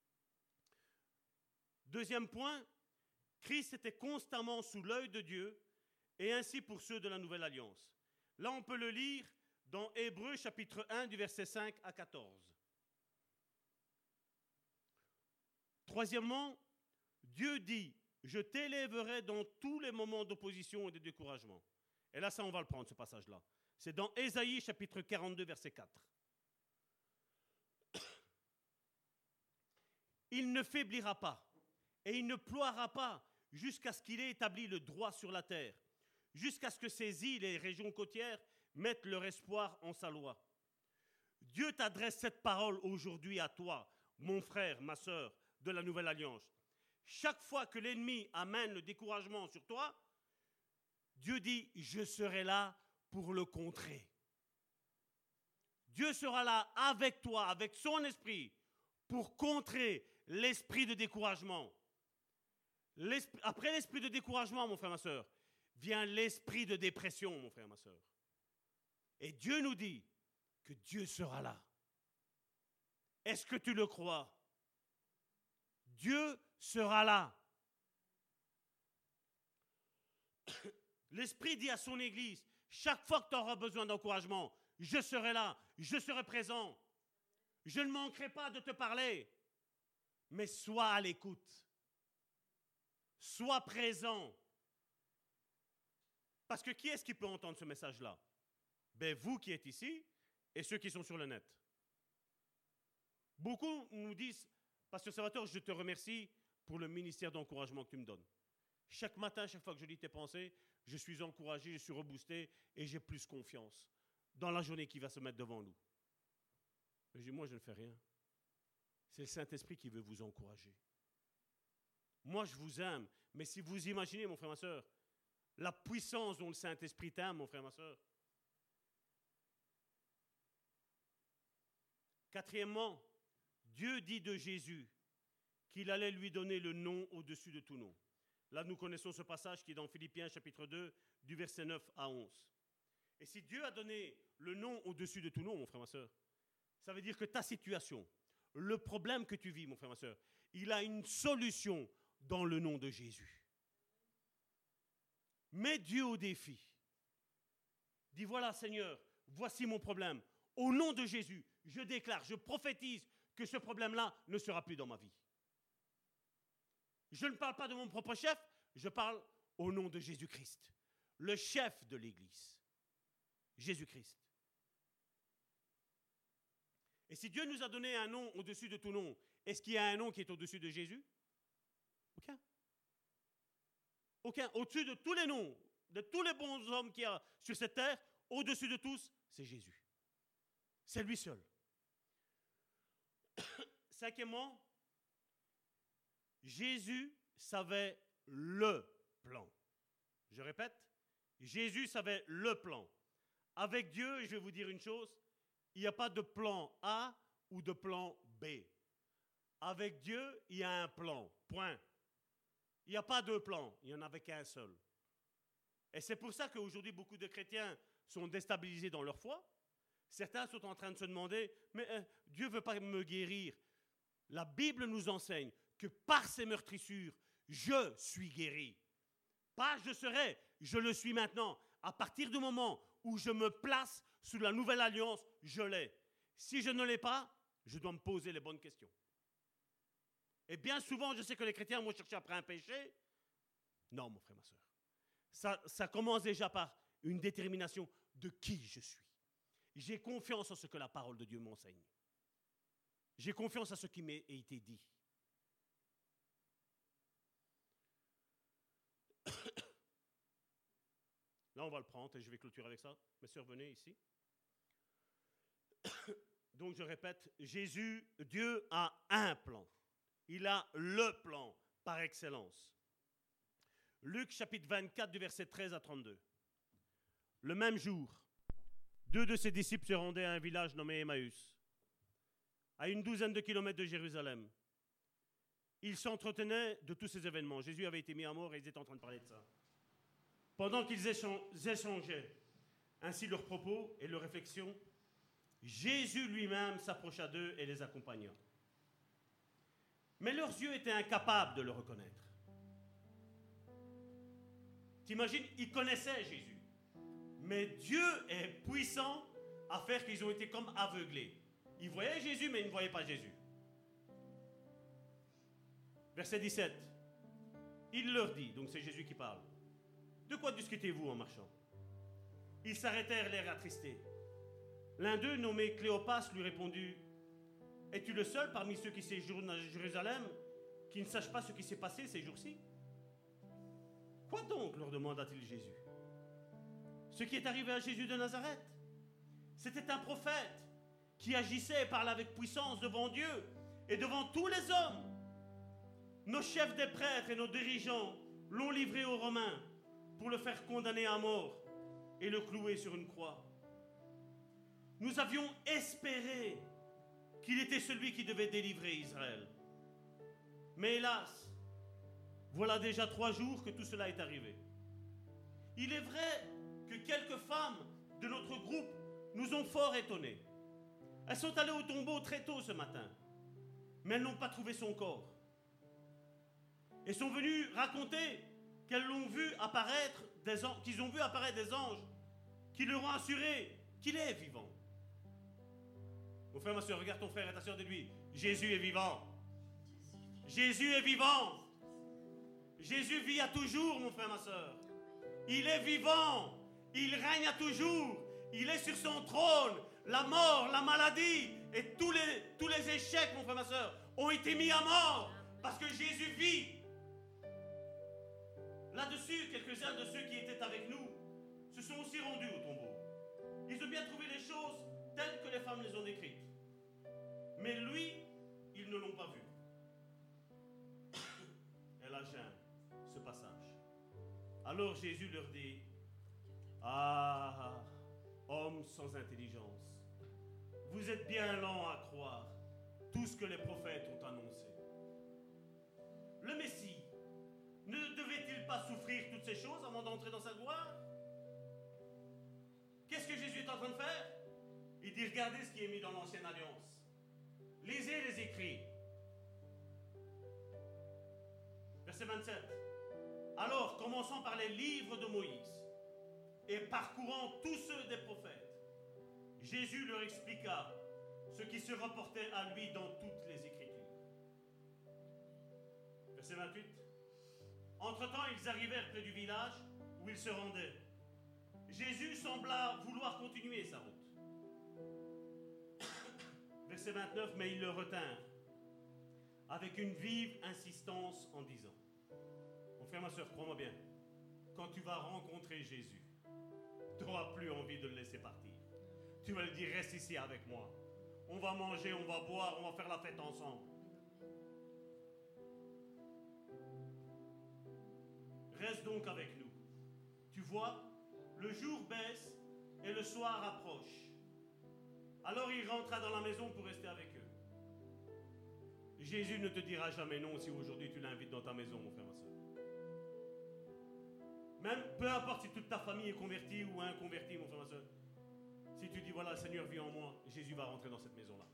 Deuxième point, Christ était constamment sous l'œil de Dieu, et ainsi pour ceux de la Nouvelle Alliance. Là, on peut le lire dans Hébreux chapitre 1, du verset 5 à 14. Troisièmement, Dieu dit « Je t'élèverai dans tous les moments d'opposition et de découragement. » Et là, ça, on va le prendre, ce passage-là. C'est dans Ésaïe chapitre 42, verset 4. Il ne faiblira pas et il ne ploiera pas jusqu'à ce qu'il ait établi le droit sur la terre, jusqu'à ce que ces îles et régions côtières mettent leur espoir en sa loi. Dieu t'adresse cette parole aujourd'hui à toi, mon frère, ma sœur, de la Nouvelle Alliance. Chaque fois que l'ennemi amène le découragement sur toi, Dieu dit « Je serai là pour le contrer. » Dieu sera là avec toi, avec son esprit, pour contrer l'esprit de découragement. Après l'esprit de découragement, mon frère, ma soeur, vient l'esprit de dépression, mon frère, ma soeur. Et Dieu nous dit que Dieu sera là. Est-ce que tu le crois? Dieu sera là. L'Esprit dit à son Église, chaque fois que tu auras besoin d'encouragement, je serai là, je serai présent. Je ne manquerai pas de te parler. Mais sois à l'écoute. Sois présent. Parce que qui est-ce qui peut entendre ce message-là? Ben vous qui êtes ici et ceux qui sont sur le net. Beaucoup nous disent, Pasteur Salvatore, je te remercie pour le ministère d'encouragement que tu me donnes. Chaque matin, chaque fois que je lis tes pensées, je suis encouragé, je suis reboosté et j'ai plus confiance dans la journée qui va se mettre devant nous. Mais je dis, moi, je ne fais rien. C'est le Saint-Esprit qui veut vous encourager. Moi, je vous aime, mais si vous imaginez, mon frère, ma soeur, la puissance dont le Saint-Esprit t'aime, mon frère, ma soeur. Quatrièmement, Dieu dit de Jésus qu'il allait lui donner le nom au-dessus de tout nom. Là, nous connaissons ce passage qui est dans Philippiens chapitre 2, du verset 9 à 11. Et si Dieu a donné le nom au-dessus de tout nom, mon frère, ma soeur, ça veut dire que ta situation, le problème que tu vis, mon frère, ma soeur, il a une solution dans le nom de Jésus. Mets Dieu au défi. Dis, voilà Seigneur, voici mon problème. Au nom de Jésus, je déclare, je prophétise que ce problème-là ne sera plus dans ma vie. Je ne parle pas de mon propre chef, je parle au nom de Jésus-Christ, le chef de l'Église. Jésus-Christ. Et si Dieu nous a donné un nom au-dessus de tout nom, est-ce qu'il y a un nom qui est au-dessus de Jésus? Aucun. Aucun. Au-dessus de tous les noms, de tous les bons hommes qu'il y a sur cette terre, au-dessus de tous, c'est Jésus. C'est lui seul. Cinquièmement, Jésus savait le plan. Je répète, Jésus savait le plan. Avec Dieu, je vais vous dire une chose, il n'y a pas de plan A ou de plan B. Avec Dieu, il y a un plan, point. Il n'y a pas deux plans, il n'y en avait qu'un seul. Et c'est pour ça qu'aujourd'hui, beaucoup de chrétiens sont déstabilisés dans leur foi. Certains sont en train de se demander, mais Dieu ne veut pas me guérir. La Bible nous enseigne que par ses meurtrissures, je suis guéri. Pas je serai, je le suis maintenant. À partir du moment où je me place sous la nouvelle alliance, je l'ai. Si je ne l'ai pas, je dois me poser les bonnes questions. Et bien souvent, je sais que les chrétiens vont chercher après un péché. Non, mon frère, ma soeur. Ça commence déjà par une détermination de qui je suis. J'ai confiance en ce que la parole de Dieu m'enseigne. J'ai confiance en ce qui m'a été dit. Là, on va le prendre et je vais clôturer avec ça. Mes sœurs, venez ici. Donc, je répète, Jésus, Dieu a un plan. Il a le plan par excellence. Luc chapitre 24, du verset 13 à 32. Le même jour, 2 de ses disciples se rendaient à un village nommé Emmaüs, à une douzaine de kilomètres de Jérusalem. Ils s'entretenaient de tous ces événements. Jésus avait été mis à mort et ils étaient en train de parler de ça. Pendant qu'ils échangeaient ainsi leurs propos et leurs réflexions, Jésus lui-même s'approcha d'eux et les accompagna. Mais leurs yeux étaient incapables de le reconnaître. T'imagines, ils connaissaient Jésus. Mais Dieu est puissant à faire qu'ils ont été comme aveuglés. Ils voyaient Jésus, mais ils ne voyaient pas Jésus. Verset 17. Il leur dit, donc c'est Jésus qui parle, « De quoi discutez-vous en marchant ?» Ils s'arrêtèrent, l'air attristés. L'un d'eux, nommé Cléopas, lui répondit, « Es-tu le seul parmi ceux qui séjournent à Jérusalem qui ne sachent pas ce qui s'est passé ces jours-ci ?» « Quoi donc ?» leur demanda-t-il Jésus. « Ce qui est arrivé à Jésus de Nazareth. C'était un prophète qui agissait et parlait avec puissance devant Dieu et devant tous les hommes. Nos chefs des prêtres et nos dirigeants l'ont livré aux Romains pour le faire condamner à mort et le clouer sur une croix. Nous avions espéré qu'il était celui qui devait délivrer Israël. Mais hélas, voilà déjà 3 jours que tout cela est arrivé. Il est vrai que quelques femmes de notre groupe nous ont fort étonnés. Elles sont allées au tombeau très tôt ce matin, mais elles n'ont pas trouvé son corps. Elles sont venues raconter qu'elles l'ont vu apparaître qu'ils ont vu apparaître des anges qui leur ont assuré qu'il est vivant. Mon frère, ma soeur, regarde ton frère et ta soeur de lui. Jésus est vivant. Jésus est vivant. Jésus vit à toujours, mon frère, ma soeur. Il est vivant. Il règne à toujours. Il est sur son trône. La mort, la maladie et tous les échecs, mon frère, ma soeur, ont été mis à mort parce que Jésus vit. Là-dessus, quelques-uns de ceux qui étaient avec nous se sont aussi rendus au tombeau. Ils ont bien trouvé les choses telles que les femmes les ont décrites. Mais lui, ils ne l'ont pas vu. Elle a gêné ce passage. Alors Jésus leur dit, « Ah, hommes sans intelligence, vous êtes bien lents à croire tout ce que les prophètes ont annoncé. Le Messie ne devait-il devait-il pas souffrir toutes ces choses avant d'entrer dans sa gloire? Qu'est-ce que Jésus est en train de faire? Il dit, regardez ce qui est mis dans l'ancienne alliance. Lisez les écrits. Verset 27. Alors, commençons par les livres de Moïse et parcourant tous ceux des prophètes, Jésus leur expliqua ce qui se rapportait à lui dans toutes les Écritures. Verset 28. Entre-temps, ils arrivèrent près du village où ils se rendaient. Jésus sembla vouloir continuer sa route. Verset 29, mais ils le retinrent avec une vive insistance en disant, mon frère, ma soeur, crois-moi bien, quand tu vas rencontrer Jésus, tu n'auras plus envie de le laisser partir. Tu vas lui dire, reste ici avec moi. On va manger, on va boire, on va faire la fête ensemble. Reste donc avec nous. Tu vois, le jour baisse et le soir approche. Alors il rentra dans la maison pour rester avec eux. Jésus ne te dira jamais non si aujourd'hui tu l'invites dans ta maison, mon frère, ma soeur. Même peu importe si toute ta famille est convertie ou inconvertie, mon frère, ma soeur. Si tu dis, voilà, le Seigneur vit en moi, Jésus va rentrer dans cette maison-là.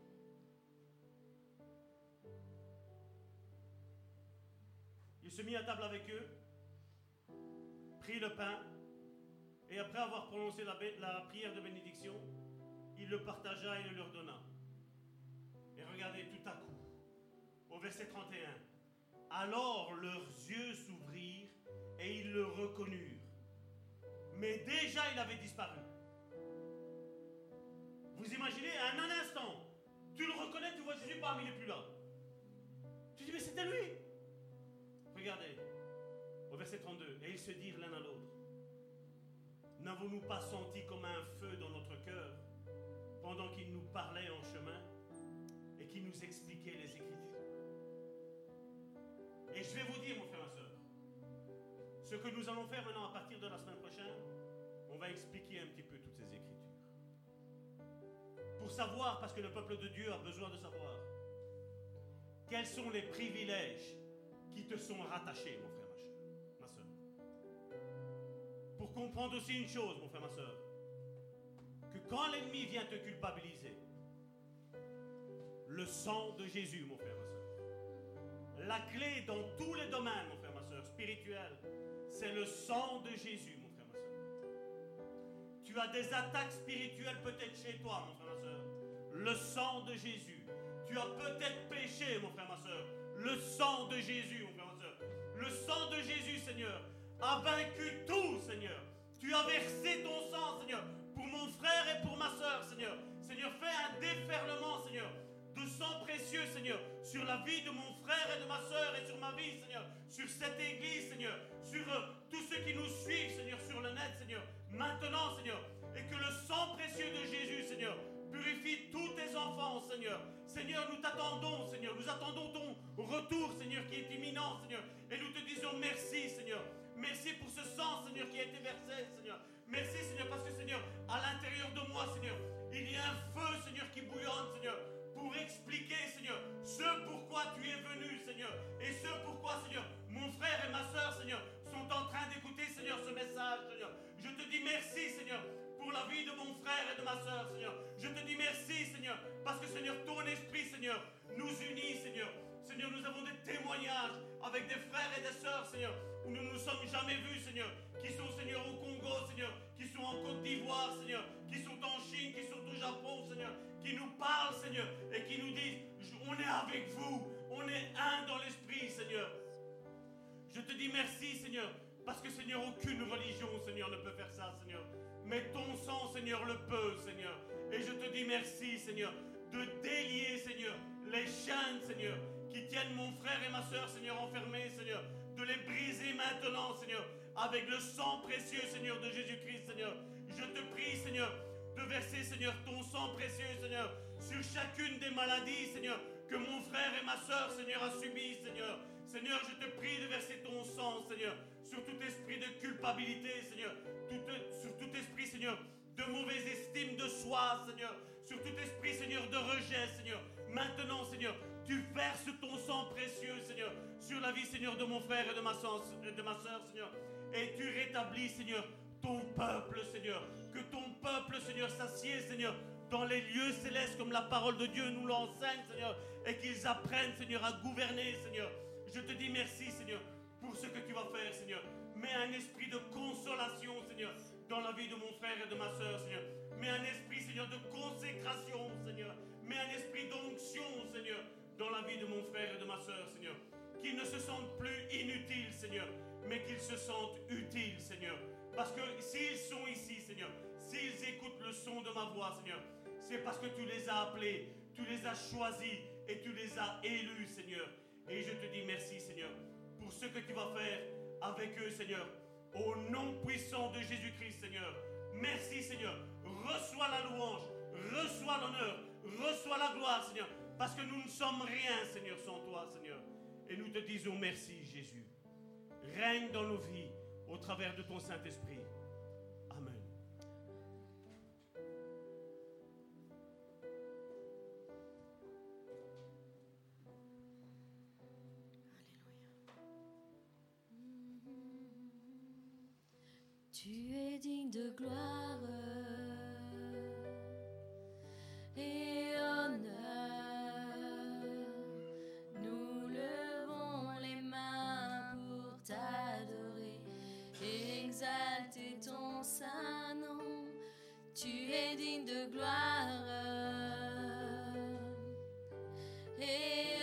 Il se mit à table avec eux, prit le pain, et après avoir prononcé la prière de bénédiction, il le partagea et le leur donna. Et regardez, tout à coup, au verset 31, alors leurs yeux s'ouvrirent et ils le reconnurent. Mais déjà il avait disparu. Vous imaginez, à un instant, tu le reconnais, tu vois Jésus, bam, il n'est plus là. Tu dis, mais c'était lui. Regardez, au verset 32, et ils se dirent l'un à l'autre, n'avons-nous pas senti comme un feu dans notre cœur pendant qu'il nous parlait en chemin et qu'il nous expliquait les Écritures? Et je vais vous dire, mon frère, ma soeur, ce que nous allons faire maintenant à partir de la semaine prochaine, on va expliquer un petit peu toutes ces Écritures. Pour savoir, parce que le peuple de Dieu a besoin de savoir, quels sont les privilèges qui te sont rattachés, mon frère, ma soeur. Pour comprendre aussi une chose, mon frère, ma soeur, que quand l'ennemi vient te culpabiliser, le sang de Jésus, mon frère, ma soeur, la clé dans tous les domaines, mon frère, ma soeur, spirituel, c'est le sang de Jésus, mon frère, ma soeur. Tu as des attaques spirituelles peut-être chez toi, mon frère, ma soeur. Le sang de Jésus. Tu as peut-être péché, mon frère, ma soeur. Le sang de Jésus, mon frère, ma soeur. Le sang de Jésus, Seigneur, a vaincu tout, Seigneur. Tu as versé ton sang, Seigneur, pour mon frère et pour ma soeur, Seigneur. Seigneur, fais un déferlement, Seigneur, de sang précieux, Seigneur, sur la vie de mon frère et de ma soeur et sur ma vie, Seigneur, sur cette église, Seigneur, sur tous ceux qui nous suivent, Seigneur, sur le net, Seigneur, maintenant, Seigneur, et que le sang précieux de Jésus, Seigneur, purifie tous tes enfants, Seigneur. Seigneur, nous t'attendons, Seigneur. Nous attendons ton retour, Seigneur, qui est imminent, Seigneur. Et nous te disons merci, Seigneur. Merci pour ce sang, Seigneur, qui a été versé, Seigneur. Merci, Seigneur, parce que, Seigneur, à l'intérieur de moi, Seigneur, il y a un feu, Seigneur, qui bouillonne, Seigneur, pour expliquer, Seigneur, ce pourquoi tu es venu, Seigneur. Et ce pourquoi, Seigneur, mon frère et ma soeur, Seigneur, sont en train d'écouter, Seigneur, ce message, Seigneur. Je te dis merci, Seigneur, pour la vie de mon frère et de ma soeur, Seigneur. Je te dis merci, Seigneur, parce que, Seigneur, ton esprit, Seigneur, nous unit, Seigneur. Seigneur, nous avons des témoignages avec des frères et des sœurs, Seigneur, où nous ne nous sommes jamais vus, Seigneur, qui sont, Seigneur, au Congo, Seigneur, qui sont en Côte d'Ivoire, Seigneur, qui sont en Chine, qui sont au Japon, Seigneur, qui nous parlent, Seigneur, et qui nous disent, on est avec vous, on est un dans l'esprit, Seigneur. Je te dis merci, Seigneur, parce que, Seigneur, aucune religion, Seigneur, ne peut faire ça, Seigneur. Mais ton sang, Seigneur, le peut, Seigneur. Et je te dis merci, Seigneur, de délier, Seigneur, les chaînes, Seigneur, qui tiennent mon frère et ma soeur, Seigneur, enfermés, Seigneur, de les briser maintenant, Seigneur, avec le sang précieux, Seigneur, de Jésus-Christ, Seigneur. Je te prie, Seigneur, de verser, Seigneur, ton sang précieux, Seigneur, sur chacune des maladies, Seigneur, que mon frère et ma soeur, Seigneur, a subies, Seigneur. Seigneur, je te prie de verser ton sang, Seigneur, sur tout esprit de culpabilité, Seigneur, sur tout esprit, Seigneur, de mauvaise estime de soi, Seigneur, sur tout esprit, Seigneur, de rejet, Seigneur. Maintenant, Seigneur, tu verses ton sang précieux, Seigneur, sur la vie, Seigneur, de mon frère et de ma sœur, Seigneur. Et tu rétablis, Seigneur, ton peuple, Seigneur. Que ton peuple, Seigneur, s'assied, Seigneur, dans les lieux célestes comme la parole de Dieu nous l'enseigne, Seigneur. Et qu'ils apprennent, Seigneur, à gouverner, Seigneur. Je te dis merci, Seigneur, pour ce que tu vas faire, Seigneur. Mets un esprit de consolation, Seigneur, dans la vie de mon frère et de ma sœur, Seigneur. Mets un esprit, Seigneur, de consécration, Seigneur. Mets un esprit d'onction, Seigneur, dans la vie de mon frère et de ma sœur, Seigneur. Qu'ils ne se sentent plus inutiles, Seigneur, mais qu'ils se sentent utiles, Seigneur. Parce que s'ils sont ici, Seigneur, s'ils écoutent le son de ma voix, Seigneur, c'est parce que tu les as appelés, tu les as choisis et tu les as élus, Seigneur. Et je te dis merci, Seigneur, pour ce que tu vas faire avec eux, Seigneur. Au nom puissant de Jésus-Christ, Seigneur. Merci, Seigneur. Reçois la louange, reçois l'honneur, reçois la gloire, Seigneur. Parce que nous ne sommes rien, Seigneur, sans toi, Seigneur. Et nous te disons merci, Jésus. Règne dans nos vies au travers de ton Saint-Esprit. Amen. Tu es digne de gloire et honneur. Nous levons les mains pour t'adorer et exalter ton saint nom. Tu es digne de gloire et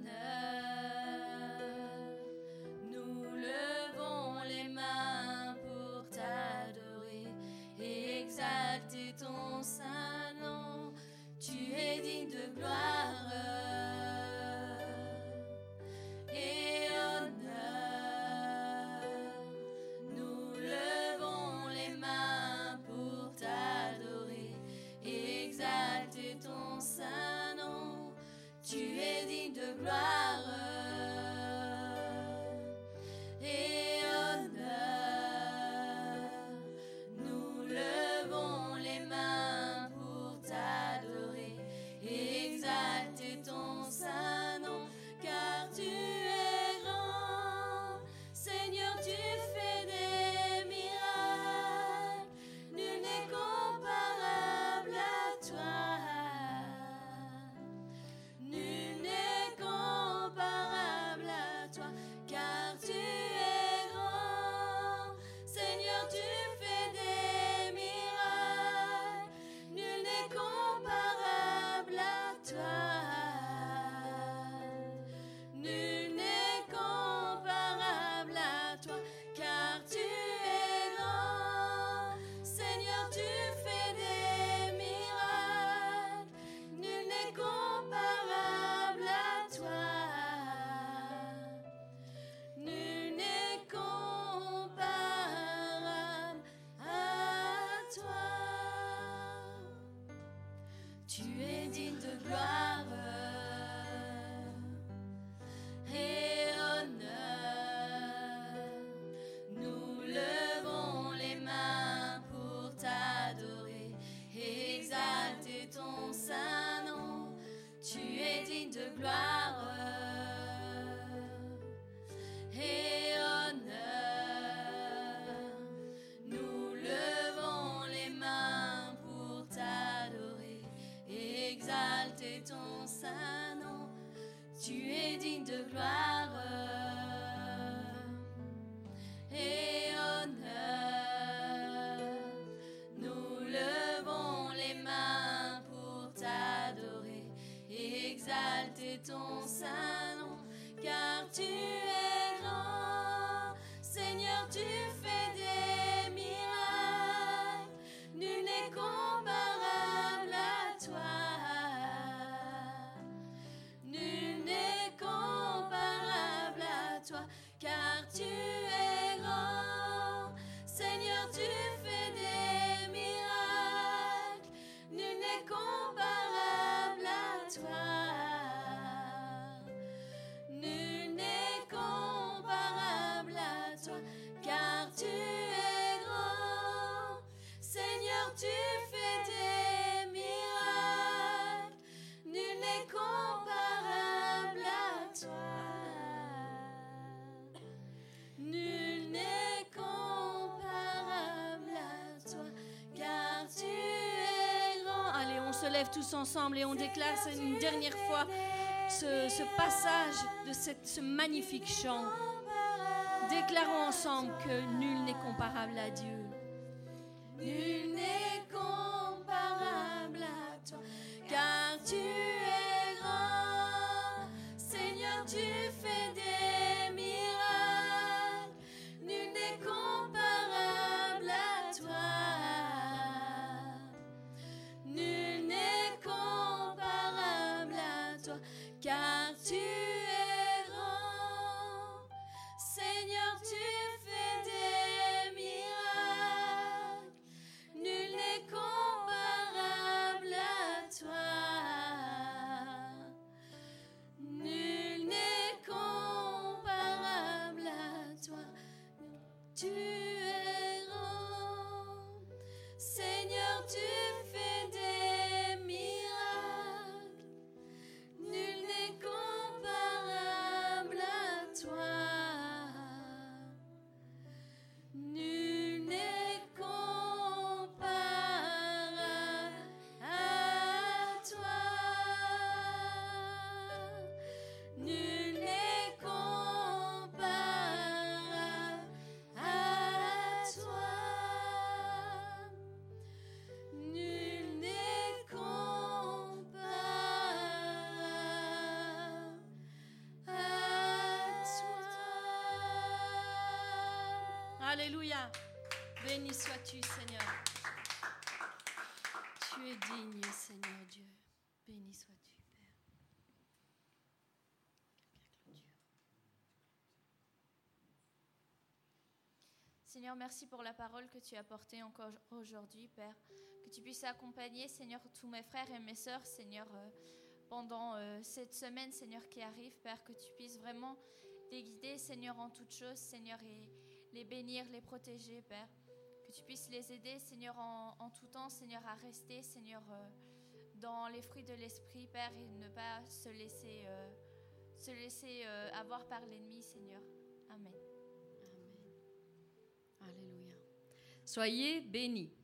honneur. Nous levons les mains pour t'adorer et exalter ton saint nom. Tu es digne de gloire et honneur. Nous levons les mains pour t'adorer et exalter ton saint nom. Tu es digne de gloire et honneur. Nous levons les mains pour t'adorer et exalter ton saint nom, car tu es grand. Seigneur, tu fais des miracles, nul n'est comparable à toi. Nul n'est comparable à toi, car tu es grand. Seigneur, tu fais des miracles, nul n'est comparable à toi. Nul n'est comparable à toi, car tu es grand. Seigneur, tu fais des miracles, nul n'est comparable à toi. Nul n'est comparable à toi. Tu es digne de gloire et honneur. Nous levons les mains pour t'adorer et exalter ton saint nom. Tu es digne de gloire et honneur. Nous levons les mains pour t'adorer et exalter ton saint nom. Tu es digne de gloire et honneur. Nous levons les mains pour t'adorer et exalter ton saint nom, car tu es grand. Seigneur, tu fais des miracles, nul n'est comparable à toi. Nul n'est comparable à toi, car tu es grand. Seigneur, tu fais des miracles, nul n'est comparable à toi. Nul n'est comparable lève tous ensemble et on déclare une dernière fois ce passage de ce magnifique chant. Déclarons ensemble que nul n'est comparable à Dieu. Nul n'est comparable à toi, car tu es grand. Seigneur, tu fais des miracles. Nul n'est comparable à toi. Nul n'est comparable à toi, car tu es grand. Seigneur, tu fais des miracles. Nul n'est comparable à toi. Nul n'est comparable à toi. Tu es grand. Seigneur, tu fais des miracles. Nul n'est comparable à toi. Nul n'est comparable à toi. Nul n'est comparable à toi. Nul n'est comparable à toi. Alléluia. Béni sois-tu, Seigneur. Tu es digne, Seigneur Dieu. Béni sois-tu, Père. Seigneur, merci pour la parole que tu as portée encore aujourd'hui, Père. Que tu puisses accompagner, Seigneur, tous mes frères et mes sœurs, Seigneur, pendant cette semaine, Seigneur, qui arrive, Père. Que tu puisses vraiment les guider, Seigneur, en toutes choses, Seigneur, et les bénir, les protéger, Père. Que tu puisses les aider, Seigneur, en tout temps, Seigneur, à rester, Seigneur, dans les fruits de l'Esprit, Père, et ne pas se laisser avoir par l'ennemi, Seigneur. Amen. Amen. Alléluia. Soyez bénis.